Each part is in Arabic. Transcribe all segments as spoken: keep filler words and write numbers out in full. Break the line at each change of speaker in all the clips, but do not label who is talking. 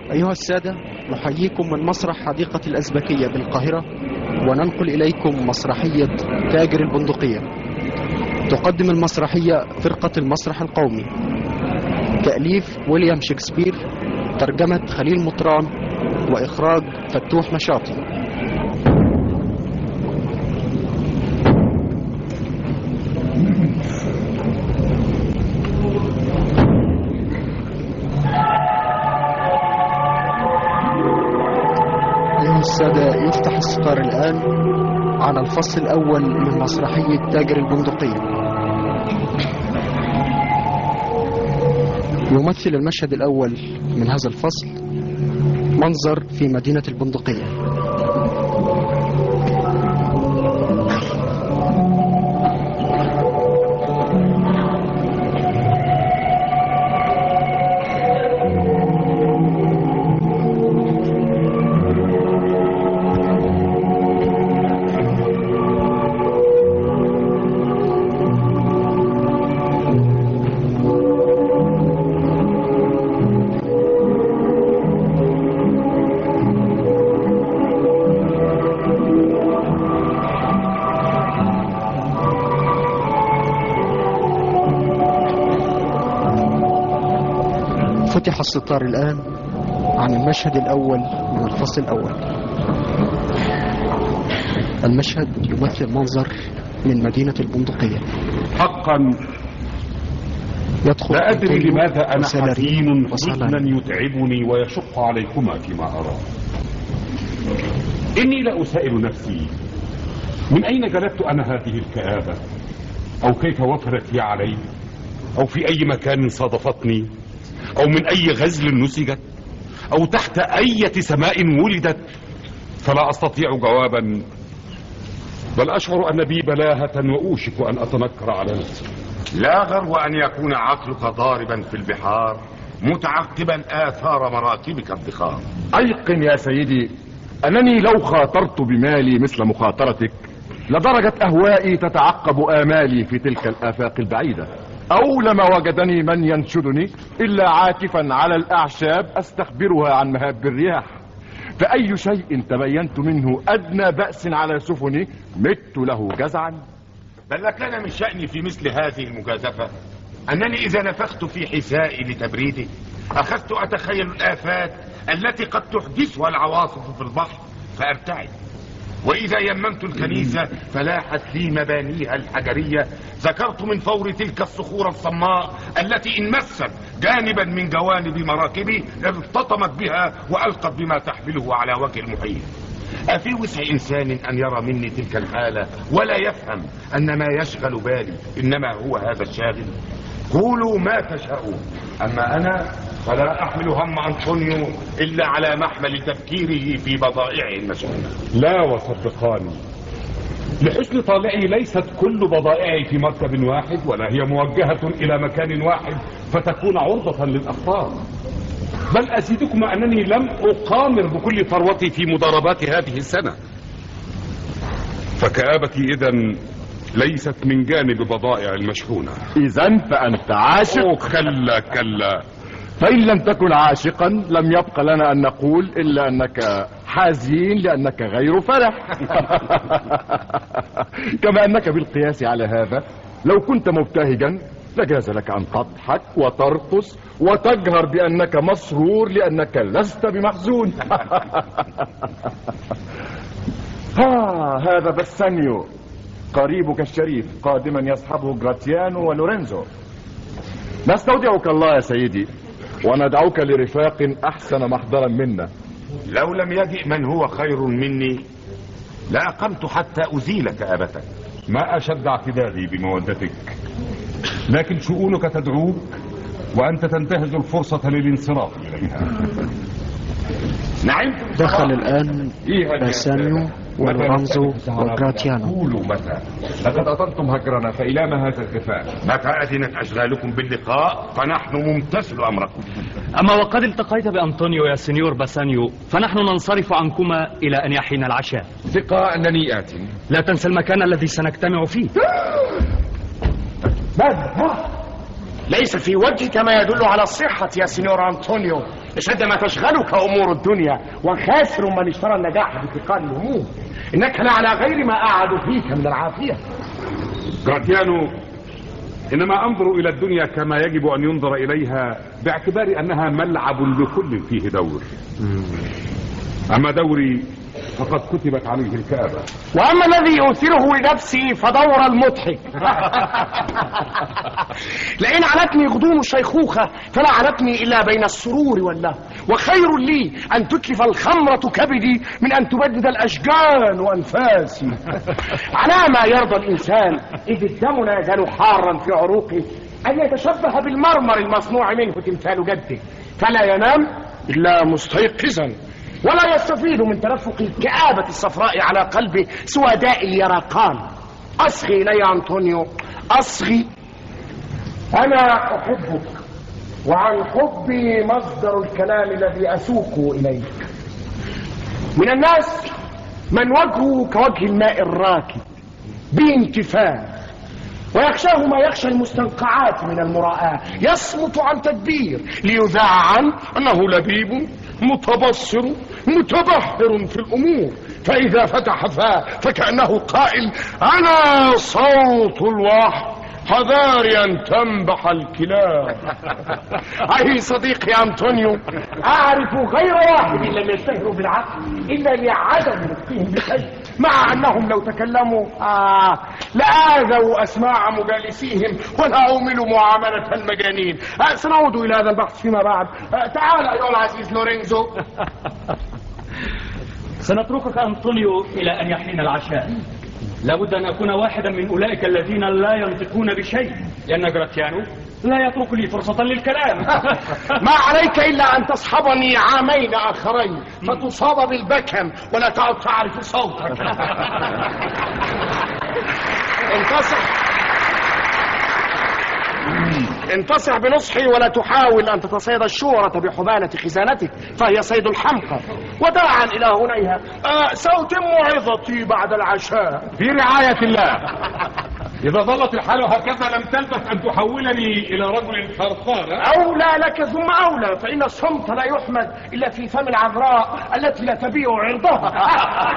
أيها السادة، نحييكم من مسرح حديقة الأزبكية بالقاهرة، وننقل إليكم مسرحية تاجر البندقية. تقدم المسرحية فرقة المسرح القومي، تأليف ويليام شكسبير، ترجمة خليل مطران، وإخراج فتوح نشاطي. أيها السادة، يفتح الستار الآن على الفصل الأول من مسرحية تاجر البندقية. يمثل المشهد الأول من هذا الفصل منظر في مدينة البندقية. فتح الستار الآن عن المشهد الأول من الفصل الأول. المشهد يمثل منظر من مدينة البندقية.
حقا
يدخل
لا أدري لماذا أنا
وسلارين
حزين حزنا يتعبني ويشق عليكما فيما أرى. إني لا أسائل نفسي من أين جلبت أنا هذه الكآبة، أو كيف وفرت هي علي، أو في أي مكان صادفتني، أو من أي غزل نسجت، أو تحت أي سماء ولدت. فلا أستطيع جوابا، بل أشعر أن بي بلاهة وأوشك أن أتنكر على نفسي.
لا غرو أن يكون عقلك ضاربا في البحار متعقبا آثار مراكبك الضخام.
أيقن يا سيدي أنني لو خاطرت بمالي مثل مخاطرتك لدرجت أهوائي تتعقب آمالي في تلك الآفاق البعيدة، أو لما وجدني من ينشدني إلا عاكفا على الأعشاب أستخبرها عن مهاب الرياح. فأي شيء تبينت منه أدنى بأس على سفني مت له جزعا.
بل لكان من شأني في مثل هذه المجازفة أنني إذا نفخت في حسائي لتبريده أخذت أتخيل الآفات التي قد تحدثها العواصف في البحر فأرتعد، وإذا يممت الكنيسة فلاحت لي مبانيها الحجرية ذكرت من فور تلك الصخور الصماء التي إن مست جانبا من جوانب مراكبي ارتطمت بها وألقت بما تحمله على وجه المحيط. أفي وسع إنسان أن يرى مني تلك الحالة ولا يفهم أن ما يشغل بالي إنما هو هذا الشاغل؟ قولوا ما تشاءون، أما أنا فلا أحمل هم أنطونيو إلا على محمل تفكيره في بضائعه المشؤونة.
لا وصدقاني، لحسن طالعي ليست كل بضائعي في مركب واحد، ولا هي موجهة إلى مكان واحد فتكون عرضة للأخطار. بل أزيدكم أنني لم أقامر بكل ثروتي في مضاربات هذه السنة، فكآبتي إذن ليست من جانب بضائع المشحونة.
إذن فأنت عاشق؟
أوه كلا كلا.
فإن لم تكن عاشقا لم يبق لنا أن نقول إلا أنك حزين لأنك غير فرح. كما أنك بالقياس على هذا لو كنت مبتهجا لجاز لك أن تضحك وترقص وتجهر بأنك مسرور لأنك لست بمحزون. ها هذا بسانيو قريبك الشريف قادما يصحبه جراتيانو ولورينزو. نستودعك الله يا سيدي وندعوك لرفاق أحسن محضرا منا.
لو لم يجئ من هو خير مني لأقمت حتى أزيل كآبتك.
ما أشد اعتدادي بمودتك، لكن شؤونك تدعوك وأنت تنتهز الفرصة للانصراف إليها.
نعم.
دخل الآن باسانيو ولورانزو وجراتيانو.
قولوا متى؟
لقد أطلتم هجرنا فإلى ما هذا الاتفاق؟
متى أذنت أشغالكم باللقاء فنحن ممتثل أمركم.
أما وقد التقيت بأنطونيو يا سينيور باسانيو فنحن ننصرف عنكما إلى أن يحين العشاء.
ثقة أنني آت.
لا تنسى المكان الذي سنجتمع فيه.
ماذا؟ ليس في وجهك ما يدل على الصحة يا سينيور أنطونيو. اشد ما تشغلك امور الدنيا، وخاسر من اشترى النجاح بثقال الهموم. انك لعلى غير ما اعد فيك من العافيه.
جراتيانو، انما انظر الى الدنيا كما يجب ان ينظر اليها، باعتبار انها ملعب لكل فيه دور. اما دوري فقد كتبت عليه الكآبة،
واما الذي يؤثره لنفسي فدور المضحك. لئن علتني غضون الشيخوخة فلا علتني الا بين السرور والله، وخير لي ان تتلف الخمرة كبدي من ان تبدد الاشجان انفاسي. على ما يرضى الانسان اذ الدم لا يزال حارا في عروقه ان يتشبه بالمرمر المصنوع منه تمثال جده، فلا ينام الا مستيقظا، ولا يستفيد من ترفق الكآبة الصفراء على قلبه سوى داء اليرقان. أصغي إلي يا أنطونيو، أصغي. أنا أحبك، وعن حبي مصدر الكلام الذي أسوق إليك. من الناس من وجهه كوجه الماء الراكد بانتفاخ، ويخشاه ما يخشى المستنقعات من المراءة، يصمت عن تدبير ليذاع عنه أنه لبيب متبصر متبحر في الأمور، فإذا فتح فاه فكأنه قائل أنا صوت الوحي، حذاري أن تنبح الكلاب. أي صديقي أنطونيو، أعرف غير واحد لم يشتهروا بالعقل إلا لعدم نطقهم بشيء، مع أنهم لو تكلموا آه لآذوا أسماع مجالسيهم ولعملوا معاملة المجانين. آه سنعود إلى هذا البحث فيما بعد. آه تعال أيها العزيز لورينزو.
سنتركك أنطونيو إلى أن يحين العشاء. لابد أن أكون واحدا من أولئك الذين لا ينطقون بشيء، لأن جراتيانو لا يترك لي فرصة للكلام.
ما عليك إلا أن تصحبني عامين آخرين فتصاب بالبكم ولا تعد تعرف صوتك. انتصح انتصح بنصحي، ولا تحاول أن تتصيد الشورة بحبالة خزانتك، فهي صيد الحمقى. وداعا إلى هنيها. آه سأتم عظتي بعد العشاء
في رعاية الله. إذا ظلت الحال هكذا لم تلبث أن تحولني إلى رجل خرخار.
أولى لك ثم أولى، فإن الصمت لا يحمد إلا في فم العذراء التي لا تبيع عرضها.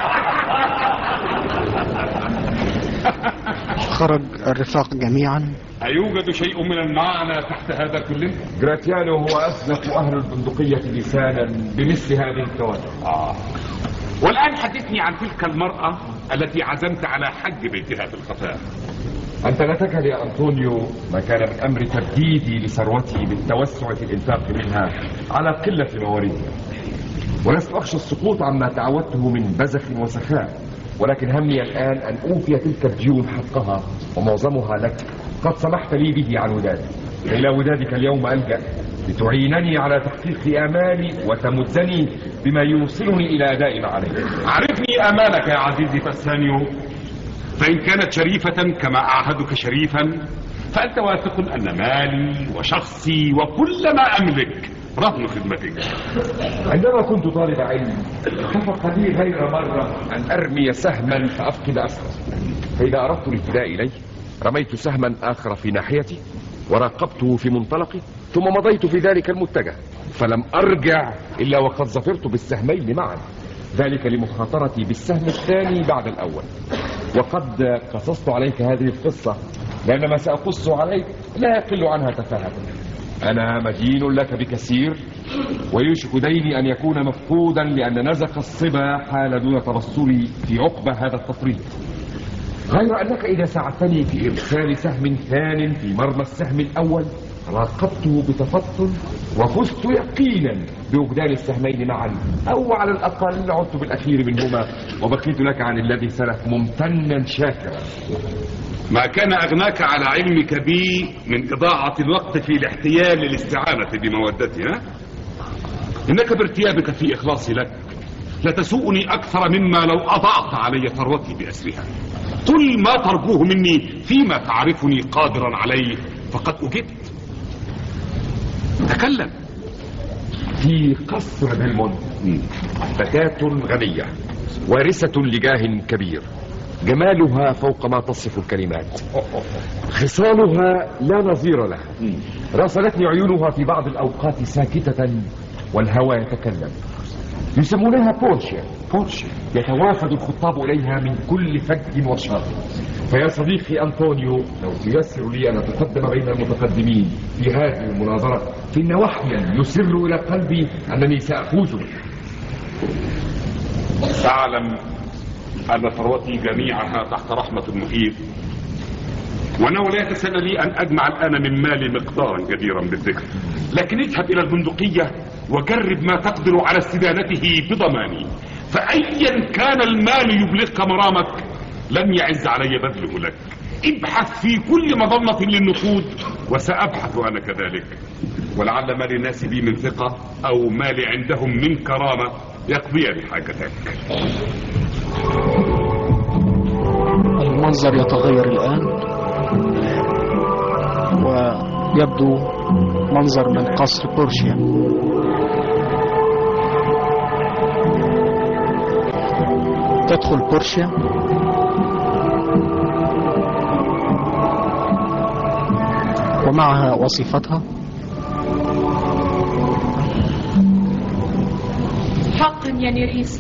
خرج الرفاق جميعا.
أيوجد شيء من المعنى تحت هذا كله؟
جراتيانو هو أسلك أهل البندقية لسانا بمثل هذه الكوارث.
آه. والآن حدثني عن تلك المرأة التي عزمت على حج بيتها في الخفاء.
أنت لا تكل يا أنطونيو ما كان من أمر تبديدي لثروتي بالتوسع في الإنفاق منها على قلة مواردها، ولست أخشى السقوط عما تعودته من بذخ وسخاء، ولكن همي الآن أن أوفي تلك الديون حقها، ومعظمها لك قد سمحت لي به عن ودادي. إلى ودادك اليوم ألجأ لتعينني على تحقيق آمالي وتمدني بما يوصلني إلى أداء ما علي.
عرفني آمالك يا عزيزي باسانيو، فإن كانت شريفة كما أعهدك شريفا، فأنت واثق أن مالي وشخصي وكل ما أملك رهن خدمتك.
عندما كنت طالب علم اتفق لي غير مرة أن أرمي سهما فأفقد أسره، فإذا أردت الابتداء إليه رميت سهما آخر في ناحيتي وراقبته في منطلقي، ثم مضيت في ذلك المتجه، فلم أرجع إلا وقد ظفرت بالسهمين معا، ذلك لمخاطرتي بالسهم الثاني بعد الأول. وقد قصصت عليك هذه القصة لأن ما سأقص عليك لا يقل عنها تفاهة. أنا مدين لك بكثير، ويوشك ديني أن يكون مفقودا لأن نزق الصبا حال دون تبصري في عقبة هذا التفريط، غير أنك إذا ساعدتني في إرسال سهم ثان في مرمى السهم الأول راقبته بتفطن وفزت يقينا بوجدان السهمين معا، أو على الأقل عدت بالأخير منهما وبقيت لك عن الذي سلف ممتنا شاكرا.
ما كان أغناك على علمك بي من إضاعة الوقت في الاحتيال للاستعانة بمودتي، ها؟ إنك بارتيابك في إخلاصي لك لتسوءني أكثر مما لو أضعت علي ثروتي بأسرها. كل ما ترجوه مني فيما تعرفني قادرا عليه فقد أجبت. تكلم.
في قصر بلمونت فتاة غنية وارثة لجاه كبير، جمالها فوق ما تصف الكلمات، خصالها لا نظير لها، راسلتني عيونها في بعض الأوقات ساكتة
والهوى يتكلم. يسمونها بورشيا. بورشيا يتوافد الخطاب إليها من كل فج وشر. فيا صديقي أنطونيو، لو تيسر لي أن أتقدم بين المتقدمين في هذه المناظرة، فإن وحيا يسر إلى قلبي أنني سأفوز.
تعلم أن ثروتي جميعها تحت رحمة المحيط، وأنه لا يتسنى لي أن أجمع الآن من مالي مقدارا جديرا بالذكر، لكن اذهب إلى البندقية وجرب ما تقدر على استدانته بضماني، فأيا كان المال يبلغك مرامك لن يعز علي بذله لك. ابحث في كل مظنة للنقود وسأبحث أنا كذلك، ولعل مال الناس بي من ثقة أو مال عندهم من كرامة يقضي حاجتك.
المنظر يتغير الآن ويبدو منظر من قصر بورشيا. تدخل بورشيا ومعها وصفتها.
حقا يا نيريسا،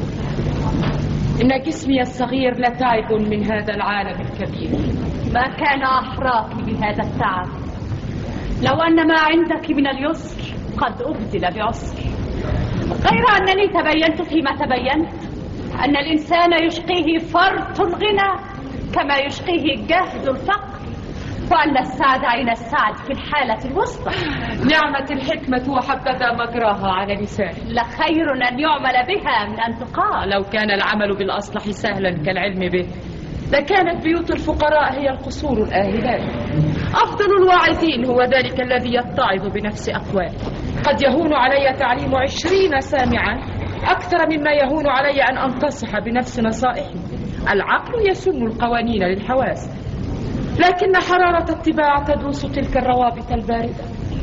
إن جسمي الصغير لتعب من هذا العالم الكبير.
ما كان أحراك بهذا التعب، لو أن ما عندك من اليسر قد أبدل بعسر. غير أنني تبينت فيما تبينت أن الإنسان يشقيه فرط الغنى كما يشقيه جهد الفقر، وأن السعد عين السعد في الحالة الوسطى.
نعمة الحكمة وحبذا مجراها على لساني.
لخير أن يعمل بها من أن تقال.
لو كان العمل بالأصلح سهلا كالعلم به لكانت بيوت الفقراء هي القصور الآهلات. أفضل الواعظين هو ذلك الذي يتعظ بنفس أقواله. قد يهون علي تعليم عشرين سامعا أكثر مما يهون علي أن أنتصح بنفس نصائحي. العقل يسن القوانين للحواس، لكن حرارة الطباع تدوس تلك الروابط الباردة.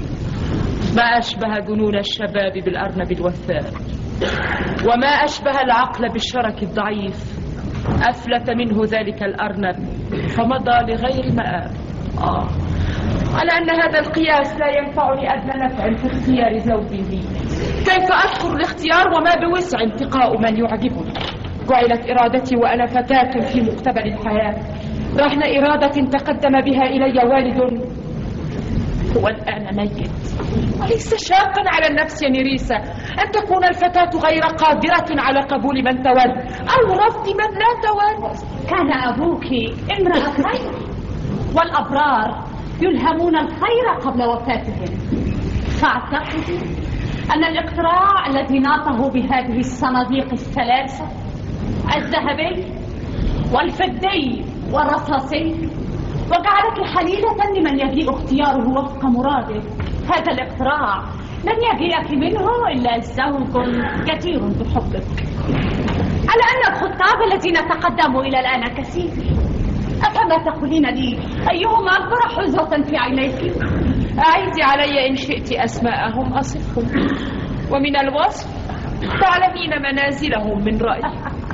ما أشبه جنون الشباب بالأرنب الوثاء، وما أشبه العقل بالشرك الضعيف. أفلت منه ذلك الأرنب فمضى لغير مآب. آه. على أن هذا القياس لا ينفعني أدنى نفع في اختيار زوجي لي. كيف أذكر الاختيار وما بوسع انتقاء من يعجبني؟ جعلت إرادتي وأنا فتاة في مقتبل الحياة رهن إرادة تقدم بها إلي والد هو الآن ميت. وليس شاقا على النفس يا نيريسا أن تكون الفتاة غير قادرة على قبول من تود أو رفض من لا تود.
كان أبوك امرأ خير، والأبرار يلهمون الخير قبل وفاتهم. فاعتقد أن الاقتراع الذي ناطه بهذه الصناديق الثلاثة، الذهبي والفضي والرصاصي، وجعلك حليلة لمن يجيء اختياره وفق مراده، هذا الاقتراع لن يجيئك منه إلا زوج جدير بحبك. على أن الخطاب الذين تقدموا إلى الآن كثير، أفما تقولين لي أيهم أكبر حزوة في عينيك؟
أعيدي علي إن شئت أسماءهم أصفهم، ومن الوصف تعلمين منازلهم من رأيي.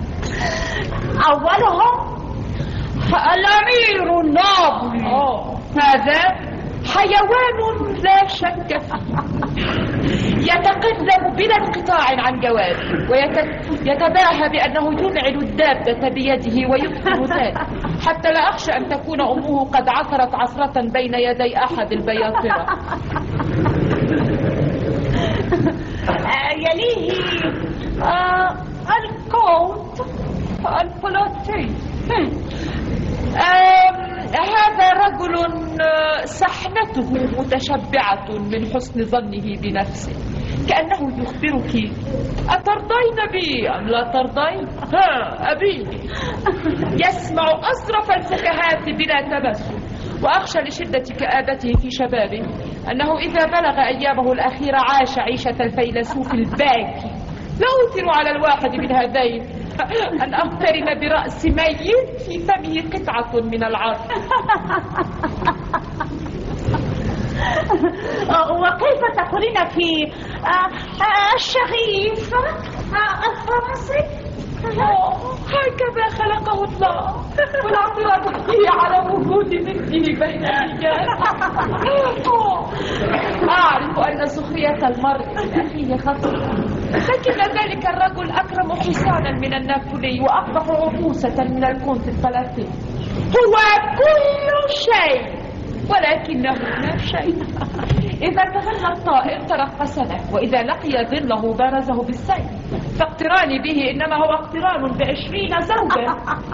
أولهم
الأمير الناظري، هذا حيوان لا شك فيه، يتقلب بلا انقطاع عن جواره ويتباهى بأنه ينعل الدابة بيده ويكثر ذلك، حتى لا أخشى أن تكون أمه قد عثرت عثرة بين يدي أحد البياطرة.
يليه آه الكونت البلوتي.
هذا رجل سحنته متشبعة من حسن ظنه بنفسه، كأنه يخبرك أترضين بي أم لا ترضين؟ ها أبيني. يسمع أصرف الفكاهات بلا تبسم، وأخشى لشدة كآبته في شبابه أنه إذا بلغ أيامه الأخيرة عاش عيشة الفيلسوف الباكي. لا أثر على الواحد من هذين أن أقترن برأس ميت في فمه قطعة من العرض.
وكيف تقولين في الشغيف الفرنسي؟
هكذا خلقه الله، والاعتراض فيه على وجود مثله بين الرجال. أعرف أن سخرية المرء من أخيه خطيئة، لكن ذلك الرجل أكرم حصانا من النابلي وأقبح عبوسة من الكونت الثلاثين. هو كل شيء ولكنه لا شيء. إذا تغنى الطائر ترقص له، وإذا لقي ظله بارزه بالسيف، فاقتراني به إنما هو اقتران بعشرين زوجة.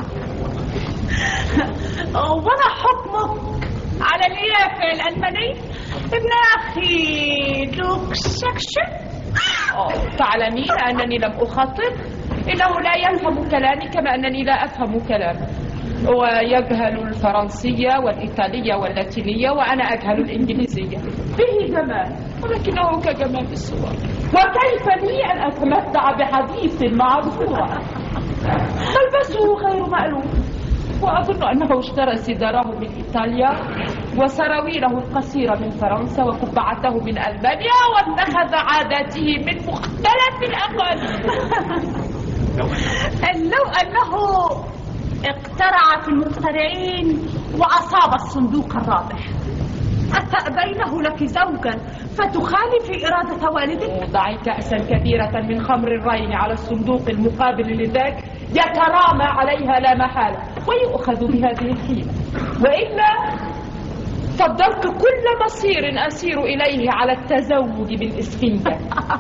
وما حكمك على اليافع الألماني ابن أخي لوكسكشن؟
تعلمين أنني لم أخطط، إنه لا يفهم كلامي كما أنني لا أفهم كلامه. ويجهل الفرنسية والإيطالية واللاتينية، وأنا أجهل الإنجليزية. به جمال ولكنه كجمال الصور، وكيف لي أن أتمتع بحديث مع الصورة؟ ملبسه غير مألوف، وأظن أنه اشترى سداره من إيطاليا وسراويله القصيرة من فرنسا وقبعته من ألمانيا، واتخذ عاداته من مختلف الأقاليم.
لو أنه اقترع في المخترعين وأصاب الصندوق الرابح، أتأبينه لك زوجا فتخالف إرادة والدك؟
ضعي كأسا كبيرة من خمر الرين على الصندوق المقابل لذاك يترامى عليها لا محالة ويؤخذ بهذه الحيلة، وإلا فضلت كل مصير أسير إليه على التزوج بالإسفنجة.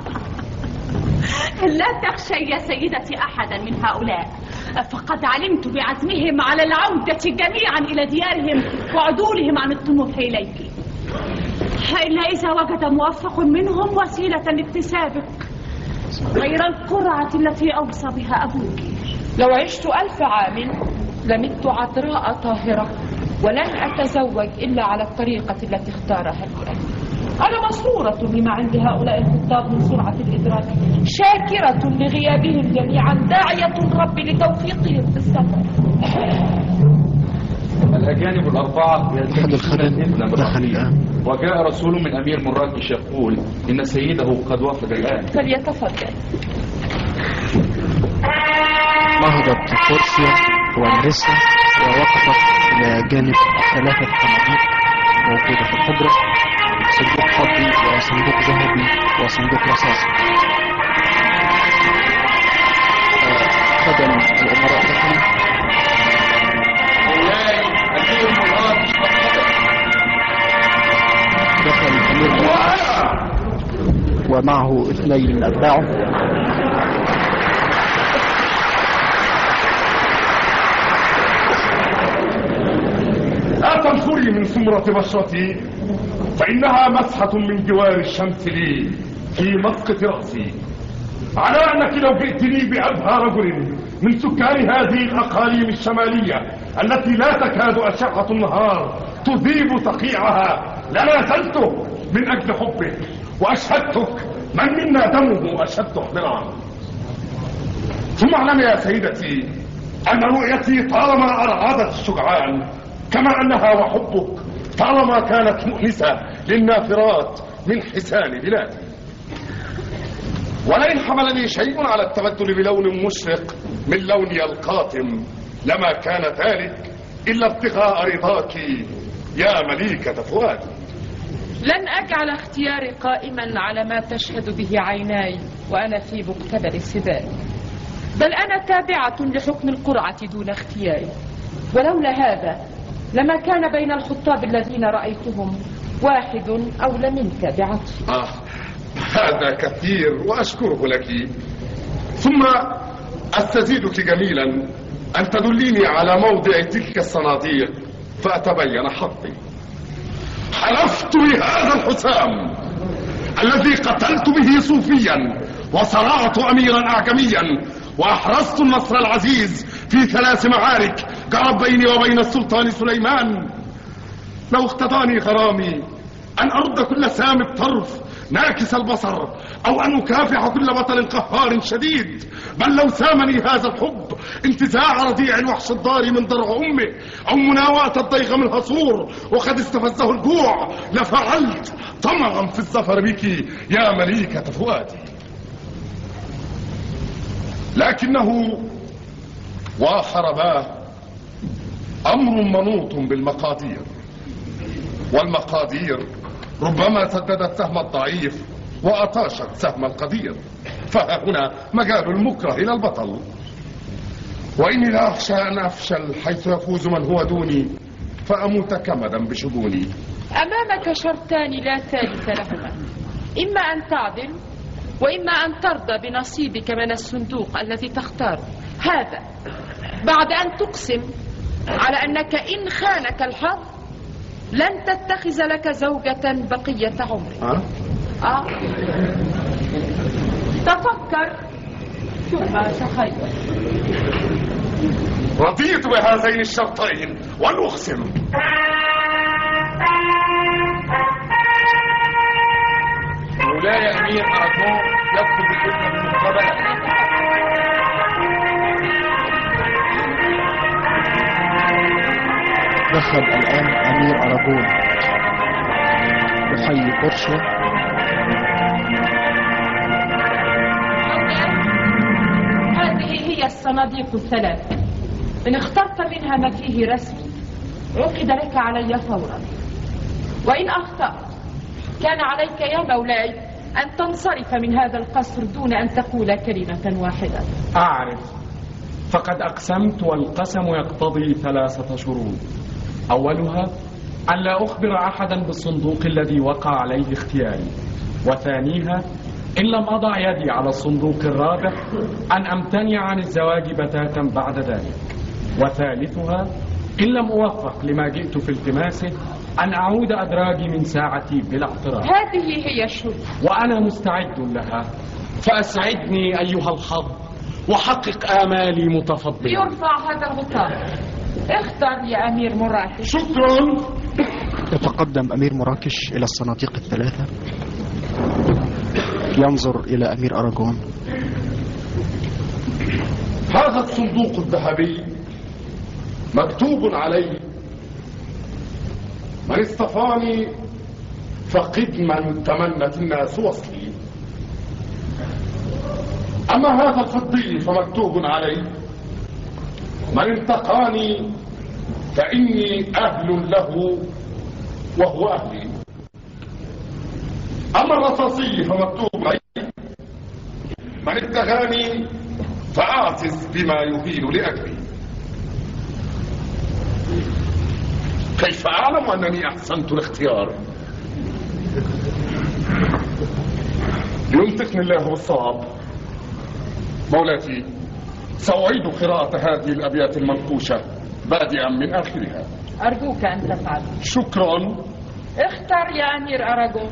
لا تخشي يا سيدتي أحدا من هؤلاء، فقد علمت بعزمهم على العودة جميعا إلى ديارهم وعدولهم عن الطموح إليك، إلا إذا وجد موفق منهم وسيلة لاكتسابك غير القرعة التي أوصى بها أبوك.
لو عشت ألف عام لمت عذراء طاهرة، ولن أتزوج إلا على الطريقة التي اختارها لي أبي. أنا مسرورة بما عند هؤلاء الخطاب من سرعة الإدراك، شاكرة لغيابهم جميعا، داعية الرب لتوفيقهم في السفر.
الأجانب الأربعة
أحد الخدم دخل الآن،
وجاء رسول من أمير مراكش يقول إن سيده قد وفد الآن.
فليتفضل.
نهضت بورسيا ومارسا ووقفت إلى جانب ثلاثة قناديل موجودة في الحجرة، صندوق فضي وصندوق ذهبي وصندوق رصاصي. خدم الأمراء دخلوا. دخل الأمير ومعه اثنين من أتباعه.
لا تنفري من سمرة بشرتي، فإنها مسحة من جوار الشمس لي في مسقط رأسي، على أنك لو جئتني بأبهى رجل من سكان هذه الأقاليم الشمالية التي لا تكاد أشعة النهار تذيب صقيعها لنازلته من أجل حبك، وأشهدتك من منا دمه أشد احتراما. ثم اعلم يا سيدتي أن رؤيتي طالما أرعدت الشجعان، كما أنها وحبك طالما كانت مؤنسة للنافرات من حسان بلادي. ولئن حملني شيء على التبدل بلون مشرق من لوني القاتم لما كان ذلك إلا ابتغاء رضاك يا مليكة فؤادي.
لن أجعل اختياري قائما على ما تشهد به عيناي وأنا في مقتبل السباق، بل أنا تابعة لحكم القرعة دون اختياري، ولولا هذا لما كان بين الخطاب الذين رأيتهم واحد أولى منك بعطف.
آه هذا كثير وأشكره لك. ثم أستزيدك جميلا أن تدليني على موضع تلك الصناديق فأتبين حظي. حلفت بهذا الحسام الذي قتلت به صوفيا وصرعت أميرا أعجميا وأحرزت النصر العزيز في ثلاث معارك جرت بيني وبين السلطان سليمان، لو اقتضاني غرامي أن أرد كل سام الطرف ناكس البصر، أو أن أكافح كل بطل قهار شديد، بل لو سامني هذا الحب انتزاع رضيع الوحش الضاري من ضرع أمه، أو مناواة الضيغ من هصور وقد استفزه الجوع، لفعلت طمعا في الظفر بك يا مليكة فؤادي. لكنه
وخرباه أمر منوط بالمقادير، والمقادير ربما سددت سهم الضعيف وأطاشت سهم القدير، فها هنا مجال المكره إلى البطل. وإني لا أخشى أن أفشل حيث يفوز من هو دوني فأموت كمدا بشجوني.
أمامك شرطان لا ثالث لهما، إما أن تعدل وإما أن ترضى بنصيبك من الصندوق الذي تختاره، هذا بعد أن تقسم على أنك إن خانك الحظ لن تتخذ لك زوجة بقية عمرك.
أه؟
آه. تفكر ثم تخيل.
رضيت بهذين الشرطين ولأقسم.
مولاي أمير أراغون يكتب الحكم بالمقابلة.
دخل الآن أمير أراغون يحيي بورشا.
هذه هي الصناديق الثلاث، إن اخترت منها ما فيه رسمي عقد لك علي فورا، وإن أخطأت كان عليك يا مولاي أن تنصرف من هذا القصر دون أن تقول كلمة واحدة.
أعرف، فقد أقسمت والقسم يقتضي ثلاثة شروط. أولها أن لا أخبر أحدا بالصندوق الذي وقع عليه اختياري، وثانيها إن لم أضع يدي على الصندوق الرابح أن أمتنع عن الزواج بتاتا بعد ذلك، وثالثها إن لم أوفق لما جئت في التماسه أن أعود أدراجي من ساعتي بلا اعتراض.
هذه هي الشروط
وأنا مستعد لها، فأسعدني أيها الحظ وحقق آمالي متفضلا.
يرفع هذا الغطاء. اختر يا أمير مراكش.
شكرا.
يتقدم أمير مراكش إلى الصناديق الثلاثة، ينظر إلى أمير أراغون.
هذا الصندوق الذهبي مكتوب عليه من اصطفاني فقدما تمنت الناس وصلي، أما هذا الفضي فمكتوب عليه من انتقاني فإني أهل له وهو أهلي، أما الرصاصي فمكتوب عليه من ابتغاني فأعزز بما يهين لأجلي. كيف أعلم أنني أحسنت الاختيار؟ ينطقني الله بالصواب. مولاتي، سأعيد قراءة هذه الأبيات المنقوشة بادئا من آخرها.
أرجوك أن تفعل.
شكرا.
اختر يا أمير أراغون.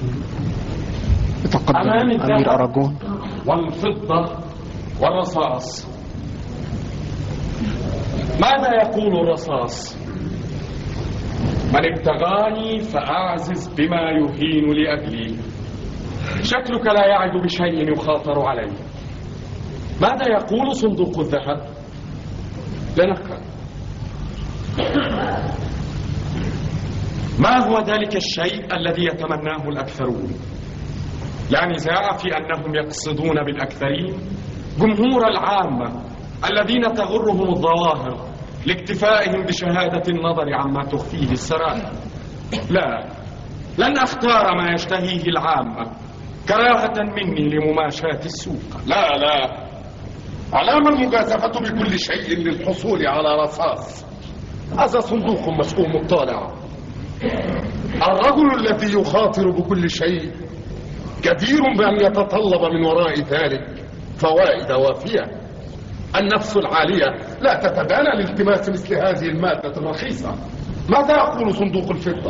يتقدم أمير أراغون.
والفضة والرصاص. ماذا يقول الرصاص؟ من ابتغاني فأعزز بما يهين لأجلي. شكلك لا يعد بشيء يخاطر عليه. ماذا يقول صندوق الذهب؟ لنقرأ. ما هو ذلك الشيء الذي يتمناه الأكثرون؟ لا نزاع في أنهم يقصدون بالأكثرين جمهور العامة الذين تغرهم الظواهر لاكتفائهم بشهادة النظر عما تخفيه السرائر. لا، لن أختار ما يشتهيه العامة كراهة مني لمماشاة السوق.
لا لا، علام المجازفة بكل شيء للحصول على رصاص. هذا صندوق مسؤوم الطالع. الرجل الذي يخاطر بكل شيء جدير بأن يتطلب من وراء ذلك فوائد وافية. النفس العالية لا تتبانى لالتماس مثل هذه المادة الرخيصة. ماذا يقول صندوق الفضة؟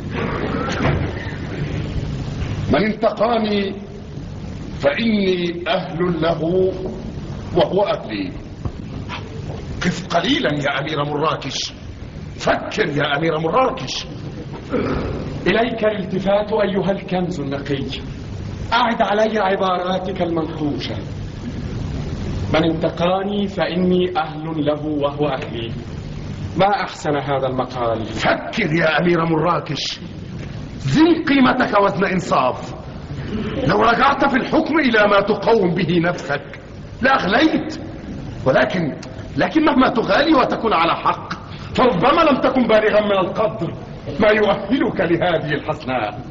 من انتقاني فإني أهل له وهو أهلي. قف قليلا يا أمير مراكش، فكر يا أمير مراكش.
إليك الالتفات أيها الكنز النقي. أعد علي عباراتك المنقوشة. من انتقاني فإني أهل له وهو أهلي. ما أحسن هذا المقال.
فكر يا أمير مراكش، زن قيمتك وزن إنصاف. لو رجعت في الحكم إلى ما تقوم به نفسك لأغليت، ولكن
لكن مهما تغالي وتكون على حق فربما لم تكن بالغا من القدر ما يؤهلك لهذه الحسناء.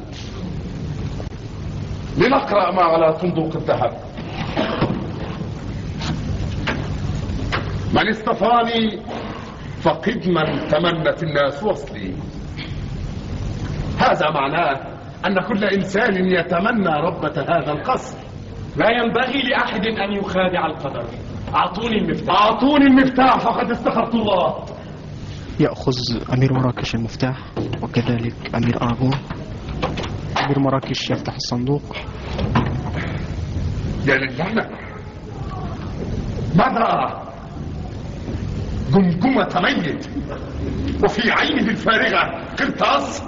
لنقرأ ما على صندوق الذهب. من اصطفاني فقد من تمنت الناس وصلي. هذا معناه أن كل إنسان يتمنى ربة هذا القصر.
لا ينبغي لأحد أن يخادع القدر. أعطوني المفتاح.
أعطوني المفتاح فقد استخرت الله.
يأخذ أمير مراكش المفتاح وكذلك أمير أراغون. أمير مراكش يفتح الصندوق.
يا للعنة، ماذا؟ جمجمة ميت وفي عينه الفارغة قرطاس.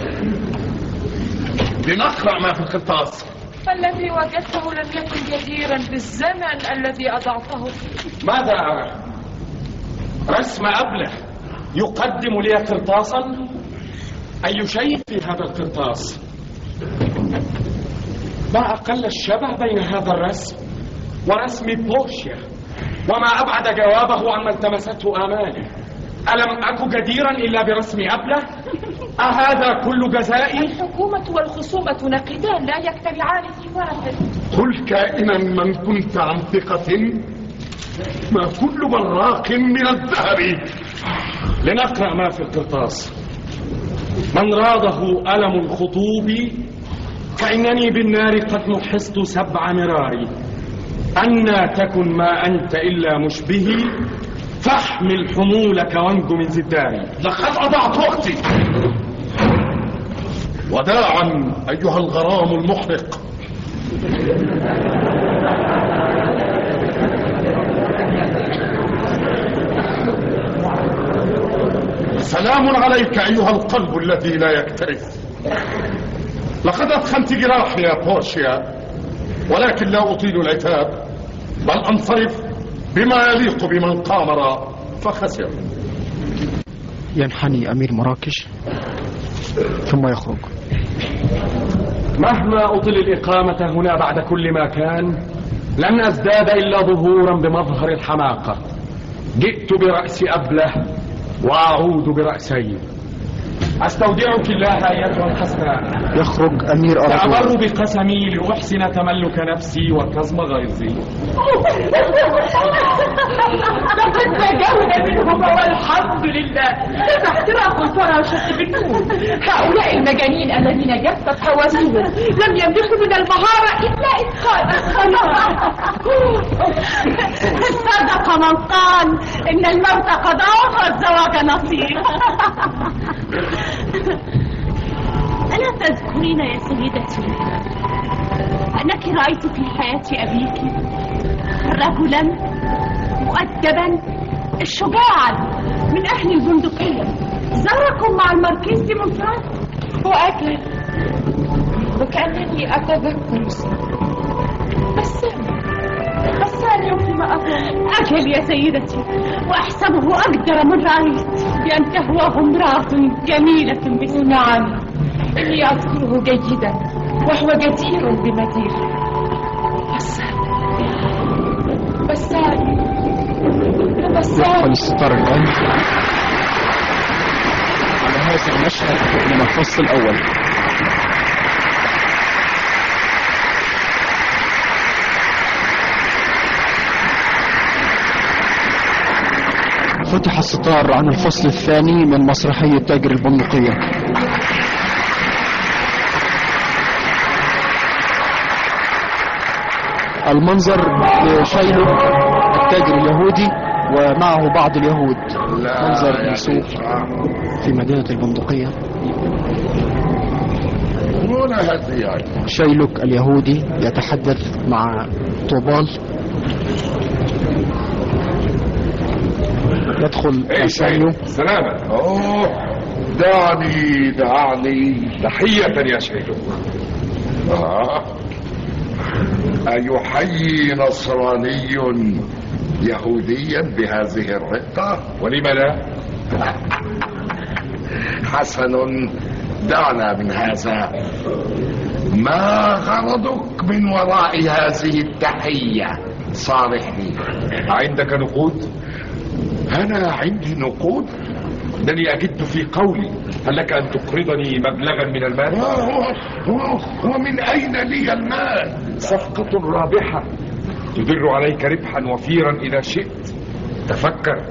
لنقرأ ما في القرطاس.
الذي وجدته لم يكن جديرا بالزمن الذي أضعته فيه.
ماذا أرى؟ رسم أبله يقدم لي قرطاسا. أي شيء في هذا القرطاس؟ ما أقل الشبه بين هذا الرسم ورسم بورشيا، وما أبعد جوابه عما التمسته آمالي. ألم أك جديرا إلا برسم أبله؟ أهذا كل جزائي؟
الحكومة والخصومة نقيضان لا يجتمعان في واحد.
قل كائنا من كنت عن ثقة ما كل براق من الذهب.
لنقرأ ما في القرطاس. من راده ألم الخطوب فإنني بالنار قد نحست سبع مراري. أنا تكن ما أنت إلا مشبهي فاحمل حمولك وانج من زداري.
لقد أضعت وقتي. وداعا أيها الغرام المحرق. سلام عليك أيها القلب الذي لا يكترث. لقد أدخنت جراحي يا بورشيا، ولكن لا أطيل العتاب بل أنصرف بما يليق بمن قامر فخسر.
ينحني أمير مراكش ثم يخرج.
مهما أطل الإقامة هنا بعد كل ما كان لن أزداد إلا ظهورا بمظهر الحماقة. جئت برأس أبله وأعود برأسي. أستودعك الله أيتها الحسناء.
يخرج أمير أراغون.
أمر بقسمي لأحسن تملك نفسي وكظم غيظي.
لقد نجونا منهم والحمد لله. هذا احتراق الفراشة بالنور. هؤلاء المجانين الذين جفت حواسهم لم يملكوا من المهارة إلا إتقان.
صدق من قال إن الموت قضاء والزواج نصيب. ألا تذكرين يا سيدتي أنك رأيت في حياة أبيك رجلا مؤدبا شجاعا من أهل البندقية زاركم مع الماركيز دي مونترال؟
وأكل وكأنني أتذكر بس بس اليوم فيما أقول.
أجل يا سيدتي، وأحسبه أقدر من رأيت بأن تهواه امرأة جميلة باسم.
نعم، إني أذكره جيدا وهو جدير بمدير. بس بس بس
يدخل الستار الآن على هذا المشهد من الفصل الأول. فتح الستار عن الفصل الثاني من مسرحية تاجر البندقية. المنظر شايله التاجر اليهودي ومعه بعض اليهود. منظر سوق في مدينة البندقية. شايلوك اليهودي يتحدث مع طوبال. يدخل أسانيو.
سلامة.
أوه دعني دعني.
تحية يا شيخ.
آه. أيحيي نصراني يهوديا بهذه الرقة؟
ولم لا؟
حسن، دعنا من هذا. ما غرضك من وراء هذه التحية؟ صارحني.
عندك نقود؟
أنا عندي نقود؟
انني اجد في قولي. هل لك ان تقرضني مبلغا من المال؟
ومن اين لي المال؟
صفقة رابحة تدر عليك ربحا وفيرا اذا شئت. تفكر.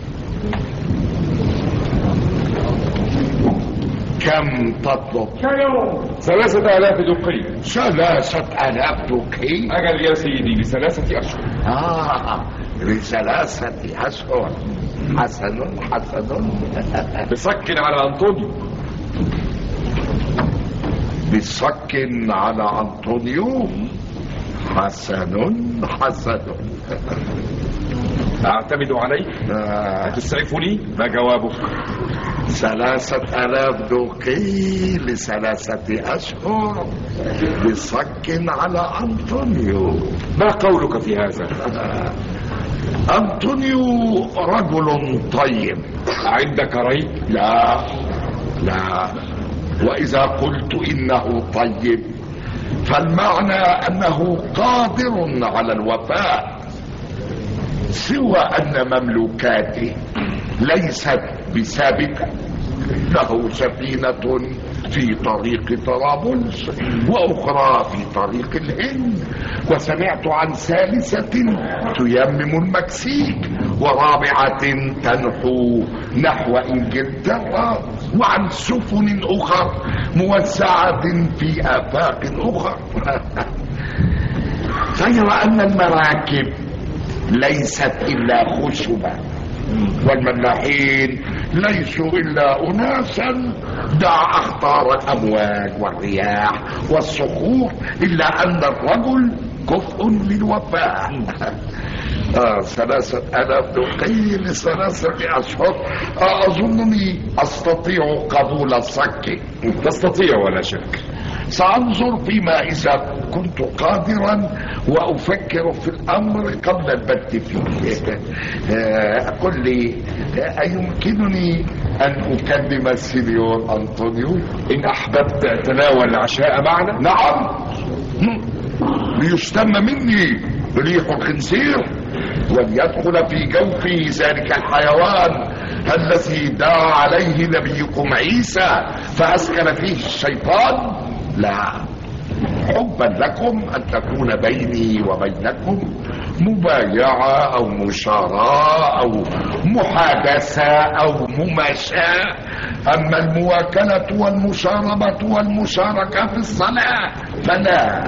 كم تطلب؟
ثلاثة آلاف دقي.
ثلاثة آلاف دقي؟
أجل يا سيدي لثلاثة أشهر.
آه لثلاثة أشهر. حسن حسن.
بصك على أنطونيو.
بصك على أنطونيو. حسن حسن.
أعتمد عليك.
آه.
تسعف لي؟ ما جوابك؟
ثلاثة آلاف دوقي لثلاثة أشهر بصك على أنطونيو.
ما قولك في هذا؟
أنطونيو رجل طيب.
عندك رأي؟
لا لا، وإذا قلت إنه طيب فالمعنى أنه قادر على الوفاء، سوى أن مملوكاته ليست بثابتة. له سفينة في طريق طرابلس وأخرى في طريق الهند، وسمعت عن ثالثة تيمم المكسيك، ورابعة تنحو نحو إنجلترا، وعن سفن أخر موزعة في آفاق أخر. غير أن المراكب ليست إلا خشبة، والملاحين ليسوا إلا أناسا دع أخطار الأمواج والرياح والصخور، إلا أن الرجل كفء للوفاء. آه ثلاثة آلاف دقي لثلاثة أشهر. آه أظنني أستطيع قبول الصك.
تستطيع ولا شك.
سأنظر فيما إذا كنت قادرا وأفكر في الأمر قبل البت فيه. قل لي، أيمكنني أن أكلم السينيور أنطونيو؟
إن أحببت تناول العشاء معنا.
نعم، ليشتم مني ريح الخنزير وليدخل في جوفي ذلك الحيوان الذي دعا عليه نبيكم عيسى فأسكن فيه الشيطان. لا، حبا لكم أن تكون بيني وبينكم مبايعة أو مشاراة أو محادثة أو مماشاة. أما المواكلة والمشاربة والمشاركة في الصلاة فلا.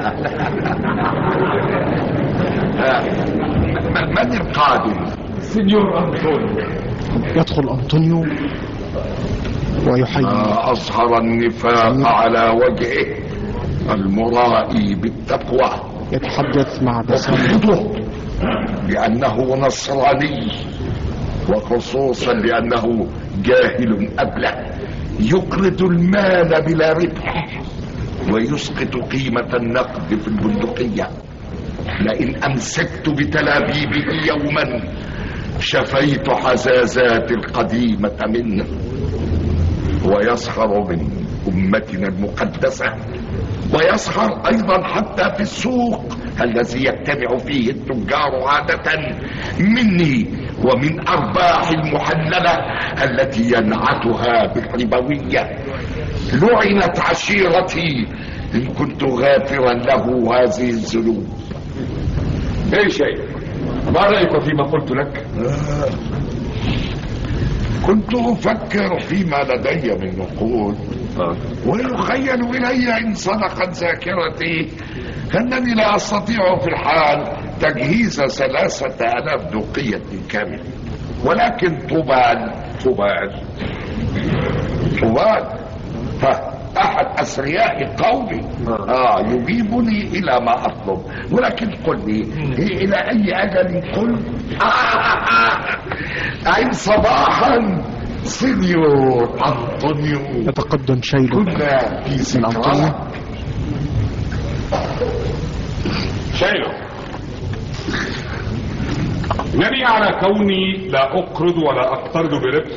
من القادم؟
سينيور أنطونيو.
يدخل أنطونيو ويحيي.
أظهر النفاق على وجهه المرائي بالتقوى.
يتحدث مع بساطة
لأنه نصراني، وخصوصا لأنه جاهل أبله، يقرض المال بلا ربح ويسقط قيمة النقد في البندقية. لئن أمسكت بتلابيبه يوما شفيت حزازات القديمة منه. ويسخر من أمتنا المقدسة، ويسخر أيضا حتى في السوق الذي يجتمع فيه التجار عادة مني ومن أرباح المحللة التي ينعتها بالربوية. لعنت عشيرتي إن كنت غافرا له هذه الذنوب.
أي شيء، ما رأيك فيما قلت لك؟
آه. كنت أفكر فيما لدي من نقود، آه. ويخيل إلي إن صدقت ذاكرتي أنني لا أستطيع في الحال تجهيز ثلاثة آلاف دقية كاملة. ولكن طوبال طوبال طوبال أحد أثرياء قومي آه يجيبني إلى ما أطلب. ولكن قل لي، إلى أي أجل قل؟ أعد صباحا سينيور أنطونيو.
يتقدم شيلو.
كنا في سنة
شيلو، نبي على كوني لا أقرض ولا أقترض بربح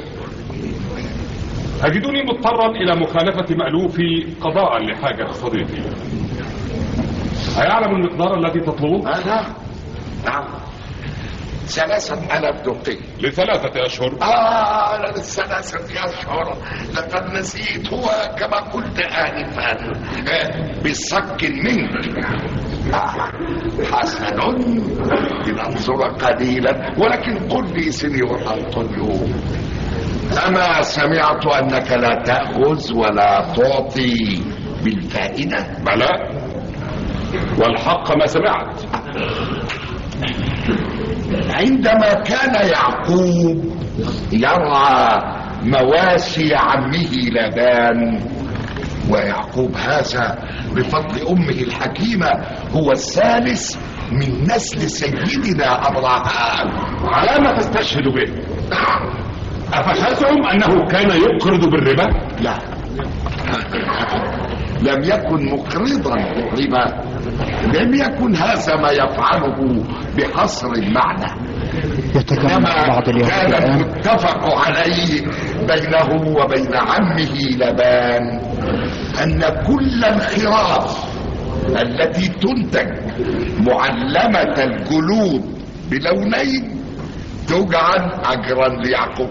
أجدني مضطرا إلى مخالفة مألوفي قضاء لحاجة صديقي. أيعلم المقدار الذي تطلبه؟
أنا؟ نعم.
ثلاثة آلاف دقيقة
لثلاثة أشهر.
آه للثلاثة أشهر. لقد نسيت هو كما قلت آنفا بصك منك. آه حسن، لننظر قليلا، ولكن قل لي سينيور أنطونيو، أما سمعت أنك لا تأخذ ولا تعطي بالفائدة؟
بلى، والحق ما سمعت.
عندما كان يعقوب يرعى مواشي عمه لابان، ويعقوب هذا بفضل أمه الحكيمة هو الثالث من نسل سيدنا أبراهام،
على ما تستشهد به؟ أفحسهم أنه كان يقرض بالربا؟
لا، لم يكن مقرضا بالربا، لم يكن هذا ما يفعله بحصر المعنى، إنما كان المتفق عليه بينه وبين عمه لبان أن كل الخراف التي تنتج معلمة الجلود بلونين تجعل أجرا ليعقوب.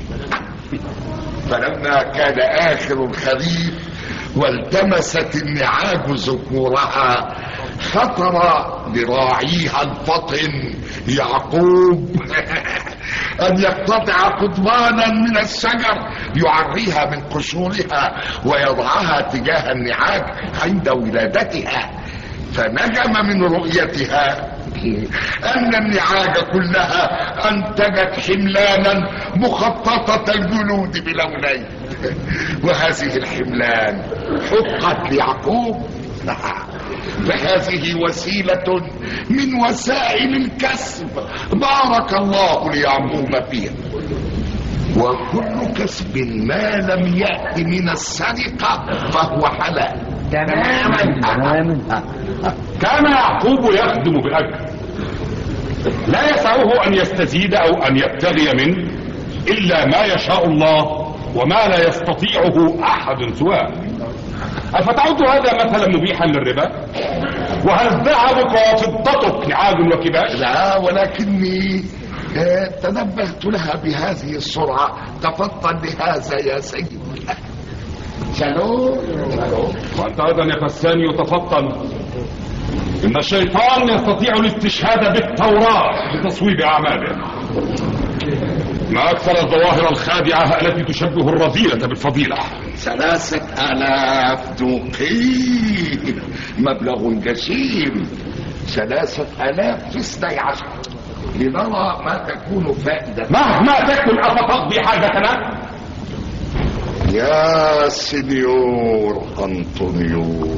فلما كان آخر الخريف والتمست النعاج ذكورها، خطر لراعيها الفطن يعقوب أن يقتطع قضبانا من الشجر يعريها من قشورها ويضعها تجاه النعاج عند ولادتها، فنجم من رؤيتها أن النعاج كلها أنتجت حملانا مخططة الجلود بلونين، وهذه الحملان حقت ليعقوب. فهذه وسيلة من وسائل الكسب بارك الله ليعقوب فيها، وكل كسب ما لم يأت من السرقة فهو حلال
تماما. كان يعقوب يخدم بأجر، لا يسعه أن يستزيد أو أن يبتغي منه إلا ما يشاء الله وما لا يستطيعه أحد سواه. أفتعد هذا مثلا مبيحا للربا؟ وهل ذهبك وفضتك نعاج وكباش؟
لا، ولكني تنبهت لها بهذه السرعة. تفضل بهذا يا سيدي. شالوم.
وأنت أيضا يا فساني يتفطن. إن الشيطان يستطيع الاستشهاد بالتوراة لتصويب أعماله. ما أكثر الظواهر الخادعة التي تشبه الرذيلة بالفضيلة.
ثلاثة آلاف دوقي، مبلغ جسيم. ثلاثة آلاف في اثني عشر، لنرى ما تكون فائدة.
مهما تكن أفتقضي حاجتنا؟
يا سينيور أنطونيو،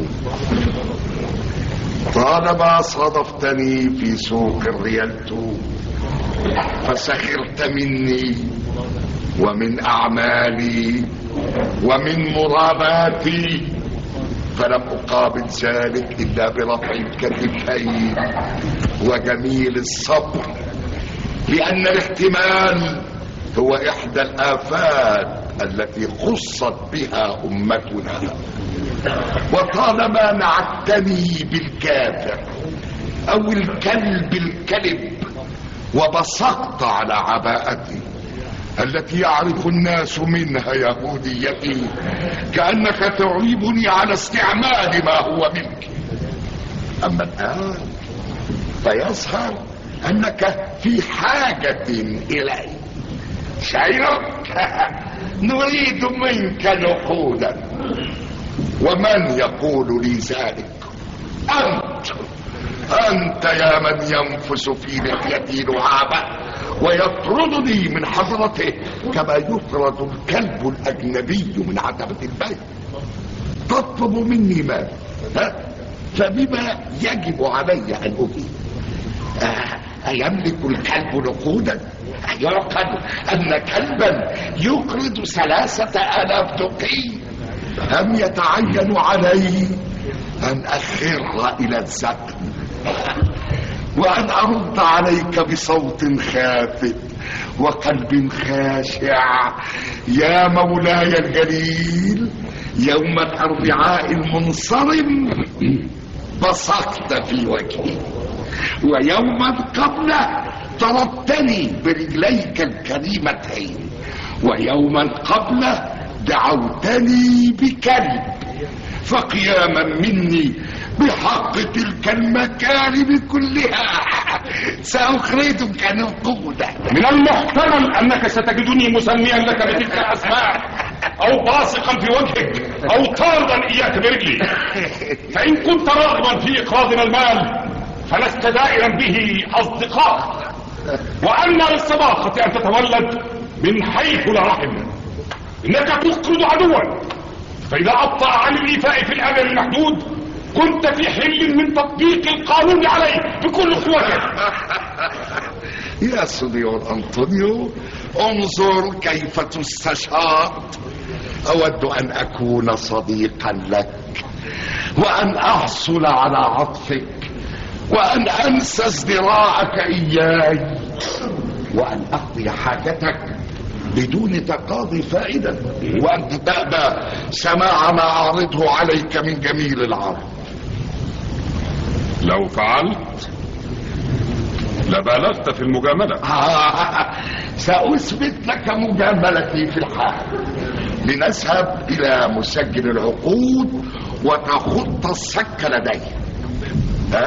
طالما صادفتني في سوق الريالتو فسخرت مني ومن أعمالي ومن مراباتي، فلم أقابل ذلك إلا برفع الكتفين وجميل الصبر، لأن الاحتمال هو إحدى الآفات التي خصت بها أمتنا. وطالما نعتني بالكافر أو الكلب الكلب وبصقت على عباءتي التي يعرف الناس منها يهوديتي، كأنك تعيبني على استعمال ما هو منك. أما الآن فيظهر أنك في حاجة إلي. شعرك نريد منك نقودا. ومن يقول لي ذلك؟ أنت أنت يا من ينفس في لحيتي لعابة ويطردني من حضرته كما يطرد الكلب الأجنبي من عتبة البيت. تطلب مني مال، ها؟ فبما يجب علي أن أفيد؟ آه أيملك الكلب نقودا؟ يعقل أن كلبا يقرض ثلاثة آلاف دقي؟ أم يتعين علي أن أخر إلى الزقن وأن أرد عليك بصوت خافت وقلب خاشع؟ يا مولاي الجليل، يوم الأربعاء المنصرم بصقت في وجهي، ويوما قبله ضربتني برجليك الكريمتين، ويوما قبله دعوتني بكلب، فقياما مني بحق تلك المكارم كلها سأخرجك نقودا.
من المحتمل أنك ستجدني مسميا لك بتلك الأسماء، أو باصقا في وجهك، أو طاردا إياك برجلي. فإن كنت راغبا في إقراضنا المال فلست دائرا به أصدقاء، وأن للصداقة أن تتولد من حيث لا رحم. إنك تقرض عدوا، فإذا أبطأ عن الإيفاء في الأجل المحدود كنت في حل من تطبيق القانون عليه بكل قوتك.
يا سنيور أنطونيو، انظر كيف تستشار. أود أن أكون صديقا لك، وأن أحصل على عطفك، وأن أنسى ازدراعك إياي، وأن أقضي حاجتك بدون تقاضي فائدة، وأنت تأبى سماع ما أعرضه عليك من جميل العرب.
لو فعلت لبالغت في المجاملة.
سأثبت لك مجاملتي في الحال. لنذهب إلى مسجل العقود وتخط السك لديه. ها؟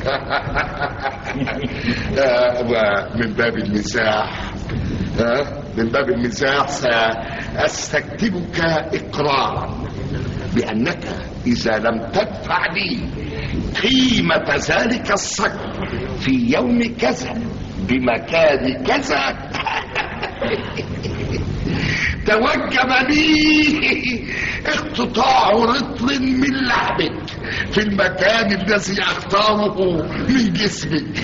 ومن باب المزاح من باب المزاح سأستكتبك إقرارا بأنك إذا لم تدفع لي قيمة ذلك الصك في يوم كذا بمكان كذا توجب لي اقتطاع رطل من لحمك في المكان الذي اختاره من جسمك.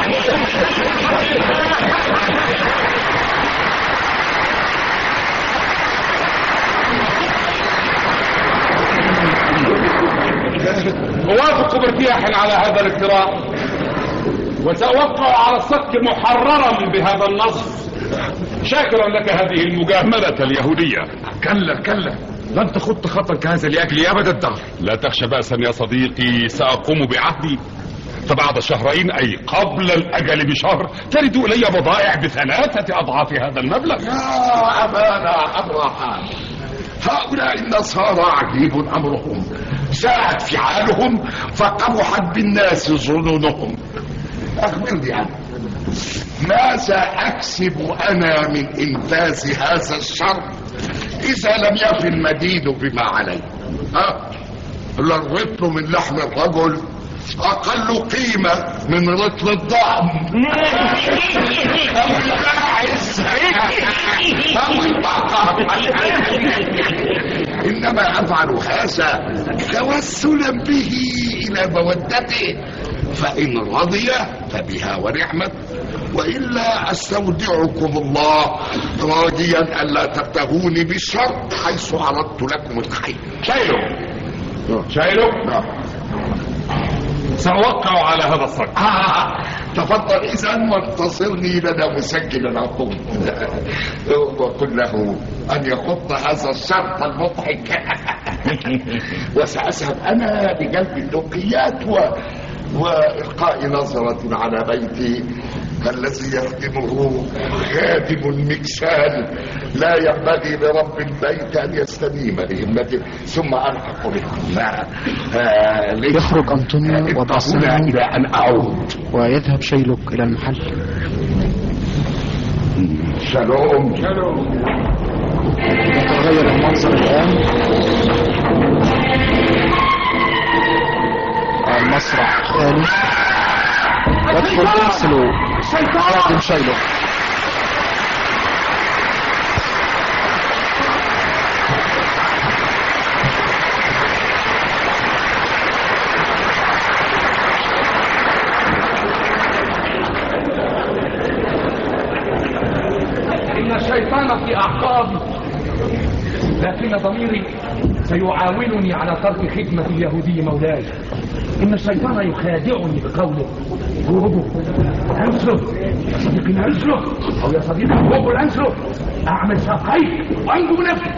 أوافق بارتياح على هذا الاقتراح، وسأوقع على الصك محررا بهذا النص، شاكرا لك هذه المجاملة اليهودية.
كلا كلا، لن تخط خطا كهذا لأجلي أبدا الدهر.
لا تخشى بأسا يا صديقي، سأقوم بعهدي، فبعد شهرين أي قبل الأجل بشهر ترد إلي بضائع بثلاثة أضعاف هذا المبلغ.
يا أبانا أبراهام، هؤلاء النصارى عجيب أمرهم، ساءت فعالهم فقبحت بالناس ظنونهم. أخبرني عنه، ماذا أكسب أنا من إنفاذ هذا الشر إذا لم يفي المدين بما عليه؟ ها؟ الرطل من لحم الرجل أقل قيمة من رطل الضأن أو الباعث أو البقر. إنما أفعل هذا توسلا به إلى مودته، فإن رضي فبها ونعمت، وإلا أستودعكم الله راجيا ألا تبتغوني بالشر حيث أردت لكم الخير.
شايلو شايلو سأوقع على هذا الصك.
آه. تفضل إذا وانتصرني لدى مسجل العقود وقل له أن يخط هذا الشرط المضحك وسأذهب أنا بجلب اللقيات و... وإلقاء نظرة على بيتي الذي يخدمه خادم المكسال. لا ينبغي لرب البيت أن يستديم لهمته ثم ألحق بكم.
يخرج أنطونيو وضعصنا
إلى أن أعود،
ويذهب شيلوك إلى المحل.
شالوم
شالوم. يتغير المنظر الآن، المسرح خالي، يدخل ترسل خادم شيلوك.
إن الشيطان في أعقابي، لكن ضميري سيعاونني على ترك خدمة اليهودي مولاي. إن الشيطان يخادعني بقوله هوبو أنسلو يا صديقي أنسلو، أو يا صديقي هوبو أنسلو، أعمل ساقيك وأنجو نفسي.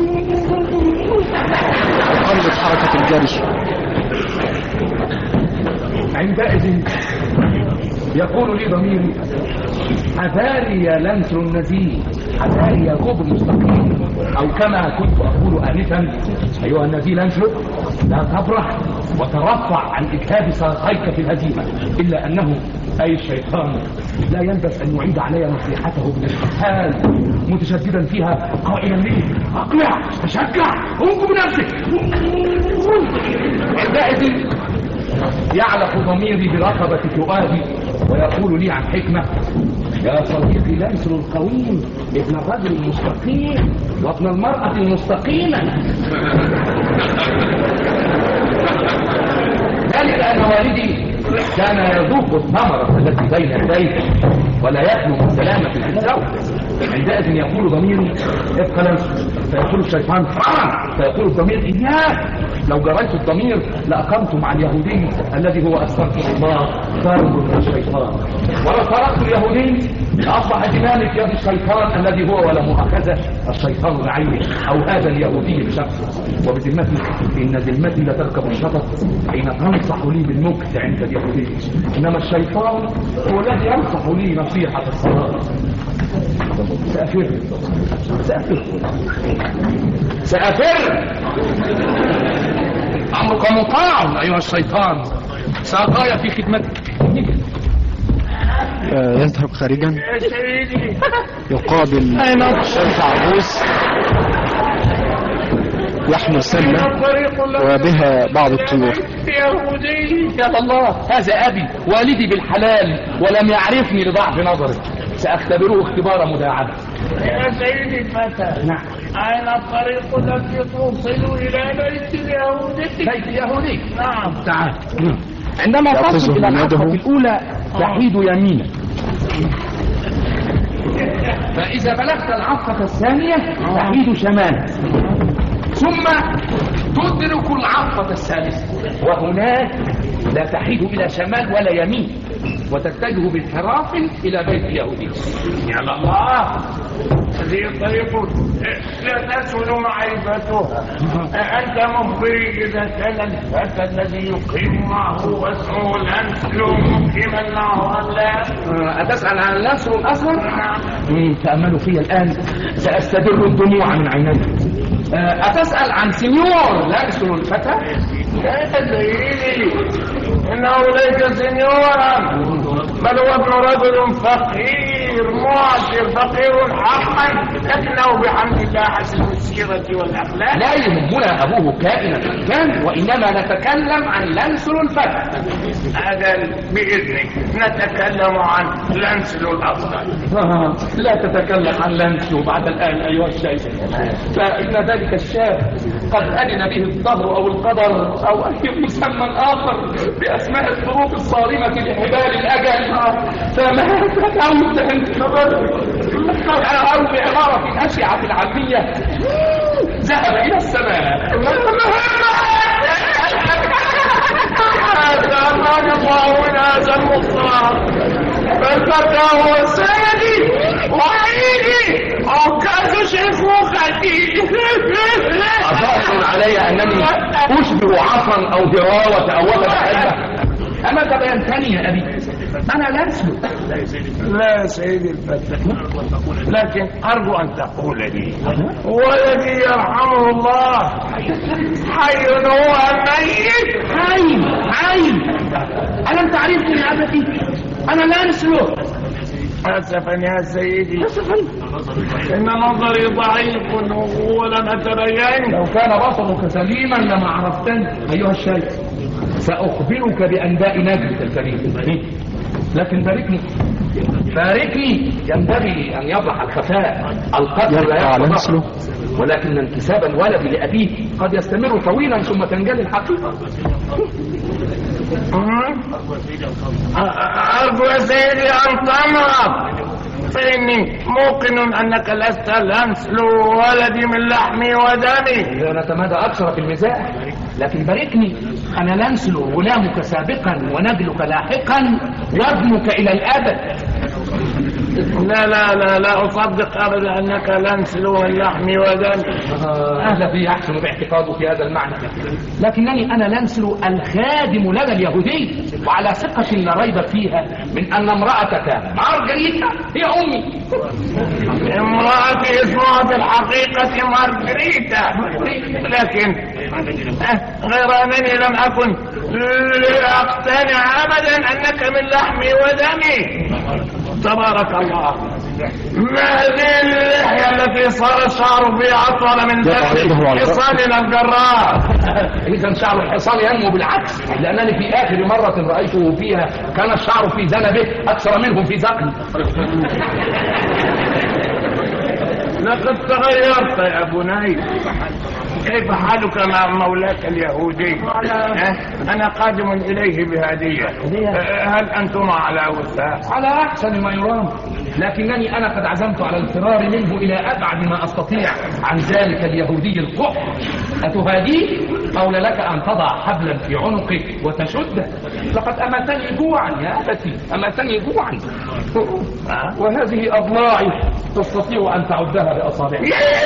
قلت حركة الجري.
عندئذ
يقول لي ضميري حذاري يا لنسر النزيه، حذاري يا كوب المستقيم، أو كما كنت أقول آنفا أيها النزيه لنسر لا تفرح وترفع عن إجهاد ساقيك في الهزيمة، إلا أنه أي الشيطان لا يلبس أن يعيد علي نصيحته بالاستحال متشددا فيها قائلا لي أقلع تشجع انقم بنفسك. عندئذ يعلق ضميري برقبة فؤادي ويقول لي عن حكمة يا صديقي لنسر القويم ابن الرجل المستقيم وابن المرأة المستقيمة. ذلك أن والدي كان يذوق الثمرة التي بين يديه ولا يخلو من سلامة الزوج. عندئذ يقول ضميري ابقى لنسر، فيقول الشيطان حرام، فيقول الضمير إياك. لو جريت الضمير لأقمت مع اليهودي الذي هو أستغفر الله ضارب من الشيطان، ولو تركت اليهودي لأصبح زمامي في يد الشيطان الذي هو ولا مؤاخذة الشيطان بعينه أو هذا اليهودي بشخصه. وبذمتي إن ذمتي لتركب الشطط حين تنصح لي بالمكت عند اليهودي، إنما الشيطان هو الذي ينصح لي نصيحة الصلاة. سأفر سأفر سأفر أمرك مطاع أيها الشيطان، سأغاية في خدمتك.
يذهب خارجا يقابل الشيخ عروس يحمل سلة وبها بعض الطيور.
يا الله هذا أبي والدي بالحلال ولم يعرفني لضعف نظري، سأختبره اختبار مداعبة.
يا سيدي الفتى
نعم
أين الطريق التي توصل إلى بيت اليهودي؟
بيت يهودي
نعم
تعال. عندما تصل إلى العقبة الأولى تحيد يمينك، فإذا بلغت العقبة الثانية تحيد شمالك، ثم تدرك العقبة الثالثة وهناك لا تحيد إلى شمال ولا يمين وتتجه بالحراف إلى بيت يهودي.
يا الله هذه الطريق لا تسهل معرفتها. أنت مخبري إذا كان الفتى الذي يقيم معه واسمه لنسل مقيما معه أم لا؟
أتسأل عن لنسل الأصغر؟ نعم. تأملوا في الآن سأستدر الدموع من عيني. أتسأل عن سنيور لنسل الفتى؟
لا تدريني إنه ليس سنيورا بل هو ابن رجل فقير معسر، فقير حقا لكنه بحمد الله حسن السيرة والأخلاق.
لا يهمنا أبوه كائنا من كان، وإنما نتكلم عن لنسل الفتى.
أجل بإذنك نتكلم عن لنسل الأفضل.
آه. لا تتكلم عن لنسل بعد الآن أيها الشيخ، فإن ذلك الشاب قد أذن به الظهر أو القدر أو أي مسمى آخر بأسماء الظروف الصارمة لحبال الأجل، فماذا تعود أنت أو بعبارة أشعة العامية ذهب إلى السماء.
هذا الرجل هذا المختار فالفتى هو سيدي وعيدي عكاز شيخوختي.
أظن علي أنني أشبه عصا أو هراوة أو وضع حلة. أما تبينتني يا أبي أنا لا أسلو.
لا سيدي الفتى، لكن أرجو أن تقول لي ولدي يرحمه الله حي هو ميت؟
حي حي. ألم تعرفني يا أبتي؟ أنا لا أسلو.
أسفا يا سيدي أسفا إن نظري ضعيف ولم أتبين.
لو كان بصرك سليما لما عرفتني أيها الشيخ. سأخبرك بأنباء نجدك الكريم، لكن باركني باركني. ينبغي أن يضع الخفاء القدر لا يضع، ولكن انتساب الولد لأبيه قد يستمر طويلا ثم تنجلي الحقيقة.
أرجو يا سيدي أن تمرض، فإني موقن أنك لست لنسل ولدي من لحمي ودمي.
لا نتمادى أكثر في المزاح، لكن باركني. أنا لنسل غلامك سابقا ونجلك لاحقا وابنك إلى الأبد.
لا لا لا لا أصدق أبدا أنك لنسل من لحمي ودمي.
هذا في أحسن باعتقاده في هذا المعنى، لكنني أنا لنسل الخادم لدى اليهودي. وعلى ثقة لا ريب فيها من أن امرأتك مارغريتا هي أمي.
امرأتي اسمها في الحقيقة مارغريتا، لكن غير أنني لم أكن لأقتنع أبدا أنك من لحمي ودمي. تبارك الله، ما هذه اللحية التي صار الشعر فيها أطول من ذلك حصاننا الجراح؟
إذا شعر الحصان ينمو بالعكس، لأنني في آخر مرة رأيته فيها كان الشعر في ذنبه أكثر منهم في ذقني.
لقد تغيرت يا بني. كيف حالك مع مولاك اليهودي؟ أنا قادم إليه بهدية، هل أنتم على وثاق؟
على أحسن ما يرام، لكنني أنا قد عزمت على الفرار منه إلى أبعد ما أستطيع عن ذلك اليهودي القح. أتهاديه؟ قول لك أن تضع حبلا في عنقك وتشده. لقد أماتني جوعا يا أبتي، أماتني جوعا، وهذه أضلاعي تستطيع أن تعدها بأصابعك.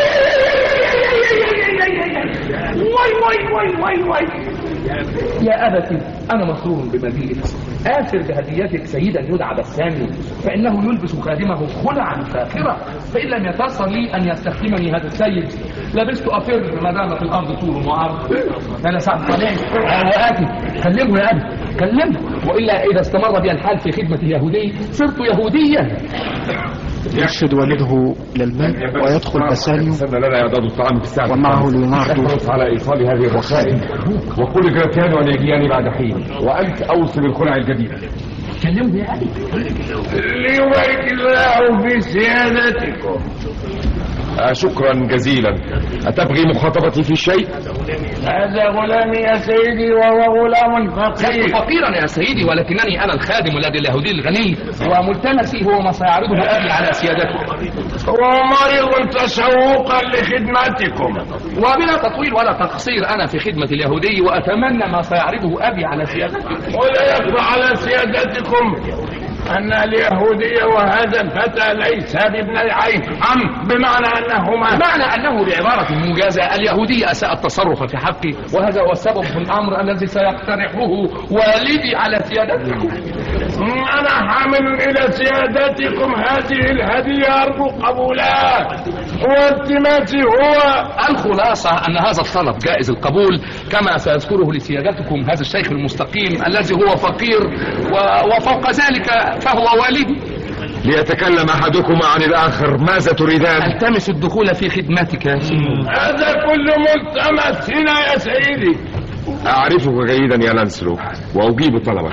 واي واي واي واي واي
يا أبتي، أنا مسرور بمجيئك. آثر بهديتك سيدا يدعى بسامي، فإنه يلبس خادمه خلعا فاخرة، فإن لم يتيسر لي أن يستخدمني هذا السيد لبست أفر ما دام في الأرض طول وعرض. أنا سعد طبيعي. أنا آتي. كلمه يا أبي، كلمه، وإلا إذا استمر بي الحال في خدمة اليهودي صرت يهوديا.
يرشد والده للماء ويدخل بسانيو
لنا إعداد الطعام في الساعة
ومعه ليوناردو.
احرص على إيصال هذه الرسائل وقل جراتيانو أن يجياني بعد حين، وأنت أوصل الخلع الجديدة.
كلمه يا أبي.
ليبارك الله في سيادتكم.
آه شكرا جزيلا. أتبغي مخاطبتي في شيء؟
هذا غلامي يا سيدي وهو غلام فقير.
لست فقيرا يا سيدي، ولكنني أنا الخادم الذي اليهودي الغني، وملتمسي هو ما سيعرضه أبي على سيادتكم.
ومرض تشوقا لخدمتكم.
وبلا تطويل ولا تقصير أنا في خدمة اليهودي، وأتمنى ما سيعرضه أبي على سيادتكم.
ولا يخفى على سيادتكم أن اليهودية وهذا الفتى ليس بابن عين، أم بمعنى أنهما
بمعنى أنه بعبارة موجزة اليهودية أساء التصرف في حقي، وهذا هو السبب في الأمر الذي سيقترحه والدي على سيادتكم.
أنا حامل إلى سيادتكم هذه الهدية أرجو قبولها، والتماسي هو
الخلاصة أن هذا الطلب جائز القبول، كما سيذكره لسيادتكم هذا الشيخ المستقيم الذي هو فقير وفوق ذلك فهو والدي.
ليتكلم أحدكما عن الآخر، ماذا تريدان؟
التمس الدخول في خدمتك يا سيدي.
هذا كل ملتمس هنا يا سيدي.
أعرفك جيدا يا لانسلو وأجيب طلبك.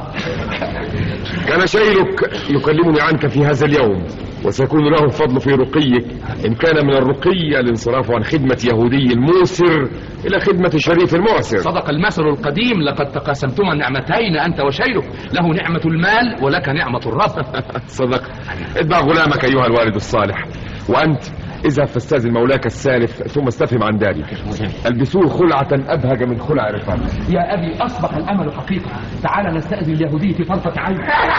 كان شيلك يكلمني عنك في هذا اليوم، وسيكون له الفضل في رقيك إن كان من الرقي الانصراف عن خدمة يهودي الموسر إلى خدمة شريف المعسر.
صدق المثل القديم، لقد تقاسمتما نعمتين أنت وشيلك، له نعمة المال ولك نعمة الرفث.
صدق. اتبع غلامك أيها الوالد الصالح، وأنت اذهب فاستاذن مولاك السالف ثم استفهم عن ذلك. البسوه خلعة أبهج من خلع رفاق.
يا أبي أصبح الأمل حقيقة، تعال نستأذن اليهودي في طرفة عين.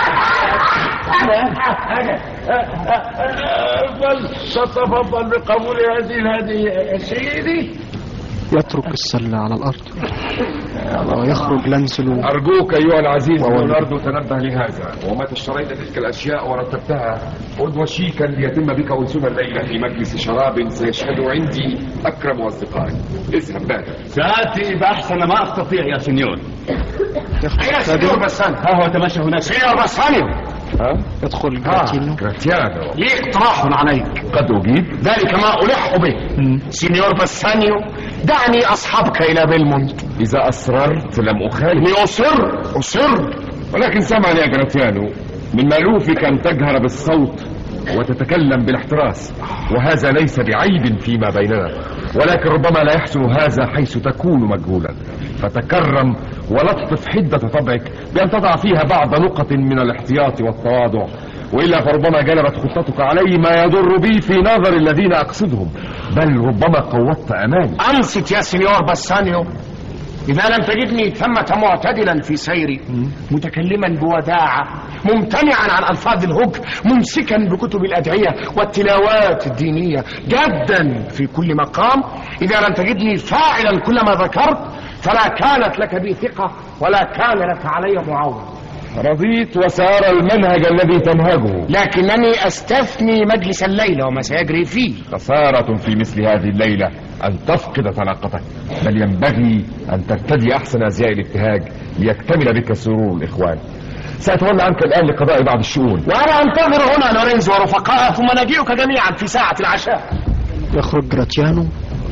ستفضل بقبول هذه الهدية يا سيدي.
يترك السلة على الأرض ويخرج لانسلو.
أرجوك أيها العزيز ليوناردو تنبه لهذا، ومتى اشتريت تلك الأشياء ورتبتها قد وشيكا ليتم بك أنسنا الليلة في مجلس شراب سيشهد عندي أكرم أصدقائي. اذهب بادر.
سآتي بأحسن ما أستطيع يا سنيور.
يا سنيور بسان.
ها هو تمشى هناك.
سنيور بسانيو.
ها؟
يدخل جراتيانو.
جراتيانو.
لي اقتراح عليك.
قد أجيب.
ذلك ما ألح به. سنيور بسانيو، دعني أصحبك إلى بيلمونت.
إذا أصررت لم أخالف.
أصر أصر
ولكن سمعني يا جراتيانو، من مألوفك أن تجهر بالصوت وتتكلم بالاحتراس، وهذا ليس بعيب فيما بيننا، ولكن ربما لا يحسن هذا حيث تكون مجهولا، فتكرم ولطف حدة طبعك بأن تضع فيها بعض نقط من الاحتياط والتواضع، وإلا فربما جلبت خطتك علي ما يضر بي في نظر الذين أقصدهم، بل ربما قوضت أماني.
أنصت يا سنيور بسانيو، إذا لم تجدني ثمة معتدلا في سيري، متكلما بوداعة، ممتنعا عن ألفاظ الهج، ممسكا بكتب الأدعية والتلاوات الدينية، جادا في كل مقام، إذا لم تجدني فاعلا كل ما ذكرت، فلا كانت لك بي ثقة ولا كان لك علي معاونة.
رضيت وسار المنهج الذي تنهجه،
لكنني أستثني مجلس الليلة وما سيجري فيه.
خسارة في مثل هذه الليلة أن تفقد طلاقتك، بل ينبغي أن ترتدي أحسن أزياء الابتهاج ليكتمل بك سرور الإخوان. سأتولى عنك الآن لقضاء بعض الشؤون،
وأنا أنتظر هنا لورينزو ورفقائه، ثم نجيئك جميعا في ساعة العشاء.
يخرج جراتيانو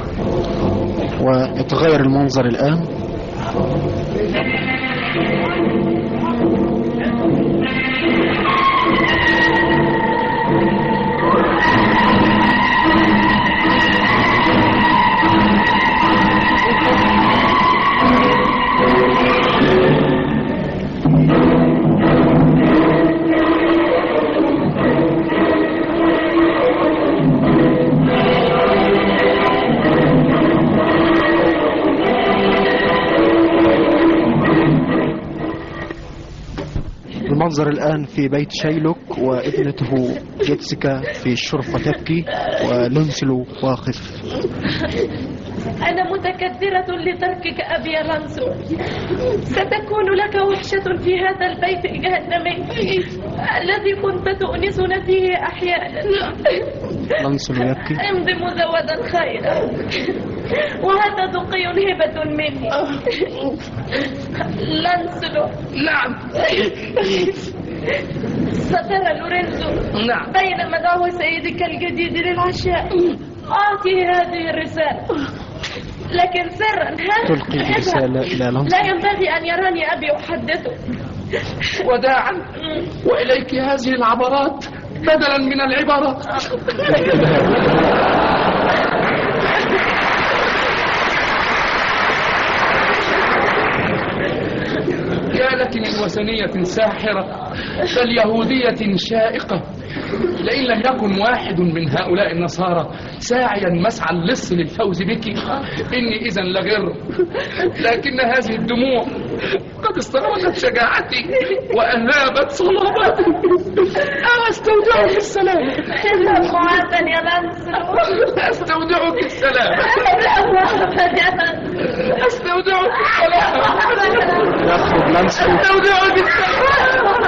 ويتغير المنظر الآن. المنظر الآن في بيت شايلوك وابنته جيتسيكا في الشرفة تبكي ولونسلو واقف.
أنا متكدرة لتركك أبي لانسو. ستكون لك وحشة في هذا البيت الجهنمي الذي كنت تؤنسنا فيه أحيانا.
لانسلو يبكي.
امضي مزودا خيرا وهذا دقي هبة مني. لانسلو.
نعم.
سترى لورينزو
نعم
بين مدعو سيدك الجديد للعشاء. أعطي هذه الرسالة لكن سرا. ها؟
تلقي الرسالة إلى لانسلو.
لا ينبغي أن يراني أبي أحدثه.
وداعا وإليك هذه العبرات بدلا من العبارات.
يا لك من وثنية ساحرة بل يهودية شائقة. لئن لم يكن واحد من هؤلاء النصارى ساعيا مسعى اللص للفوز بك إني إذن لغر. لكن هذه الدموع قد استغرقت شجاعتي وأذابت صلابتي. أستودعك السلام.
اذهب معاذا يا لانسلو.
أستودعك السلام.
اذهب يا لانسلو.
أستودعك السلام.
يخرج لانسلو.
أستودعك السلام.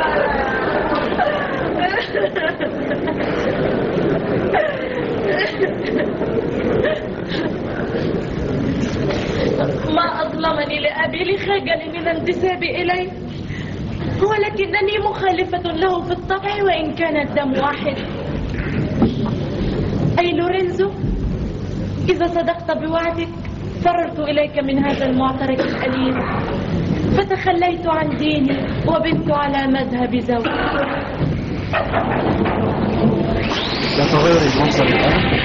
ما أظلمني لأبي لخجلي من انتسابي إليه، ولكنني مخالفة له في الطبع وإن كان الدم واحد. أي لورينزو، إذا صدقت بوعدك فررت إليك من هذا المعترك الأليم، فتخليت عن ديني وبت على مذهب زوجي.
يتغير المنظر الآن.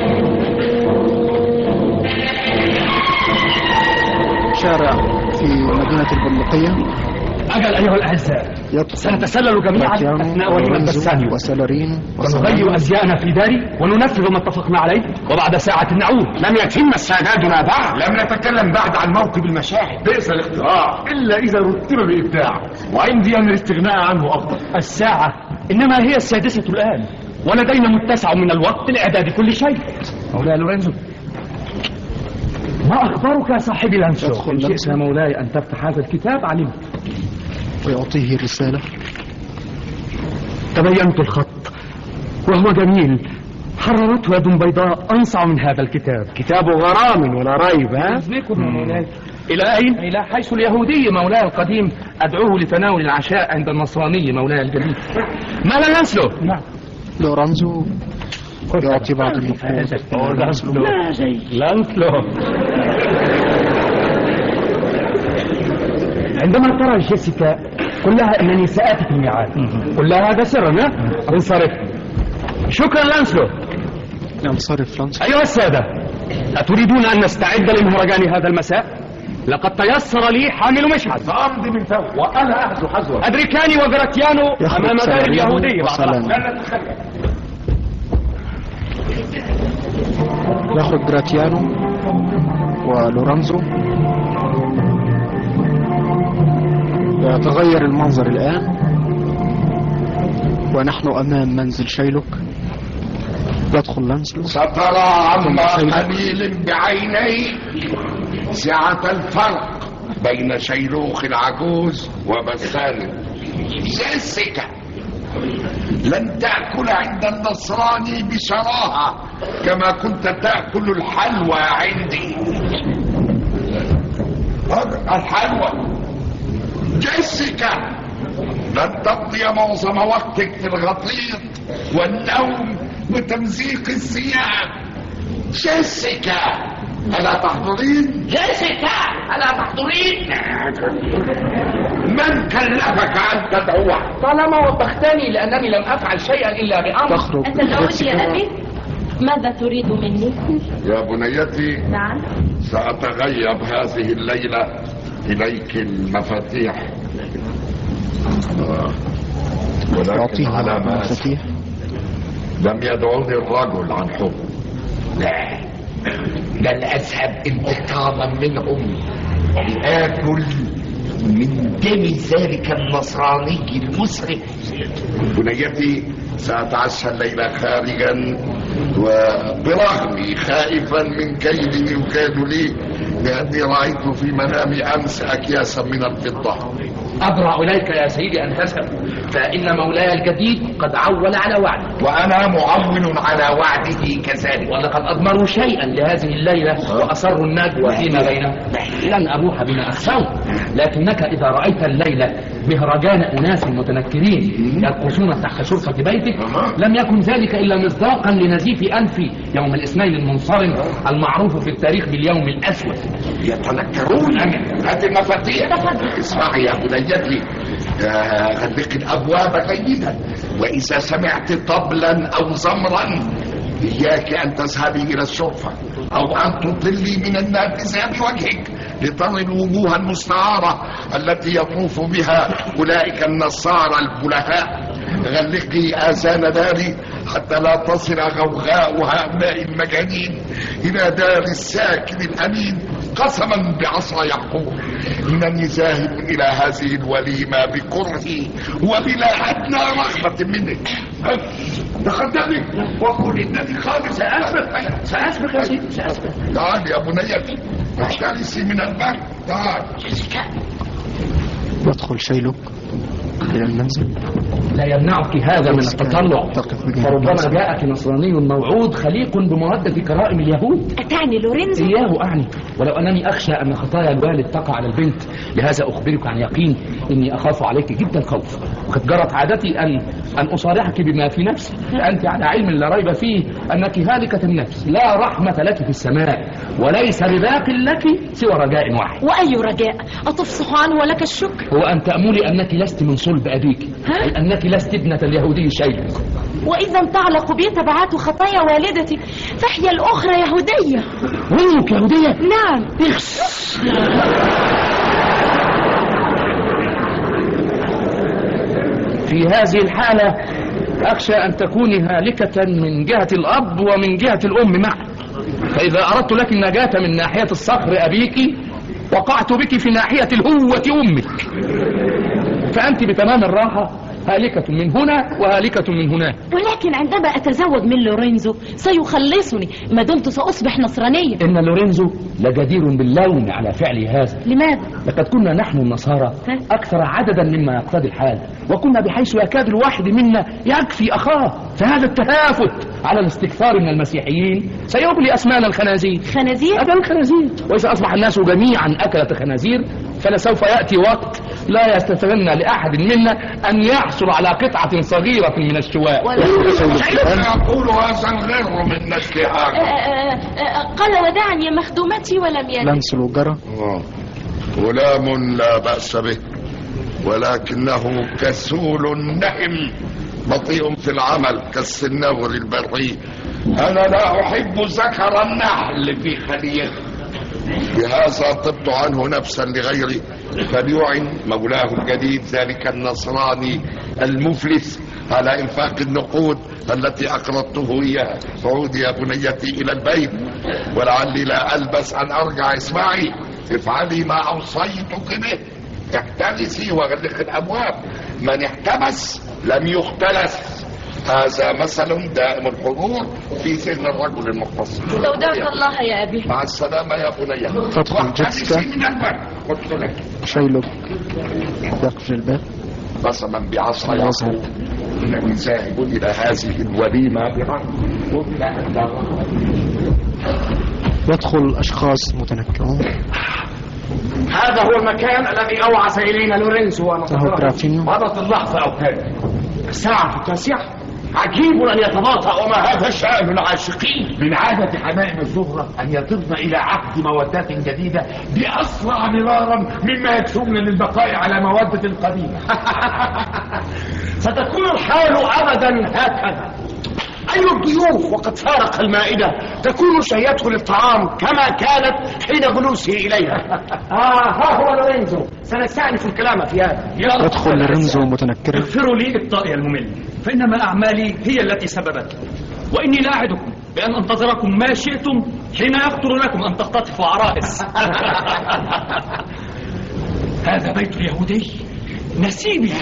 شارع في مدينة البندقية.
أجل أيها الأعزاء، سنتسلل جميعا أثناء وليمة بسانيو
وسالارين
ونغير أزياءنا في داري وننفذ ما اتفقنا عليه، وبعد ساعة نعود.
لم يتم استعدادنا بعد.
لم نتكلم بعد عن موكب المشاعر.
بئس الاختراع إلا إذا رتب بإبداع، وعندي أن الاستغناء عنه أفضل.
الساعة إنما هي السادسة الآن، ولدينا متسع من الوقت لإعداد كل شيء. مولاي لورينزو، ما أخبارك يا صاحبي لانسو؟ إن شئت يا مولاي أن تفتح هذا الكتاب علمت.
ويعطيه الرسالة.
تبينت الخط وهو جميل، حررته يد بيضاء أنصع من هذا الكتاب.
كتاب غرام ولا ريب. ها؟
أذنكم يا مولاي. إلى أين؟ إلى حيث اليهودي مولاي القديم أدعوه لتناول العشاء عند النصراني مولاي الجديد. ماذا لانسلو؟ نعم.
لورانزو يعطي بعض النفوذ.
لانسلو لانسلو عندما ترى جيسيكا قل لها انني سآتي في الميعاد. قل لها هذا سرا. انصرف. شكرا لانسلو.
ينصرف لانسلو.
ايها السادة، اتريدون ان نستعد لمهرجان هذا المساء؟ لقد تيسر لي حامل مشعل.
سأمضي من فوق وانا احذو حذوه.
ادريكاني وجراتيانو امام دار اليهودية.
يخرج جراتيانو ولورانزو. يتغير المنظر الآن ونحن أمام منزل شايلوك. يدخل لانسلو.
سترى عما قليل بعيني سعة الفرق بين شيلوخ العجوز وبسالم. جيسيكا، لن تأكل عند النصراني بشراهة كما كنت تأكل الحلوى عندي. الحلوى. جيسيكا، لن تقضي معظم وقتك في الغطيط والنوم وتمزيق الثياب. جيسيكا، ألا تحضرين؟
جيسيكا، ألا تحضرين؟
من كلفك أن تدعوه؟
طالما وبختني لأنني لم أفعل شيئا إلا بأمر.
تخرج
أتزوج يا أبي؟ ماذا تريد مني؟
يا بنيتي،
نعم.
سأتغيب هذه الليلة. إليك المفاتيح. آه. ولكن على ما
المفاتيح.
لم يدعني الرجل عن حب.
لا، لن أذهب انتقاما منهم لآكل من دم ذلك النصراني المسرف.
بنيتي، سأتعشى الليلة خارجا، وبرغمي خائفا من كيد يكاد لي، لأني رأيت في منامي أمس أكياسا من الفضة.
أبرع إليك يا سيدي أن تذهب، فإن مولاي الجديد قد عول على وعده،
وأنا معول على وعده كذلك.
ولقد أضمروا شيئا لهذه الليلة وأصروا النجوى فيما بينهم. لن أروح بما أخشوا، لكنك إذا رأيت الليلة مهرجان أناس متنكرين يرقصون تحت شرفة بيتك، لم يكن ذلك إلا مصداقا لنزيف أنفي يوم الاثنين المنصرم المعروف في التاريخ باليوم الأسود.
يتنكرون. هات المفاتيح. اسمعي يا بنيتي، غلق الأبواب جيدا، وإذا سمعت طبلا أو زمرا إياك أن تذهبي إلى الشرفة أو أن تطلي من النافذة بوجهك لتري الوجوه المستعارة التي يطوف بها أولئك النصارى البلهاء. غلقي آذان داري حتى لا تصل غوغاء هؤلاء المجانين إلى دار الساكن الأمين. قسما بعصا يعقوب إنني ذاهب إلى هذه الوليمة بكرهي وبلا أدنى رغبة منك. تقدمي وقل إنني خالص.
سأسبق سأسبق يا سيدي، سأسبق.
تعال يا بنيتي، احترسي من البرد. تعال.
يدخل شيلوك إلى المنزل.
لا يمنعك هذا من التطلع، فربما جاءك نصراني موعود خليق بمودة كرائم اليهود.
أتعني لورينزو؟
إياه أعني، ولو أنني أخشى أن خطايا الوالد تقع على البنت، لهذا أخبرك عن يقين إني أخاف عليك جدا الخوف، وقد جرت عادتي أن أن أصارحك بما في نفسي. أنت على علم لا ريب فيه أنك هالكة النفس، لا رحمة لك في السماء، وليس بباق لك سوى رجاء واحد.
وأي رجاء؟ أتفصح عنه ولك الشكر.
هو أن تأملي أنك لست من صلب أبيك، أي أنك لست ابنة اليهودي شيء.
وإذا تعلق بي تبعات خطايا والدتي فهي الأخرى يهودية.
وينك يهودية؟
نعم.
في هذه الحالة أخشى أن تكوني هالكة من جهة الأب ومن جهة الأم معا، فإذا أردت لك النجاة من ناحية الصخر أبيك وقعت بك في ناحية الهوة أمك، فأنت بتمام الراحة هالكة من هنا وهالكة من هناك.
ولكن عندما أتزوج من لورينزو سيخلصني ما دمت سأصبح نصرانية.
إن لورينزو لجدير باللوم على فعل هذا.
لماذا؟
لقد كنا نحن النصارى أكثر عددا مما يقتضي الحال، وكنا بحيث يكاد الواحد منا يكفي أخاه، فهذا التهافت على الاستكثار من المسيحيين سيغلي أسمان الخنازير.
خنازير؟
أبا الخنازير. وإذا أصبح الناس جميعا أكلة خنازير فلسوف يأتي وقت لا يستثنى لأحد منا أن يحصل على قطعة صغيرة من الشواء.
يقول هذا الغير من نسلها.
قال ودعني يا مخدومتي ولم يلد.
لمس الوجرة.
غلام لا بأس به، ولكنه كسول نهم بطيء في العمل كالسنور البري. أنا لا أحب ذكر النحل في خليه، بهذا طبت عنه نفسا لغيري، فليعن مولاه الجديد ذلك النصراني المفلس على انفاق النقود التي اقرضته اياها. عودي يا بنيتي الى البيت، ولعلي لا البس ان ارجع. اسمعي، افعلي ما اوصيتك به، احترسي وغلق الابواب، من احتبس لم يختلس. هذا مثل دائم الحضور في ذهن الرجل المختص.
استودعك الله يا أبي.
مع السلامة يا بني.
تدخل جيسيكا.
قلت لك
شيلوك يقفل الباب.
قسما بعصا يعقوب إنني ذاهب إلى هذه الوليمة برغم
يدخل أشخاص متنكرون.
هذا هو المكان الذي أوعز إلينا لورينزو ونصره.
مضت اللحظة أو كان
الساعة التاسعة. عجيب أن يتباطأ وما هذا شأن العاشقين.
من عادة حمائم الزهرة أن يطرن إلى عقد مودات جديدة بأسرع مرارا مما يكسبن للبقاء على مودة قديمة.
ستكون الحال أبدا هكذا. أي الضيوف وقد فارق المائدة تكون شهيته للطعام كما كانت حين جلوسه إليها. آه ها هو لورينزو، سنستأنف الكلام في هذا.
يدخل لورينزو متنكرا.
اغفروا لي إبطائي الممل، فإنما أعمالي هي التي سببت، وإني لا أعدكم بأن أنتظركم ما شئتم حين يخطر لكم أن تختطفوا عرائس. هذا بيت اليهودي نسيبي.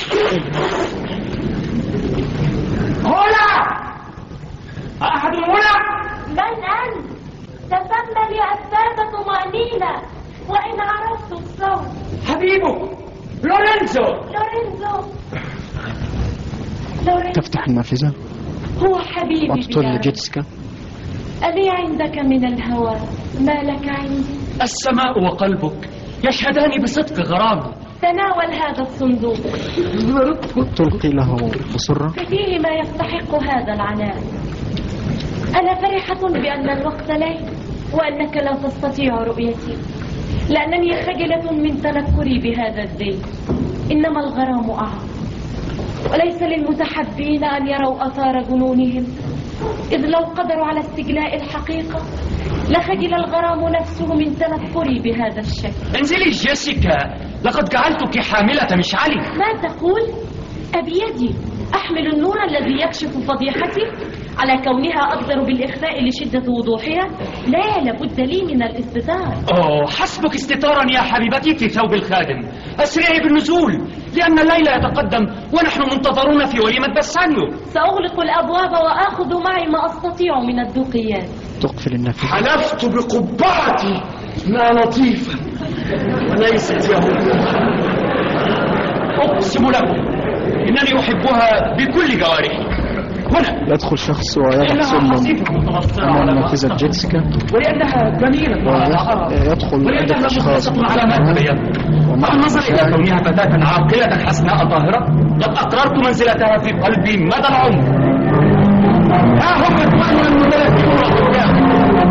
هنا
أحد هنا؟
من أنت؟ تسمى لي أسباب طمأنينة وإن عرفت الصوت.
حبيبه لورينزو.
لورينزو لورينزو
تفتح النافذة.
هو حبيبي.
وتطل جيسيكا.
ألي عندك من الهوى ما لك عندي؟
السماء وقلبك يشهدان بصدق غرامي.
تناول هذا الصندوق.
تلقي له بسرة.
فيه ما يستحق هذا العناء. أنا فرحة بأن الوقت ليل وأنك لا تستطيع رؤيتي، لأنني خجلة من تنكري بهذا الزيت. إنما الغرام أعظم، وليس للمتحبين أن يروا أثار جنونهم، إذ لو قدروا على استجلاء الحقيقة لخجل الغرام نفسه من تنكري بهذا الشكل.
انزلي جيسيكا، لقد جعلتك حاملة مشعلي.
ما تقول؟ أبيدي أحمل النور الذي يكشف فضيحتي على كونها أقدر بالإخفاء لشدة وضوحها؟ لا، لابد لي من الاستتار.
أوه، حسبك استتارا يا حبيبتي في ثوب الخادم. أسرعي بالنزول لأن الليل يتقدم ونحن منتظرون في وليمة بسانيو.
سأغلق الأبواب وآخذ معي ما أستطيع من الدقيات.
تقفل النافذة.
حلفت بقبعتي لا لطيفة وليست يهودية.
أقسم لكم إنني أحبها بكل جوارحي. هنا
يدخل شخص ويغسل أمام نافذة جيسيكا.
ولأنها جميلة
ويدخل عدة أشخاص
بالنظر إلى كونها فتاة عاقلة حسناء طاهرة قد أقررت منزلتها في قلبي مدى العمر. ها هم إخواننا المتلفون والحكام.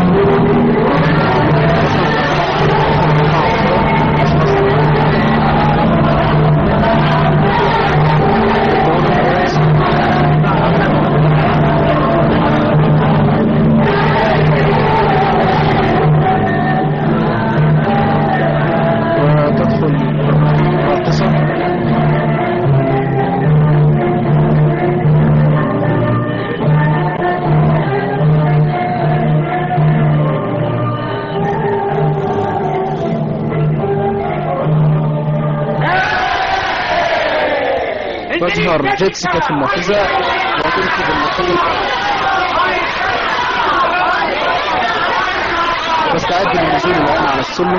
تظهر جيسيكا في النافذة وتركض النقيب. تستعد للنزول الآن على السلم.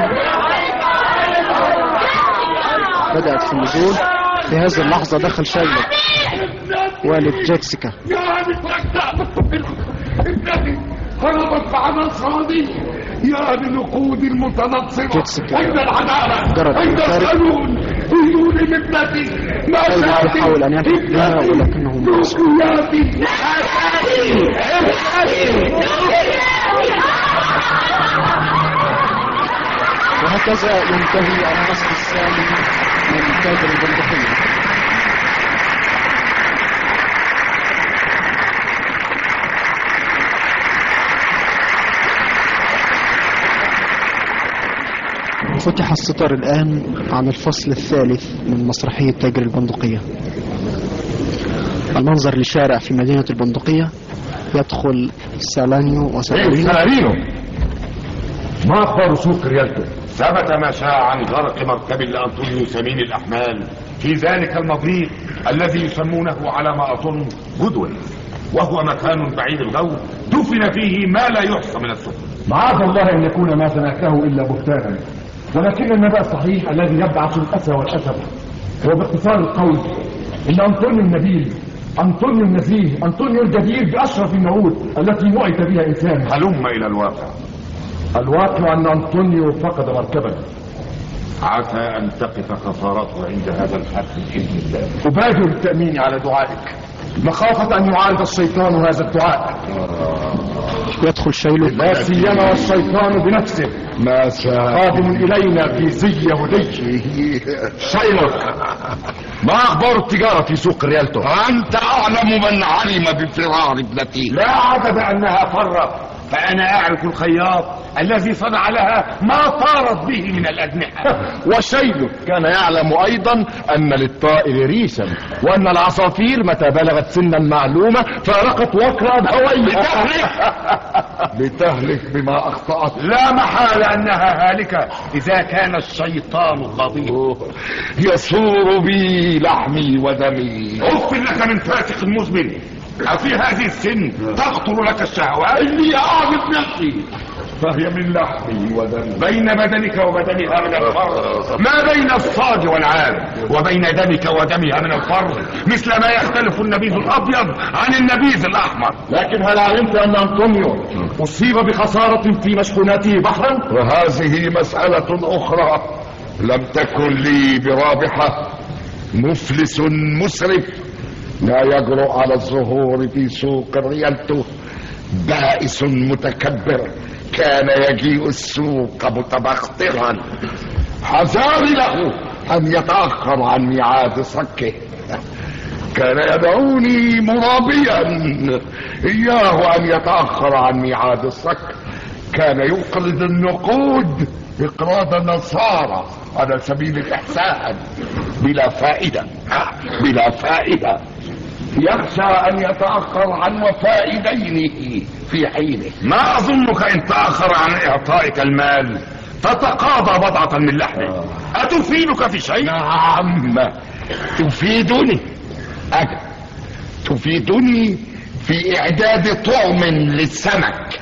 بدأت في النزول. في هذه اللحظة دخل شيلوك والد جيسيكا.
هربت عن صادي يا لنقود المتنصرة. أين العدالة؟ أين القانون؟ بدون ابنتي ما
شيلوك يحاول أن ينفق بها ولكنه منصر. وهكذا ينتهي الفصل الثاني من تاجر البندقية. فتح الستار الآن عن الفصل الثالث من مسرحية تاجر البندقية. المنظر لشارع في مدينة البندقية. يدخل سالانيو وسالارينو.
سالارينو ما أخبار سوق ريالتو؟
ثبت ما شاع عن غرق مركب لأنطونيو ثمين الأحمال في ذلك المضيق الذي يسمونه على ما أظن جدول، وهو مكان بعيد الغو دفن فيه ما لا يحصى من السفن.
معاذ الله ان يكون ما سمعته الا بهتانا، ولكن النبأ الصحيح الذي يبعث الاسى والاسف هو باختصار القول ان انطونيو النبيل، انطونيو النزيه، انطونيو الجدير باشرف النعوت التي نعت بها انسان.
هلم الى الواقع.
الواقع ان انطونيو فقد مركبا.
عسى ان تقف خسارته عند هذا الحد باذن الله.
ابادر بالتامين على دعائك مخافه ان يعارض الشيطان هذا الدعاء.
يدخل شيله
لا سيما والشيطان بنفسه
ما
قادم الينا في زي يهودي. شيلك، ما اخبار التجاره في سوق ريالتو؟
انت اعلم من علم بفرار ابنتي.
لا عجب انها فرت، فانا اعرف الخياط الذي صنع لها ما طارت به من الاجنحه.
وشيلك كان يعلم ايضا ان للطائر ريشا، وان العصافير متى بلغت سنا معلومه فارقت وكر ابويها.
بتهلك
بتهلك بما اخطأت.
لا محالة انها هالكة اذا كان الشيطان غضيب.
يصور بي لحمي ودمي.
اف لك من فاسق مزمن، افي هذه السن تخطر لك الشهوات؟
اني اعرف نفسي فهي من لحمي ودمي.
بين بدنك وبدنها من الفرق ما بين الصاج والعاب، وبين دمك ودمها من الفرق مثل ما يختلف النبيذ الابيض عن النبيذ الاحمر.
لكن هل علمت ان انطونيو اصيب بخسارة في مشحوناته بحرا؟
وهذه مسألة اخرى لم تكن لي برابحة. مفلس مسرف لا يجرؤ على الظهور في سوق ريالتو، بائس متكبر كان يجيء السوق متبخترا. حذاري له ان يتأخر عن ميعاد صكه. كان يدعوني مرابيا اياه ان يتأخر عن ميعاد الصك. كان يقرض النقود اقراض النصارى على سبيل الاحسان بلا فائدة بلا فائدة. يخشى ان يتأخر عن وفاء دينه في حينه.
ما اظنك ان تأخر عن اعطائك المال تتقاضى بضعة من لحمه. اتفيدك في شيء؟
نعم تفيدني. أجل تفيدني في اعداد طعم للسمك،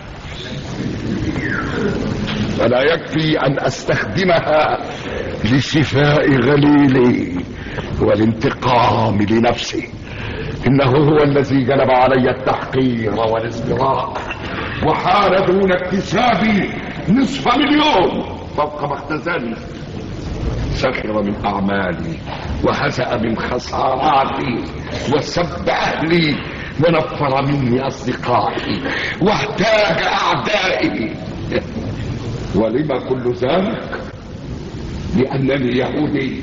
فلا يكفي ان استخدمها لشفاء غليلي والانتقام لنفسي. انه هو الذي جلب علي التحقير والازدراء، وحال دون اكتسابي نصف مليون فوق ما اختزلت. سخر من اعمالي وهزأ من خساراتي وسب اهلي ونفر مني اصدقائي واحتاج اعدائي. ولما كل ذلك؟ لانني يهودي.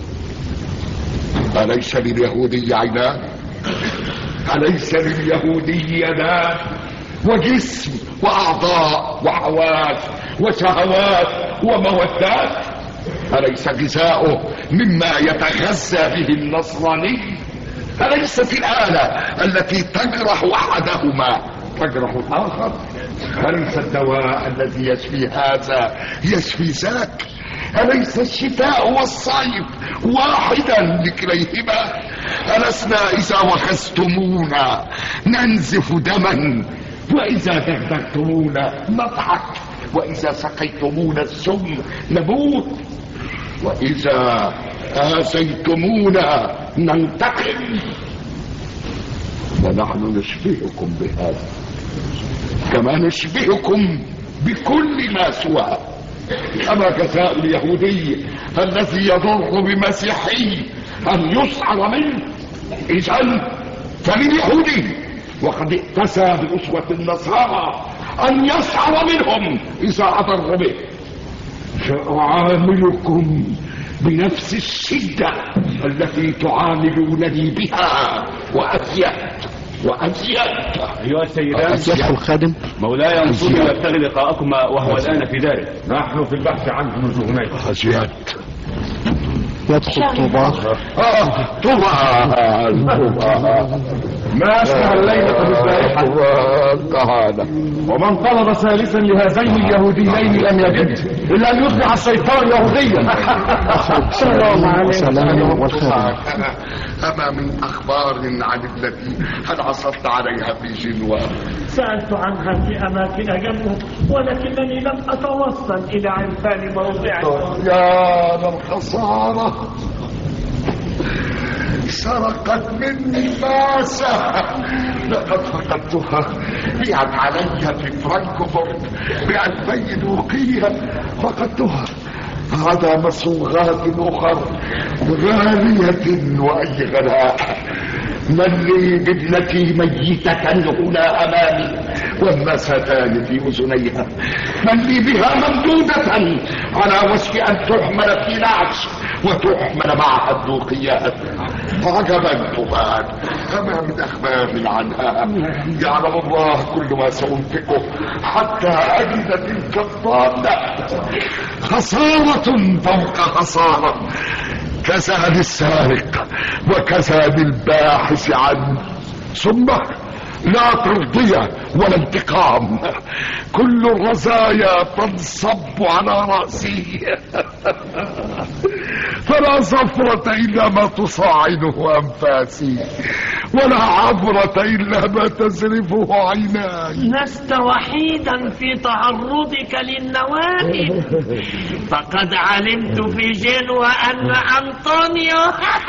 اليس لليهودي عينان؟ اليس لليهودي يدان وجسم واعضاء وحواس وشهوات ومودات؟ أليس غذاؤه مما يتغذى به النصراني؟ أليست الآلة التي تجرح أحدهما تجرح الآخر؟ أليس الدواء الذي يشفي هذا يشفي ذاك؟ أليس الشتاء والصيف واحدا لكليهما؟ ألسنا إذا وخزتمونا ننزف دما، وإذا دغدغتمونا نضحك، وإذا سقيتمونا السم نموت، وإذا آسيتمونا ننتقم. ونحن نشبهكم بهذا كما نشبهكم بكل ما سواه. كما جزاء اليهودي الذي يضر بمسيحي أن يسعر منه، إذن فلليهودي وقد ائتسى بأسوة النصارى أن يسعر منهم إذا أضر به. سأعاملكم بنفس الشدة التي تعاملونني بها وأزيد وأزيد.
أيها السيدان،
يدخل الخادم.
مولاي أنطونيو يبتغي لقاءكما وهو الآن في داره.
نحن في البحث عنه منذ هناك.
أزيد
يدخل طوبال.
آه طوبال طوبال.
ما أشبه الليلة بالبارحة.
تعالى.
ومن طلب ثالثا لهذين اليهوديين لم يجد إلا أن يصبح الشيطان يهوديا.
سلام عليكم. سلام والخير.
أما من أخبار عن التي هل عثرت عليها في جنوة؟
سألت عنها في أماكن جنة ولكنني لم أتوصل إلى عرفان موضعها.
يا للخسارة، سرقت مني ماسة، لقد فقدتها. بيعت علي في فرانكفورت بألفي دوقية، فقدتها عدا مصوغات أخر غالية وأي غلاء. من لي بابنتي ميتة هنا أمامي والمستان في أذنيها، من لي بها ممدودة على وشك أن تحمل في نعش وتحمل معها الدوقيات. عجبا طوبال، أما من أخبار عنها. يعلم الله كل ما سأنفقه حتى أجد تلك الضالة. خسارة فوق خسارة، كساد السارق وكساد الباحث عنه. ثم لا ترضية ولا انتقام، كل الرزايا تنصب على رأسي. فلا صفرة إلا ما تصاعده أنفاسي، ولا عبرة إلا ما تزرفه عيناي.
لست وحيدا في تعرضك للنوائب، فقد علمت في جنوة أن أنطونيو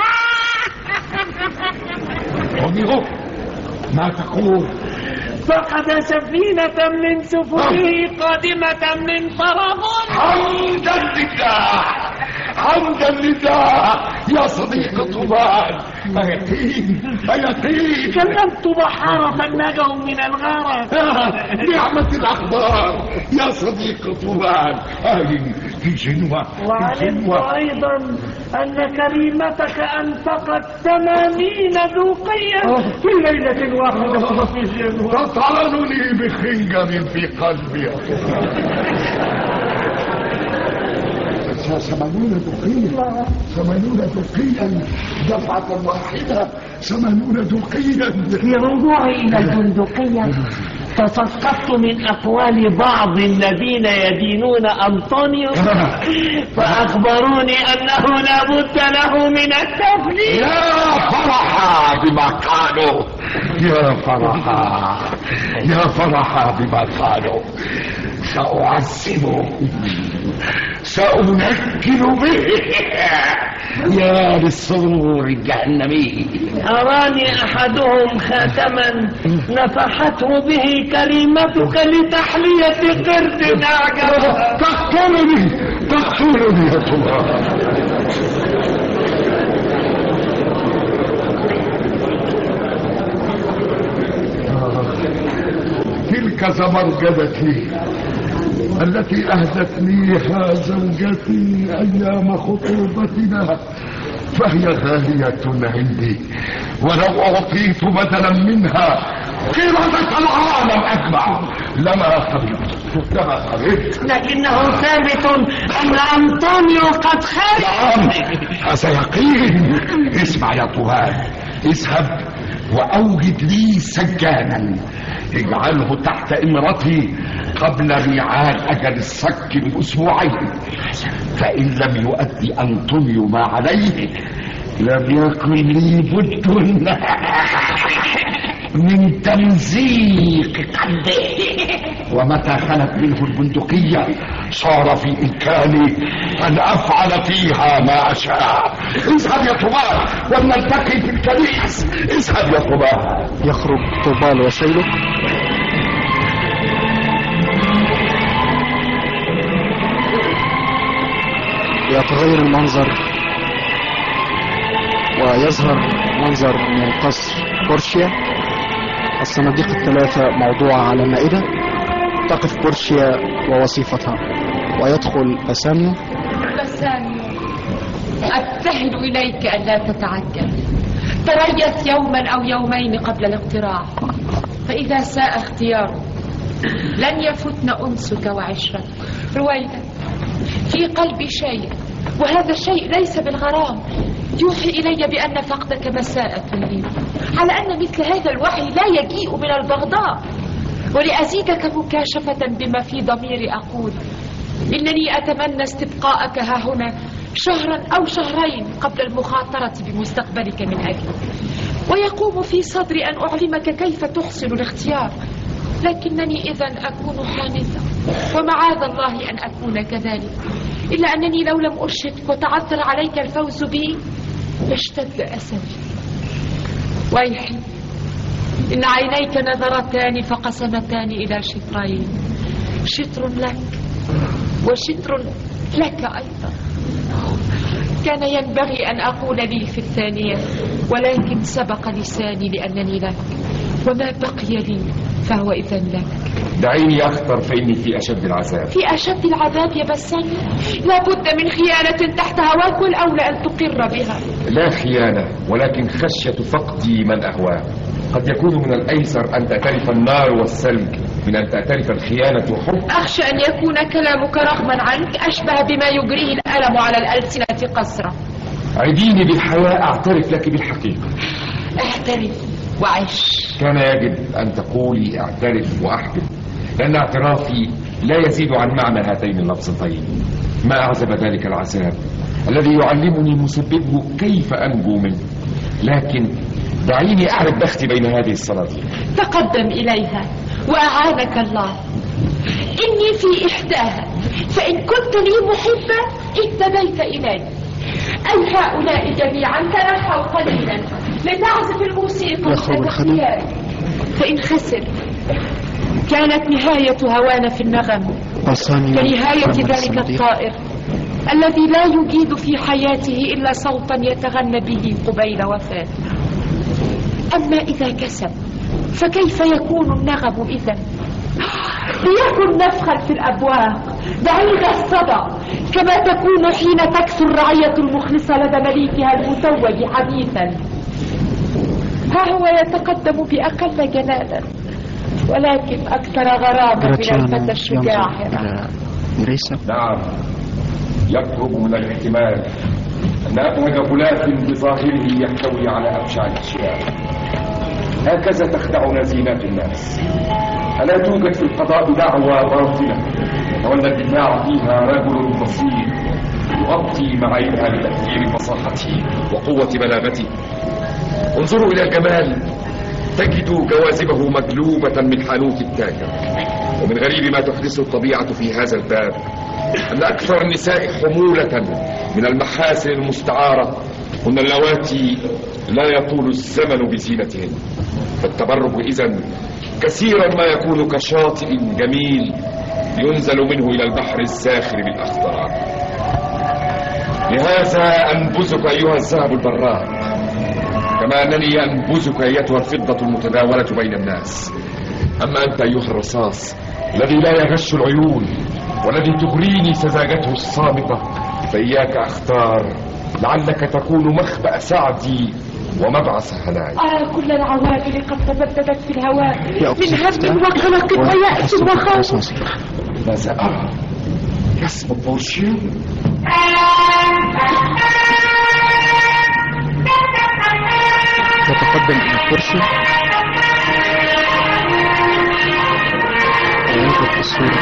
أنطونيو ما تقول؟
فقد سفينة من سفنه قادمة من طرابلس.
حمدا لله، حمدا لله يا صديق طوبال. أيقين أيقين
كلمت بحارة نجوا من الغارة.
نعمة الأخبار يا صديق طوبال. أين في جنوة؟
وعلمت أيضا أن كريمتك أنفقت ثمانين دوقية في ليلة واحدة في جنوة.
تطعنني بخنجر في قلبي. ثمانون دوقيا، ثمانون دوقيا دفعة واحدة، ثمانون دوقيا.
في رجوعي إلى البندقية تسقطت من أقوال بعض الذين يدينون أنطونيو فأخبروني أنه لا بد له من التفليس.
يا فرحا بما قالوا، يا فرحا، يا فرحا بما قالوا. سأعذبه، سأنكل به، يا للسرور الجهنمي.
أراني أحدهم خاتما نفحته به كلمتك لتحلية قرد أعجبها.
تقتلني، تقتلني يا طوبال. تلك زمرجدتي التي أهدتنيها زوجتي أيام خطوبتنا، فهي غالية عندي، ولو أعطيت بدلا منها قردة العالم أجمع لما قبلت لما قبلت.
لكنه ثابت أن أنطونيو قد خرج.
نعم هذا يقين. اسمع يا طوبال، اذهب وأوجد لي سجانا، اجعله تحت امرتي قبل ميعاد اجل الصك باسبوعين، فان لم يؤدي انطونيو ما عليه لم يكن لي بد من تمزيق قلبه. ومتى خلت منه البندقية صار في إمكاني أن أفعل فيها ما أشاء. اذهب يا طوبال ولنلتقي في الكنيس. اذهب يا طوبال.
يخرج طوبال وسيله. يتغير المنظر ويظهر منظر من قصر بورشيا. الصناديق الثلاثة موضوعة على مائدة، تقف بورشيا ووصيفتها ويدخل بسانيو.
بسانيو، أبتهل إليك ألا تتعجل، تريث يوما أو يومين قبل الاقتراع، فإذا ساء اختيارك لن يفتن أنسك وعشرتك. رويدا، في قلبي شيء وهذا الشيء ليس بالغرام، يوحي إلي بأن فقدك مساءة لي، على أن مثل هذا الوحي لا يجيء من البغضاء. ولأزيدك مكاشفة بما في ضميري أقول إنني أتمنى استبقاءك ها هنا شهرا أو شهرين قبل المخاطرة بمستقبلك من أجلي، ويقوم في صدري أن أعلمك كيف تحسن الاختيار، لكنني إذن أكون حانثة، ومعاذ الله أن أكون كذلك، إلا أنني لو لم أرشدك وتعثر عليك الفوز بي لاشتد أسفي. ويحي إن عينيك نظرتان فقسمتان إلى شطرين، شطر لك وشطر لك أيضا. كان ينبغي أن أقول لي في الثانية، ولكن سبق لساني لأنني لك، وما بقي لي فهو إذن لك.
دعيني أخطر فإني في أشد العذاب.
في أشد العذاب يا بسام؟ لابد من خيانة تحت هواك، والأولى أن تقر بها.
لا خيانة، ولكن خشية فقدي من أهواه. قد يكون من الأيسر أن تعترف النار والثلج من أن تعترف الخيانة وحب.
أخشى أن يكون كلامك رغما عنك أشبه بما يجريه الألم على الألسنة قسرة.
عديني بالحياة أعترف لك بالحقيقة.
اعترف وعش.
كان يجب أن تقولي اعترف وأحبب، لأن اعترافي لا يزيد عن معنى هاتين اللفظتين. ما أعزب ذلك العذاب الذي يعلمني مسببه كيف أنجو منه، لكن دعيني أعرف بختي بين هذه الصناديق.
تقدم إليها وأعانك الله. إني في إحداها، فإن كنت لي محبة اهتديت إلي. أي هؤلاء جميعا تنحوا قليلا لتعزف الموسيقى بتخيل، فإن خسر كانت نهاية هوانا في النغم كنهاية ذلك الطائر الذي لا يجيد في حياته إلا صوتا يتغنى به قبيل وفاته. أما إذا كسب فكيف يكون النغم إذن؟ ليكن نفخا في الأبواق بعيد الصدى، كما تكون حين تكسو الرعية المخلصة لدى مليكها المتوج حديثا. ها هو يتقدم بأقل جلالا، ولكن أكثر غرابة من الفتى الشجاع.
نعم، يقرب من الاحتمال أن أبهج غلاف بظاهره يحتوي على أبشع الأشياء. هكذا تخدعنا زينات الناس. ألا توجد في القضاء دعوى باطلة يتولى الدفاع فيها رجل بسيط يغطي معيبها لتأثير فصاحته وقوة بلاغته؟ انظروا إلى الجمال تجدوا جوازبه مجلوبة من حانوت التاجر. ومن غريب ما تحدثه الطبيعة في هذا الباب أن أكثر النساء حمولة من المحاسن المستعارة هن اللواتي لا يطول الزمن بزينتهن. فالتبرج إذن كثيرا ما يكون كشاطئ جميل ينزل منه إلى البحر الساخر بالأخضرات. لهذا أنبذك أيها الذهب البراق، كما أنني أنبذك أيتها الفضة المتداولة بين الناس. أما أنت أيها الرصاص الذي لا يغش العيون والذي تغريني سذاجته الصامتة، فإياك أختار، لعلك تكون مخبأ سعدي ومبعث هناي.
أرى كل العوامل قد تبددت في الهواء من هم وقلق ويأس وخوف.
ماذا أرى؟ اسم بورشيو؟
يتقدم إلى الكرسي وينظر الصورة.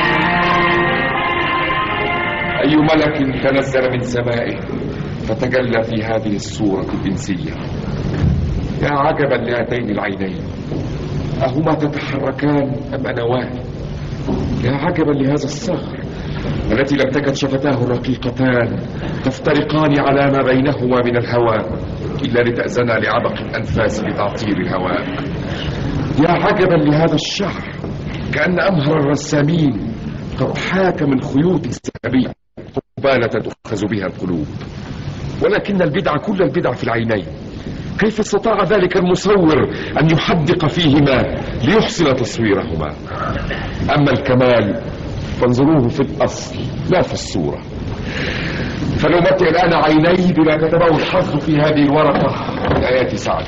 أي ملك تنزل من سمائه فتجلى في هذه الصورة الإنسية؟ يا عجبا لهاتين العينين، أهما تتحركان أم أنوان؟ يا عجبا لهذا الصخر التي لم تكن شفتاه الرقيقتان تفترقان على ما بينهما من الهواء إلا لتأذنا لعبق الأنفاس بتعطير الهواء. يا عجبا لهذا الشعر، كأن أمهر الرسامين قد حاك من خيوط ذهبية قبالة تؤخذ بها القلوب. ولكن البدع كل البدع في العينين. كيف استطاع ذلك المصور أن يحدق فيهما ليحسن تصويرهما؟ أما الكمال فانظروه في الأصل لا في الصورة. فلو متع الآن عيني بما كتبه الحظ في هذه الورقة من آيات سعد.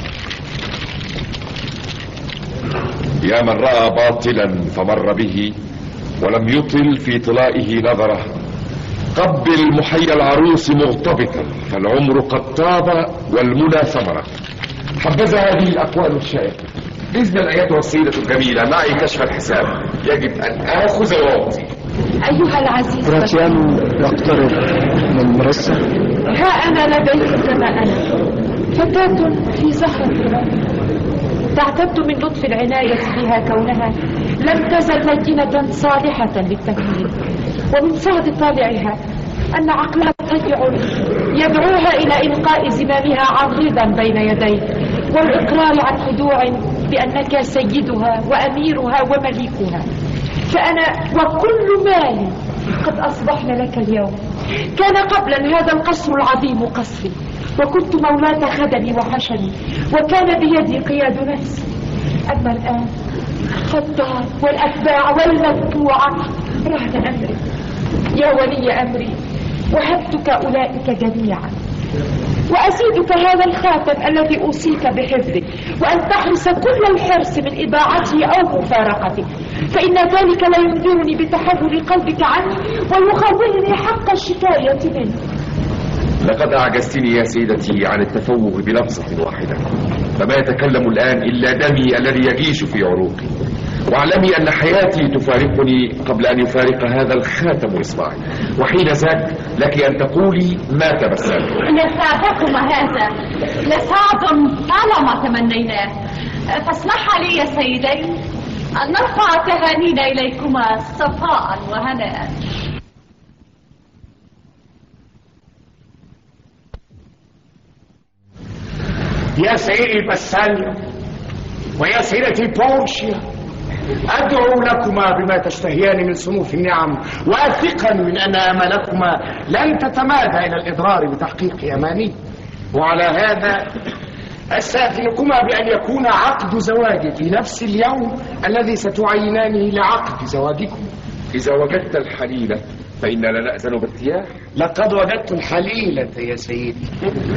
يا من رأى باطلا فمر به ولم يطل في طلائه نظره،
قبل محيا العروس مغتبطا فالعمر قد طاب والمنى ثمرة. حبذا هذه الأقوال الشائكة. إذن أيتها السيدة الجميلة معي كشف الحساب، يجب أن آخذ وأعطي.
أيها العزيز
غراتيانو يقترب من مرسى.
ها أنا لديك كما أنا، فتاة في زهرة العمر، تعتد من لطف العناية بها كونها لم تزل لجنة صالحة للتكوين، ومن سعد طالعها أن عقلها طيع يدعوها إلى إلقاء زمامها عريضا بين يديك والإقرار عن خضوع بأنك سيدها وأميرها ومليكها. فأنا وكل مالي قد أصبحنا لك اليوم. كان قبلا هذا القصر العظيم قصري، وكنت مولاة خدمي وحشمي، وكان بيدي قياد نفسي. أما الآن فالدار والأتباع والمتبوعة رهن أمري. يا ولي أمري، وهبتك أولئك جميعا، وأزيدك هذا الخاتم الذي أوصيك بحفظه، وأن تحرص كل الحرص من إضاعته أو مفارقته، فإن ذلك لا ينذرني بتحول قلبك عني ويخولني حق الشكاية منه.
لقد أعجزتني يا سيدتي عن التفوه بلفظة واحدة، فما يتكلم الآن إلا دمي الذي يجيش في عروقي. واعلمي أن حياتي تفارقني قبل أن يفارق هذا الخاتم إصبعي، وحين ذاك لك أن تقولي ما تبسمت.
لسعدكما هذا لسعد طالما تمنيناه، فاسمح لي يا سيدي أن نرفع تهانينا إليكما صفاء وهناء.
يا سيدي بسانيو ويا سيدتي بورشيا، أدعو لكما بما تشتهيان من صنوف النعم، واثقا من أن أملكما لن تتمادى إلى الإضرار بتحقيق أماني. وعلى هذا أستأذنكما بأن يكون عقد زواجي في نفس اليوم الذي ستعينانه لعقد زواجكم.
إذا وجدت الحليلة فإننا لا نأذن بارتياح.
لقد وجدت الحليلة يا سيدي.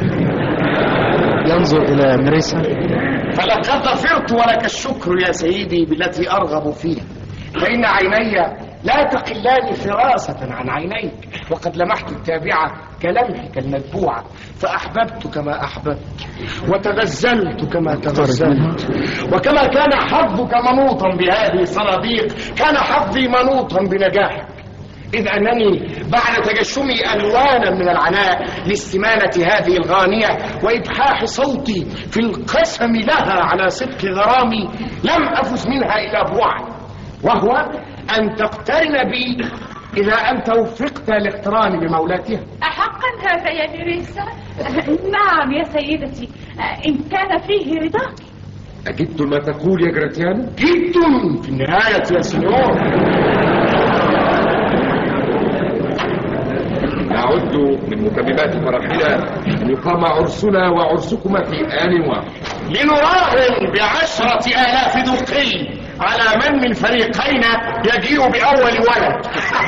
ينظر إلى مريسا.
فلقد ظفرت ولك الشكر يا سيدي بالتي أرغب فيها، فإن عيني لا تقلان فراسة عن عينيك، وقد لمحت التابعة كلمحك المتبوعة، فأحببت كما أحببت وتغزلت كما تغزلت، وكما كان حظك منوطا بهذه الصناديق كان حظي منوطا بنجاحك، إذ أنني بعد تجشمي ألوانا من العناء لاستمانة هذه الغانية وإبحاح صوتي في القسم لها على صدق غرامي لم أفز منها إلا بوعد، وهو أن تقترن بي إذا أنت وفقت الاقتران بمولاتها.
أحقا هذا يا ميريسا؟ نعم يا سيدتي، إن كان فيه رضاك.
أجدت ما تقول يا جراتيانو؟
جدت في النهاية يا سنور.
نعد من متممات فرحنا أن يقام عرسنا وعرسكما في آن واحد،
لنراهن بعشرة آلاف دقي على من من فريقين يجيء بأول ولد.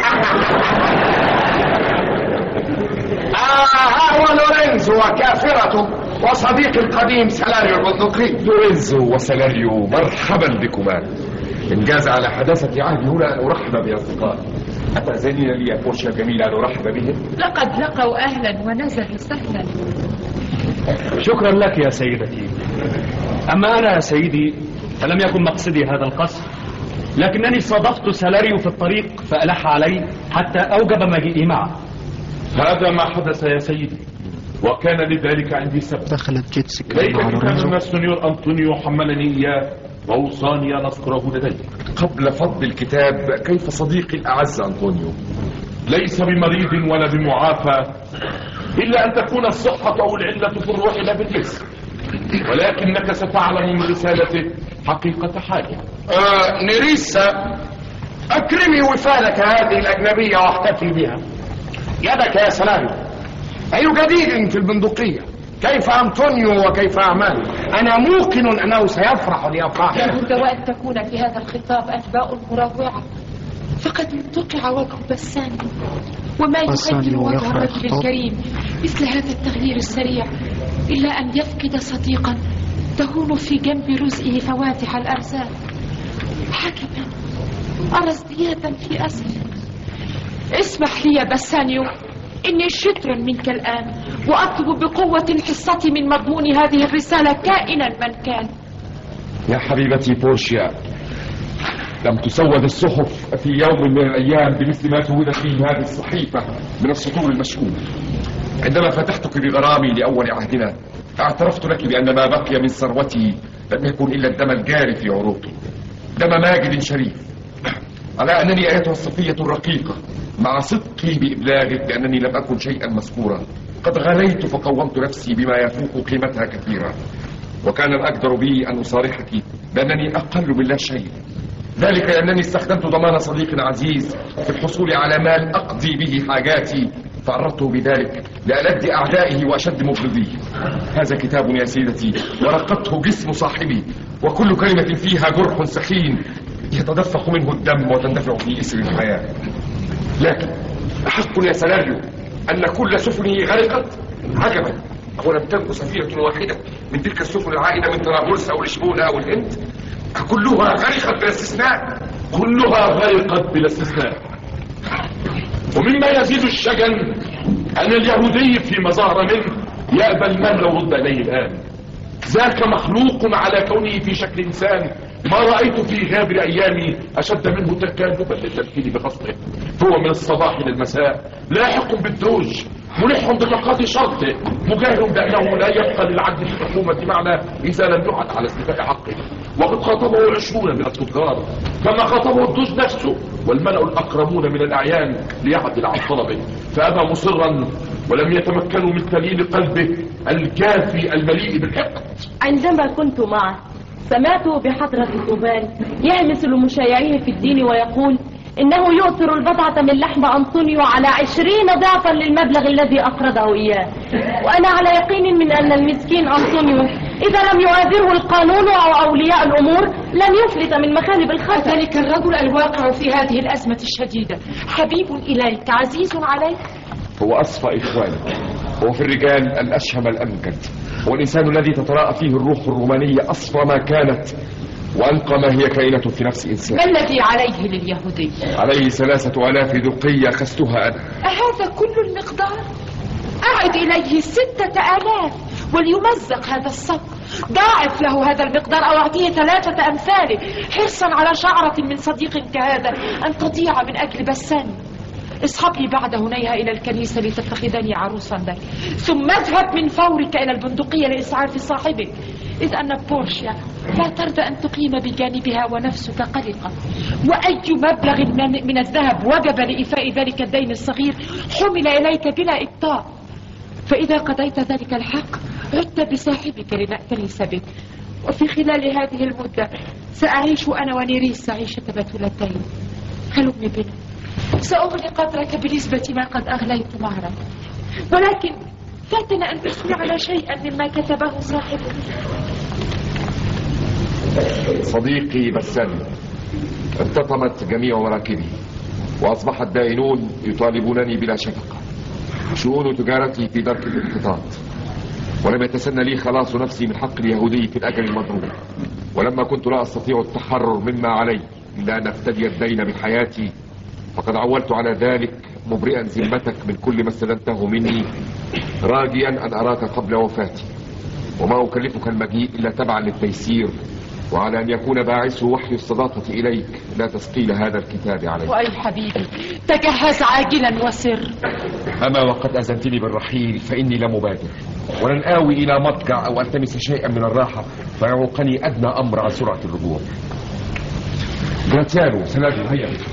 آه ها هو لورينزو وكافرته وصديقي القديم سلاريو البندقي.
لورينزو وسلاريو مرحبا بكما. إن جاز على حداثة عهدي هنا أن أرحب بأصدقائي. أتأذنين لي يا بورشيا الجميلة أن أرحب بهم؟
لقد لقوا أهلا ونزلوا سهلا.
شكرا لك يا سيدتي. أما أنا يا سيدي فلم يكن مقصدي هذا القصر، لكنني صادفت سلاريو في الطريق فألح علي حتى أوجب مجيئي معه.
هذا ما حدث يا سيدي، وكان لذلك عندي سبب.
دخلت جيتسك
ليتك كان السنيور أنطونيو حملني إياه وأوصاني أن أذكره لدي.
قبل فض الكتاب، كيف صديقي الأعز أنطونيو؟
ليس بمريض ولا بمعافى، إلا أن تكون الصحة أو العلة في الروح لا بالجسم، ولكنك ستعلم من رسالته حقيقة حاجة.
آه نيريسا، أكرمي وفالك هذه الأجنبية واحتفي بها. يدك يا سلام. أي جديد في البندقية؟ كيف أنطونيو وكيف أعماله؟ أنا موقن أنه سيفرح لأفراحه.
لابد وأن تكون في هذا الخطاب أنباء مروعة، فقد انتقع وجه بساني، وما يغير وجه الرجل الكريم مثل هذا التغيير السريع إلا أن يفقد صديقا تهون في جنب رزقه فواتح الأرزاق. حكما أرى ازديادا في أسفل، اسمح لي يا باسانيو، إني شطر منك الآن، وأطلب بقوة حصتي من مضمون هذه الرسالة كائنا من كان.
يا حبيبتي بورشيا، لم تسود الصحف في يوم من الأيام بمثل ما سودت فيه هذه الصحيفة من السطور المشؤومة. عندما فتحتك بغرامي لأول عهدنا اعترفت لك بأن ما بقي من ثروتي لم يكن إلا الدم الجاري في عروقي، دم ماجد شريف، على أنني أيتها الصفية الرقيقة مع صدقي بإبلاغك بأنني لم أكن شيئا مذكورا قد غليت فقومت نفسي بما يفوق قيمتها كثيرا، وكان الأقدر بي أن أصارحك بأنني أقل من لا شيء، ذلك لأنني استخدمت ضمان صديق عزيز في الحصول على مال أقضي به حاجاتي، فعرضته بذلك لألد أعدائه وأشد مفرضيه. هذا كتاب يا سيدتي ورقته جسم صاحبي، وكل كلمة فيها جرح سخين يتدفق منه الدم وتندفع في إسر الحياة. لكن أحق يا سلاريو أن كل سفنه غرقت؟ عجبا، أولم تنجو سفينة واحدة من تلك السفن العائدة من طرابلس أو لشبونة أو الهند؟ كلها غرقت بلا استثناء؟
كلها غرقت بلا استثناء. ومما يزيد الشجن أن اليهودي فيما ظهر منه يأبى المال لو رد إليه الآن. ذاك مخلوق على كونه في شكل إنسان، ما رأيت في غابر أيامي أشد منه تكالبا للتنفيذ بقصده، هو من الصباح للمساء لاحق بالدوج، ملح بمقاضي شرطه، مجاهر بأنه لا يبقى للعدل في الحكومة معنى إذا لم يعد على استيفاء حقه. وقد خاطبه عشرون من التجار كما خاطبه الدوج نفسه والملأ الأقربون من الأعيان ليعدل عن طلبه، فأبى مصرا ولم يتمكنوا من تليين قلبه الجافي المليء بالحقد.
عندما كنت معه سمعت بحضرة الثوبان يهمس لمشايعيه في الدين ويقول إنه يؤثر البضعة من لحم أنطونيو على عشرين ضعفا للمبلغ الذي أقرضه إياه، وأنا على يقين من أن المسكين أنطونيو إذا لم يؤثره القانون أو أولياء الأمور لن يفلت من مخالب الخطر.
ذلك الرجل الواقع في هذه الأزمة الشديدة حبيب إليك عزيز عليك.
هو أصفى إخوانك، هو في الرجال الأشهم الأمجد، هو الإنسان الذي تتراءى فيه الروح الرومانية أصفى ما كانت وأنقى ما هي كائنة في نفس إنسان.
ما الذي عليه لليهودي؟
عليه ثلاثة آلاف دقية أخذتها أنا.
أهذا كل المقدار؟ أعد إليه ستة آلاف وليمزق هذا الصف، ضاعف له هذا المقدار أو أعطيه ثلاثة أمثاله، حرصا على شعرة من صديق كهذا أن تضيع من أجل بسان. اصحب لي بعد هنيها إلى الكنيسة لتتخذني عروسا لك، ثم اذهب من فورك إلى البندقية لإسعاف صاحبك، إذ أن بورشيا لا ترضى أن تقيم بجانبها ونفسك قلقة، وأي مبلغ من الذهب وجب لإيفاء ذلك الدين الصغير حمل إليك بلا إبطاء، فإذا قضيت ذلك الحق عدت بصاحبك لنأتنس بك، وفي خلال هذه المدة سأعيش أنا ونيريس عيشة بتولتين. هلم بنا، سأغلي قدرك بنسبة ما قد أغليت مهرا، ولكن فاتنا أن تسمعنا شيئا مما كتبه صاحبك.
صديقي بسان، ارتطمت جميع مراكبي وأصبح الدائنون يطالبونني بلا شفقة. شؤون تجارتي في درك الانحطاط، ولم يتسنى لي خلاص نفسي من حق اليهودي في الأجل المضروب، ولما كنت لا أستطيع التحرر مما علي إلا أن أفتدي الدين بحياتي، فقد عولت على ذلك مبرئا ذمتك من كل ما استدنته مني، راجيا أن أراك قبل وفاتي، وما أكلفك المجيء إلا تبعا للتيسير، وعلى أن يكون باعث وحي الصداقة إليك لا تثقيل هذا الكتاب عليك.
وأي حبيبي تجهز عاجلا وسر.
أما وقد أذنتني بالرحيل فإني لمبادر، ولن آوي إلى مضجع أو ألتمس شيئا من الراحة فيعوقني أدنى أمر عن سرعة الرجوع. جراتيانو سنادو، هيا بك.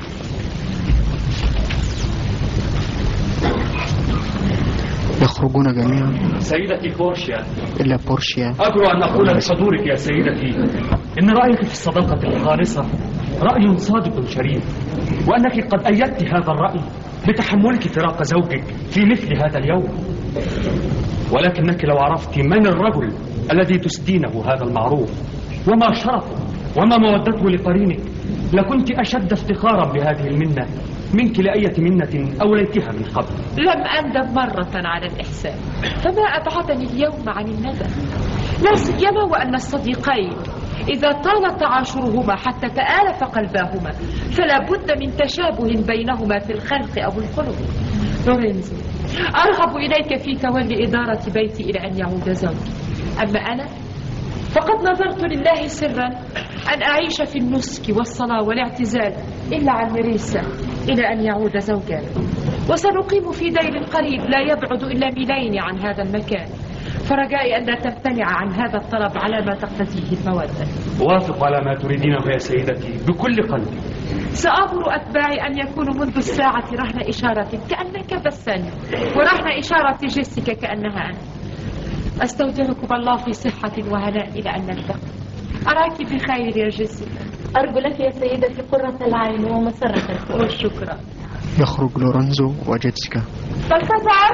يخرجون جميعا
سيدتي بورشيا،
إلا بورشيا.
أجرؤ أن أقول بحضورك يا سيدتي إن رأيك في الصداقة الخالصة رأي صادق شريف، وأنك قد أيدت هذا الرأي بتحملك فراق زوجك في مثل هذا اليوم، ولكنك لو عرفت من الرجل الذي تسدينه هذا المعروف وما شرفه وما مودته لقرينك لكنت أشد افتخارا بهذه المنة منك لأية منة أوليتها من قبل.
لم أندم مرة على الإحسان، فما أبعدني اليوم عن الندم، لا سيما وأن الصديقين إذا طال تعاشرهما حتى تآلف قلباهما فلا بد من تشابه بينهما في الخلق أو الخلق. لورينزو، أرغب إليك في تولي إدارة بيتي إلى أن يعود زوجي. أما أنا فقد نظرت لله سرا أن أعيش في النسك والصلاة والاعتزال إلا عن مريسا إلى أن يعود زوجنا، وسنقيم في دير قريب لا يبعد إلا ميلين عن هذا المكان، فرجائي أن لا تمتنع عن هذا الطلب على ما تقتضيه المودة.
أوافق على ما تريدينه يا سيدتي بكل قلبي.
سأمر أتباعي أن يكونوا منذ الساعة رهن إشارة كأنك بسني، ورهن إشارة جيسيكا كأنها أنا. أستودعكم الله في صحة وهناء إلى أن نلتقي. أراك بخير يا جيسيكا.
أرجو لك يا سيدتي قرة العين ومسرة الفؤاد.
شكرا.
يخرج لورينزو وجيسيكا.
بلتزار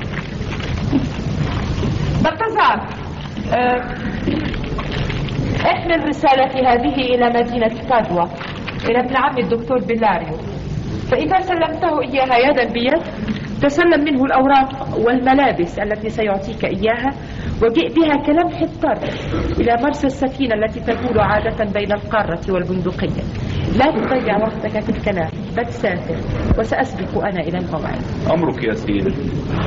بلتزار أه... احمل رسالتي هذه إلى مدينة بادوا إلى ابن عم الدكتور بيلاريو، فإذا سلمته إياها يدا بيد تسلم منه الأوراق والملابس التي سيعطيك إياها، وجئ بها كلمح الطرف إلى مرسى السفينة التي تدور عادة بين القارة والبندقية. لا تضيع وقتك في الكلام، بل سافر وسأسبق أنا إلى الموعد.
أمرك يا سيدي.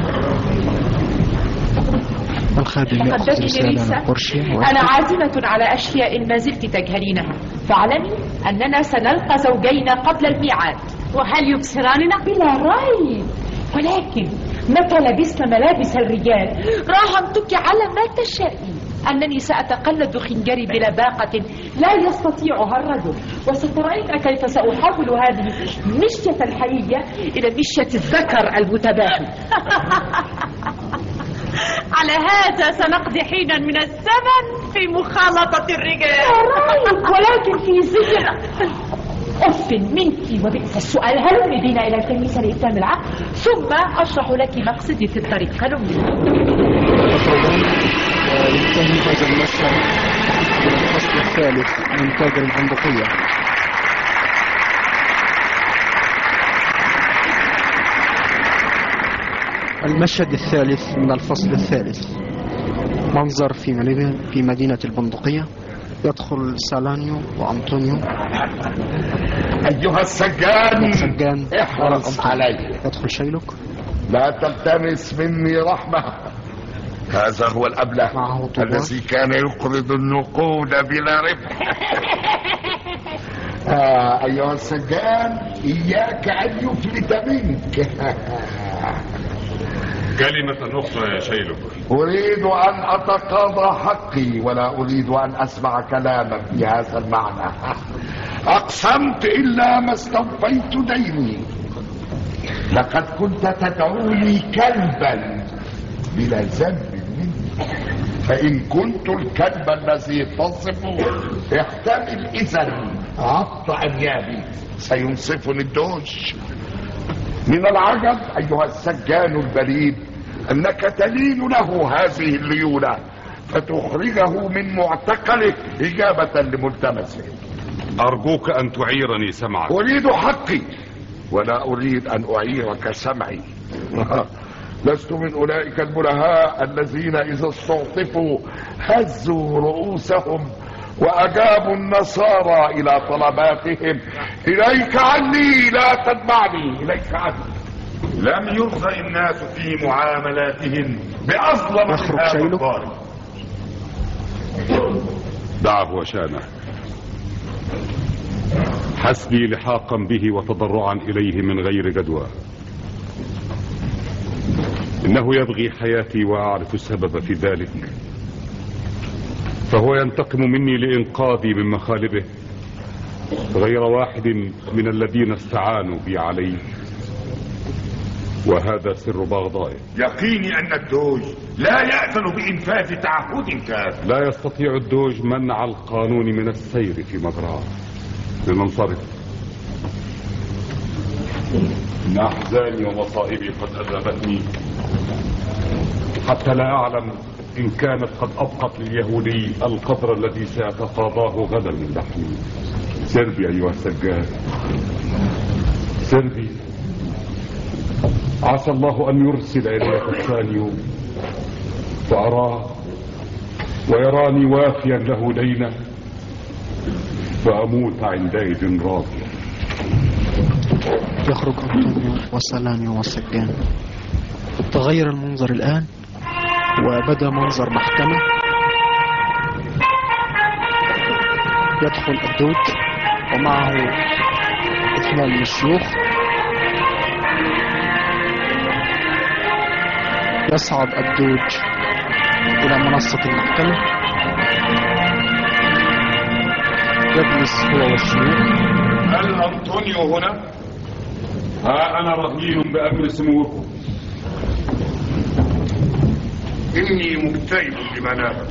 الخادم يأخذ رسالة قرشي.
أنا عازمة على أشياء ما زلت تجهلينها، فاعلمي أننا سنلقى زوجينا قبل الميعاد.
وهل يبصراننا؟
بلا ريب، ولكن متى لبسنا ملابس الرجال راهنتك على ما تشائين أنني سأتقلد خنجري بلباقة لا يستطيعها الرجل، وسترين كيف سأحول هذه مشية الحية إلى مشية الذكر المتباهي.
على هذا سنقضي حينا من الزمن في مخالطة الرجال.
ولكن في زجرة. أف منك وبئس السؤال. هلمي بنا إلى الكنيسة لإتمام العقد ثم أشرح لك مقصدي في الطريق. هلمي.
وينتهي هذا المشهد من الفصل الثالث من تاجر البندقية. المشهد الثالث من الفصل الثالث. منظر في مدينة في مدينة البندقية. يدخل سالانيو وأنطونيو.
أيها السجان
السجان
احرص علي.
يدخل شيلوك.
لا تلتمس مني رحمة. هذا هو الأبله الذي كان يقرض النقود بلا ربح. آه أيها السجان إياك أن يفلت منك.
كلمة أخرى يا شيلوك.
أريد أن أتقاضى حقي ولا أريد أن أسمع كلامك بهذا المعنى. أقسمت إلا ما استوفيت ديني. لقد كنت تدعوني كلبا بلا ذنب مني، فإن كنت الكلب الذي تصفه احتمل إذن عض أنيابي سينصفني الدوش. من العجب أيها السجان البريد أنك تلين له هذه الليونة فتخرجه من معتقله إجابة لملتمسه.
أرجوك أن تعيرني سمعك.
أريد حقي ولا أريد أن أعيرك سمعي. لست من أولئك البلهاء الذين إذا استعطفوا هزوا رؤوسهم وأجابوا النصارى إلى طلباتهم. إليك عني لا تتبعني. إليك عني.
لم يرضى الناس في معاملاتهم بأظلم من هذا الظالم.
دعه وشانه. حسبي لحاقا به وتضرعا إليه من غير جدوى. إنه يبغي حياتي وأعرف السبب في ذلك، فهو ينتقم مني لإنقاذي من مخالبه غير واحد من الذين استعانوا بي عليه، وهذا سر بغضائه.
يقيني أن الدوج لا يأذن بإنفاذ تعهد كافٍ.
لا يستطيع الدوج منع القانون من السير في مجراه. لننصرف. إن أحزاني ومصائبي قد أذهبتني حتى لا أعلم إن كانت قد أبقت لليهودي القدر الذي سيتقاضاه غدا من لحمي. سربي أيها السجاد، سربي. عسى الله أن يرسل إليك الثاني فأراه ويراني وافيا له دينه فأموت عندئذ راضيا.
يخرج أنطونيو وسلانيو والسجان. تغير المنظر الآن وبدأ منظر محكمة. يدخل الدود ومعه اثنان من الشيوخ. يصعد الدوج إلى منصة المحكمة. يجلس هو والشيوخ.
هل أنطونيو هنا؟
ها أنا رهين بأمر سموكم.
إني مكتئب بمنامك،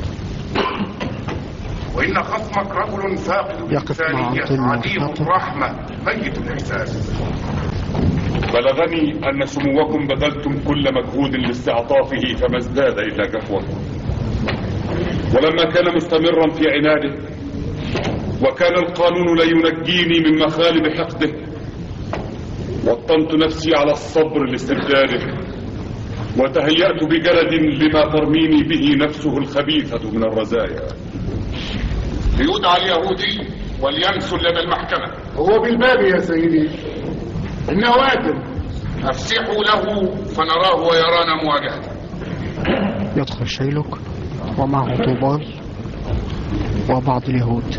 وإن خصمك رجل فاقد الإنسانية عديم الرحمة ميت الإحساس.
بلغني أن سموكم بذلتم كل مجهود لاستعطافه فما ازداد إلا جفوة، ولما كان مستمرا في عناده وكان القانون لا ينجيني من مخالب حقده وطنت نفسي على الصبر لاستبداله، وتهيأت بجلد لما ترميني به نفسه الخبيثة من الرزايا.
ليدعى اليهودي وليمثل لدى المحكمة.
هو بالباب يا سيدي، إنه آدم.
أفسحوا له فنراه ويرانا مواجهته.
يدخل شيلوك ومعه طوبال وبعض اليهود.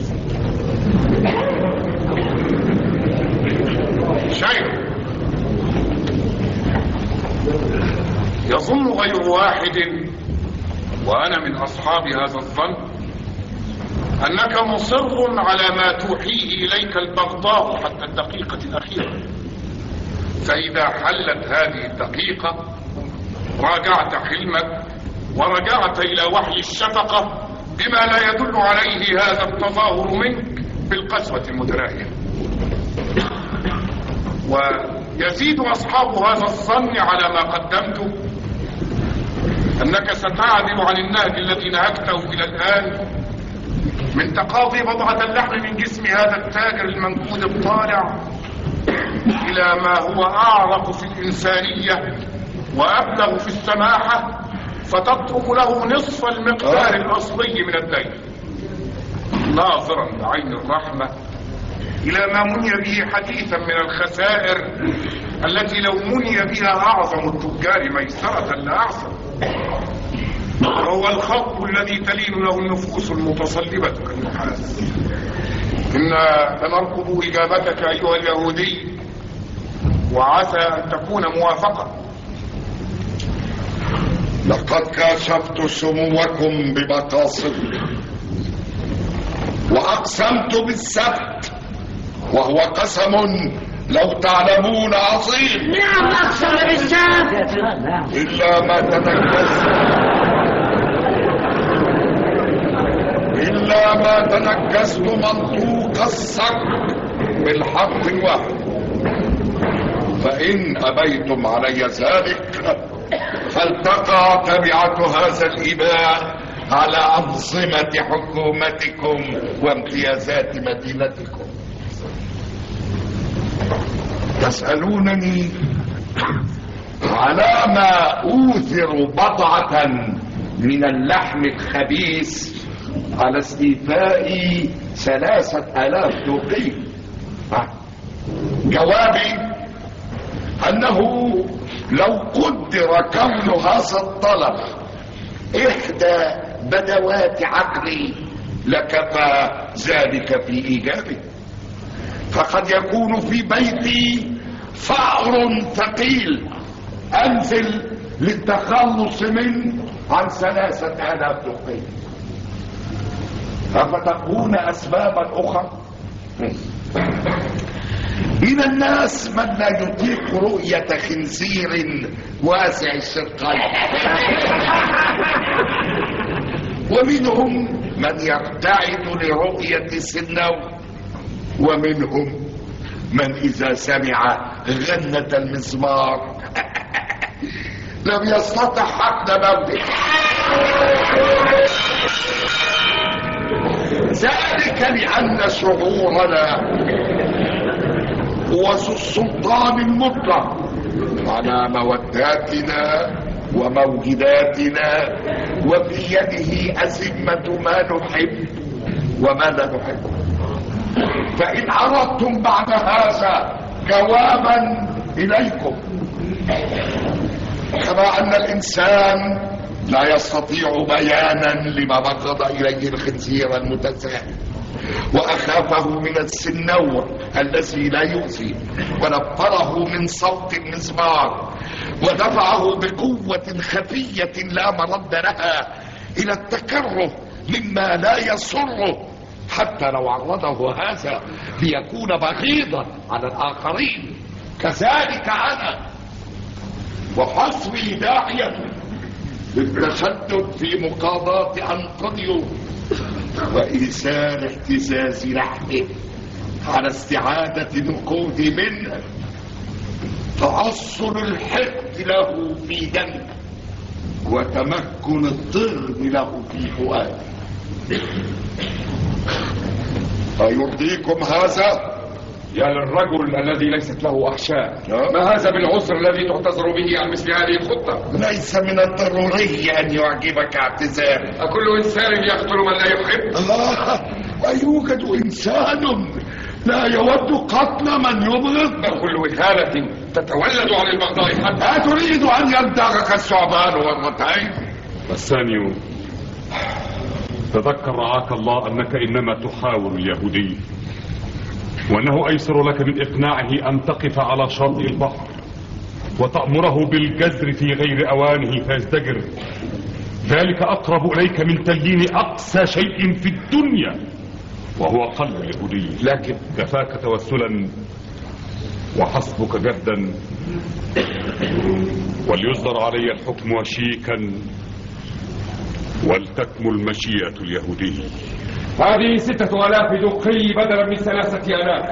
شيلوك، يظن غير واحد وأنا من أصحاب هذا الظن أنك مصر على ما توحيه إليك البغضاء حتى الدقيقة الأخيرة، فإذا حلت هذه الدقيقة راجعت حلمك ورجعت إلى وحي الشفقة بما لا يدل عليه هذا التظاهر منك بالقسوة المتناهية. ويزيد أصحاب هذا الظن على ما قدمته أنك ستعدل عن النهج الذي نهجته إلى الآن من تقاضي بضعة اللحم من جسم هذا التاجر المنكود الطالع إلى ما هو أعرق في الإنسانية وأبلغ في السماحة، فتترك له نصف المقدار الأصلي من الدين، ناظرا بعين الرحمة إلى ما مني به حديثا من الخسائر التي لو مني بها أعظم التجار ميسرة لأعظم، وهو الخط الذي تلين له النفوس المتصلبة كالنحاس. إنا لنرقب إجابتك أيها اليهودي، وعسى أن تكون موافقة.
لقد كاشفت سموكم بمقاصدي وأقسمت بالسبت، وهو قسم لو تعلمون عظيم.
نعم أقسم بالسبت.
إلا ما تنكست إلا ما تنكست منطوق الصرف بالحق الواحد، فإن أبيتم علي ذلك فالتقى تبعة هذا الإباء على أنظمة حكومتكم وامتيازات مدينتكم. تسألونني على ما أوثر بضعة من اللحم الخبيث على استيفاء ثلاثة آلاف دوقي. جوابي أنه لو قدر كون هذا الطلب إحدى بدوات عقلي لكفى ذلك في إيجابه، فقد يكون في بيتي فأر ثقيل أنزل للتخلص منه عن ثلاثة آلاف دقيق. أفتكون أسبابا أخرى؟ من الناس من لا يطيق رؤية خنزير واسع الشقين، ومنهم من يرتعد لرؤية سنو، ومنهم من إذا سمع غنة المزمار لم يستطع حقن موته. ذلك لأن شعورنا هو ذو السلطان المطلق على موداتنا وموجداتنا، وفي يده أزمة ما نحب وما لا نحب. فإن أردتم بعد هذا جوابا إليكم، كما أن الإنسان لا يستطيع بيانا لما بغض إليه الخنزير المتساهل وأخافه من السنور الذي لا يؤذي ونفره من صوت المزمار ودفعه بقوة خفية لا مرد لها إلى التكره مما لا يسره، حتى لو عرضه هذا ليكون بغيضا على الآخرين، كذلك أنا وحسبي داعية للتشدد في مقاضاة أنطونيو وإيثار اهتزاز لحمه على استعادة نقود منه، تعصر الحقد له في دمه وتمكن الضرب له في فؤاده. أيرضيكم هذا؟
يا للرجل الذي ليست له أحشاء، ما هذا بالعسر الذي تعتذر به عن مثل هذه الخطة؟
ليس من الضروري أن يعجبك اعتذاري.
أكل إنسان يقتل من لا يحب؟
الله، أيوجد إنسان لا يود قتل من يبغض؟
كل إهانة تتولد عن البغضاء حتى
أتريد أن يلدغك الثعبان مرتين؟
بسانيو، تذكر رعاك الله أنك إنما تحاور اليهودي، وأنه أيسر لك من إقناعه أن تقف على شاطئ البحر وتأمره بالجزر في غير أوانه فيزدجر. ذلك أقرب إليك من تليين أقسى شيء في الدنيا وهو قلب اليهودي.
لكن
كفاك توسلا وحسبك جهدا، وليصدر علي الحكم وشيكا ولتكمل مشيئة اليهودي.
هذه ستة آلاف دقي بدلا من ثلاثة آلاف.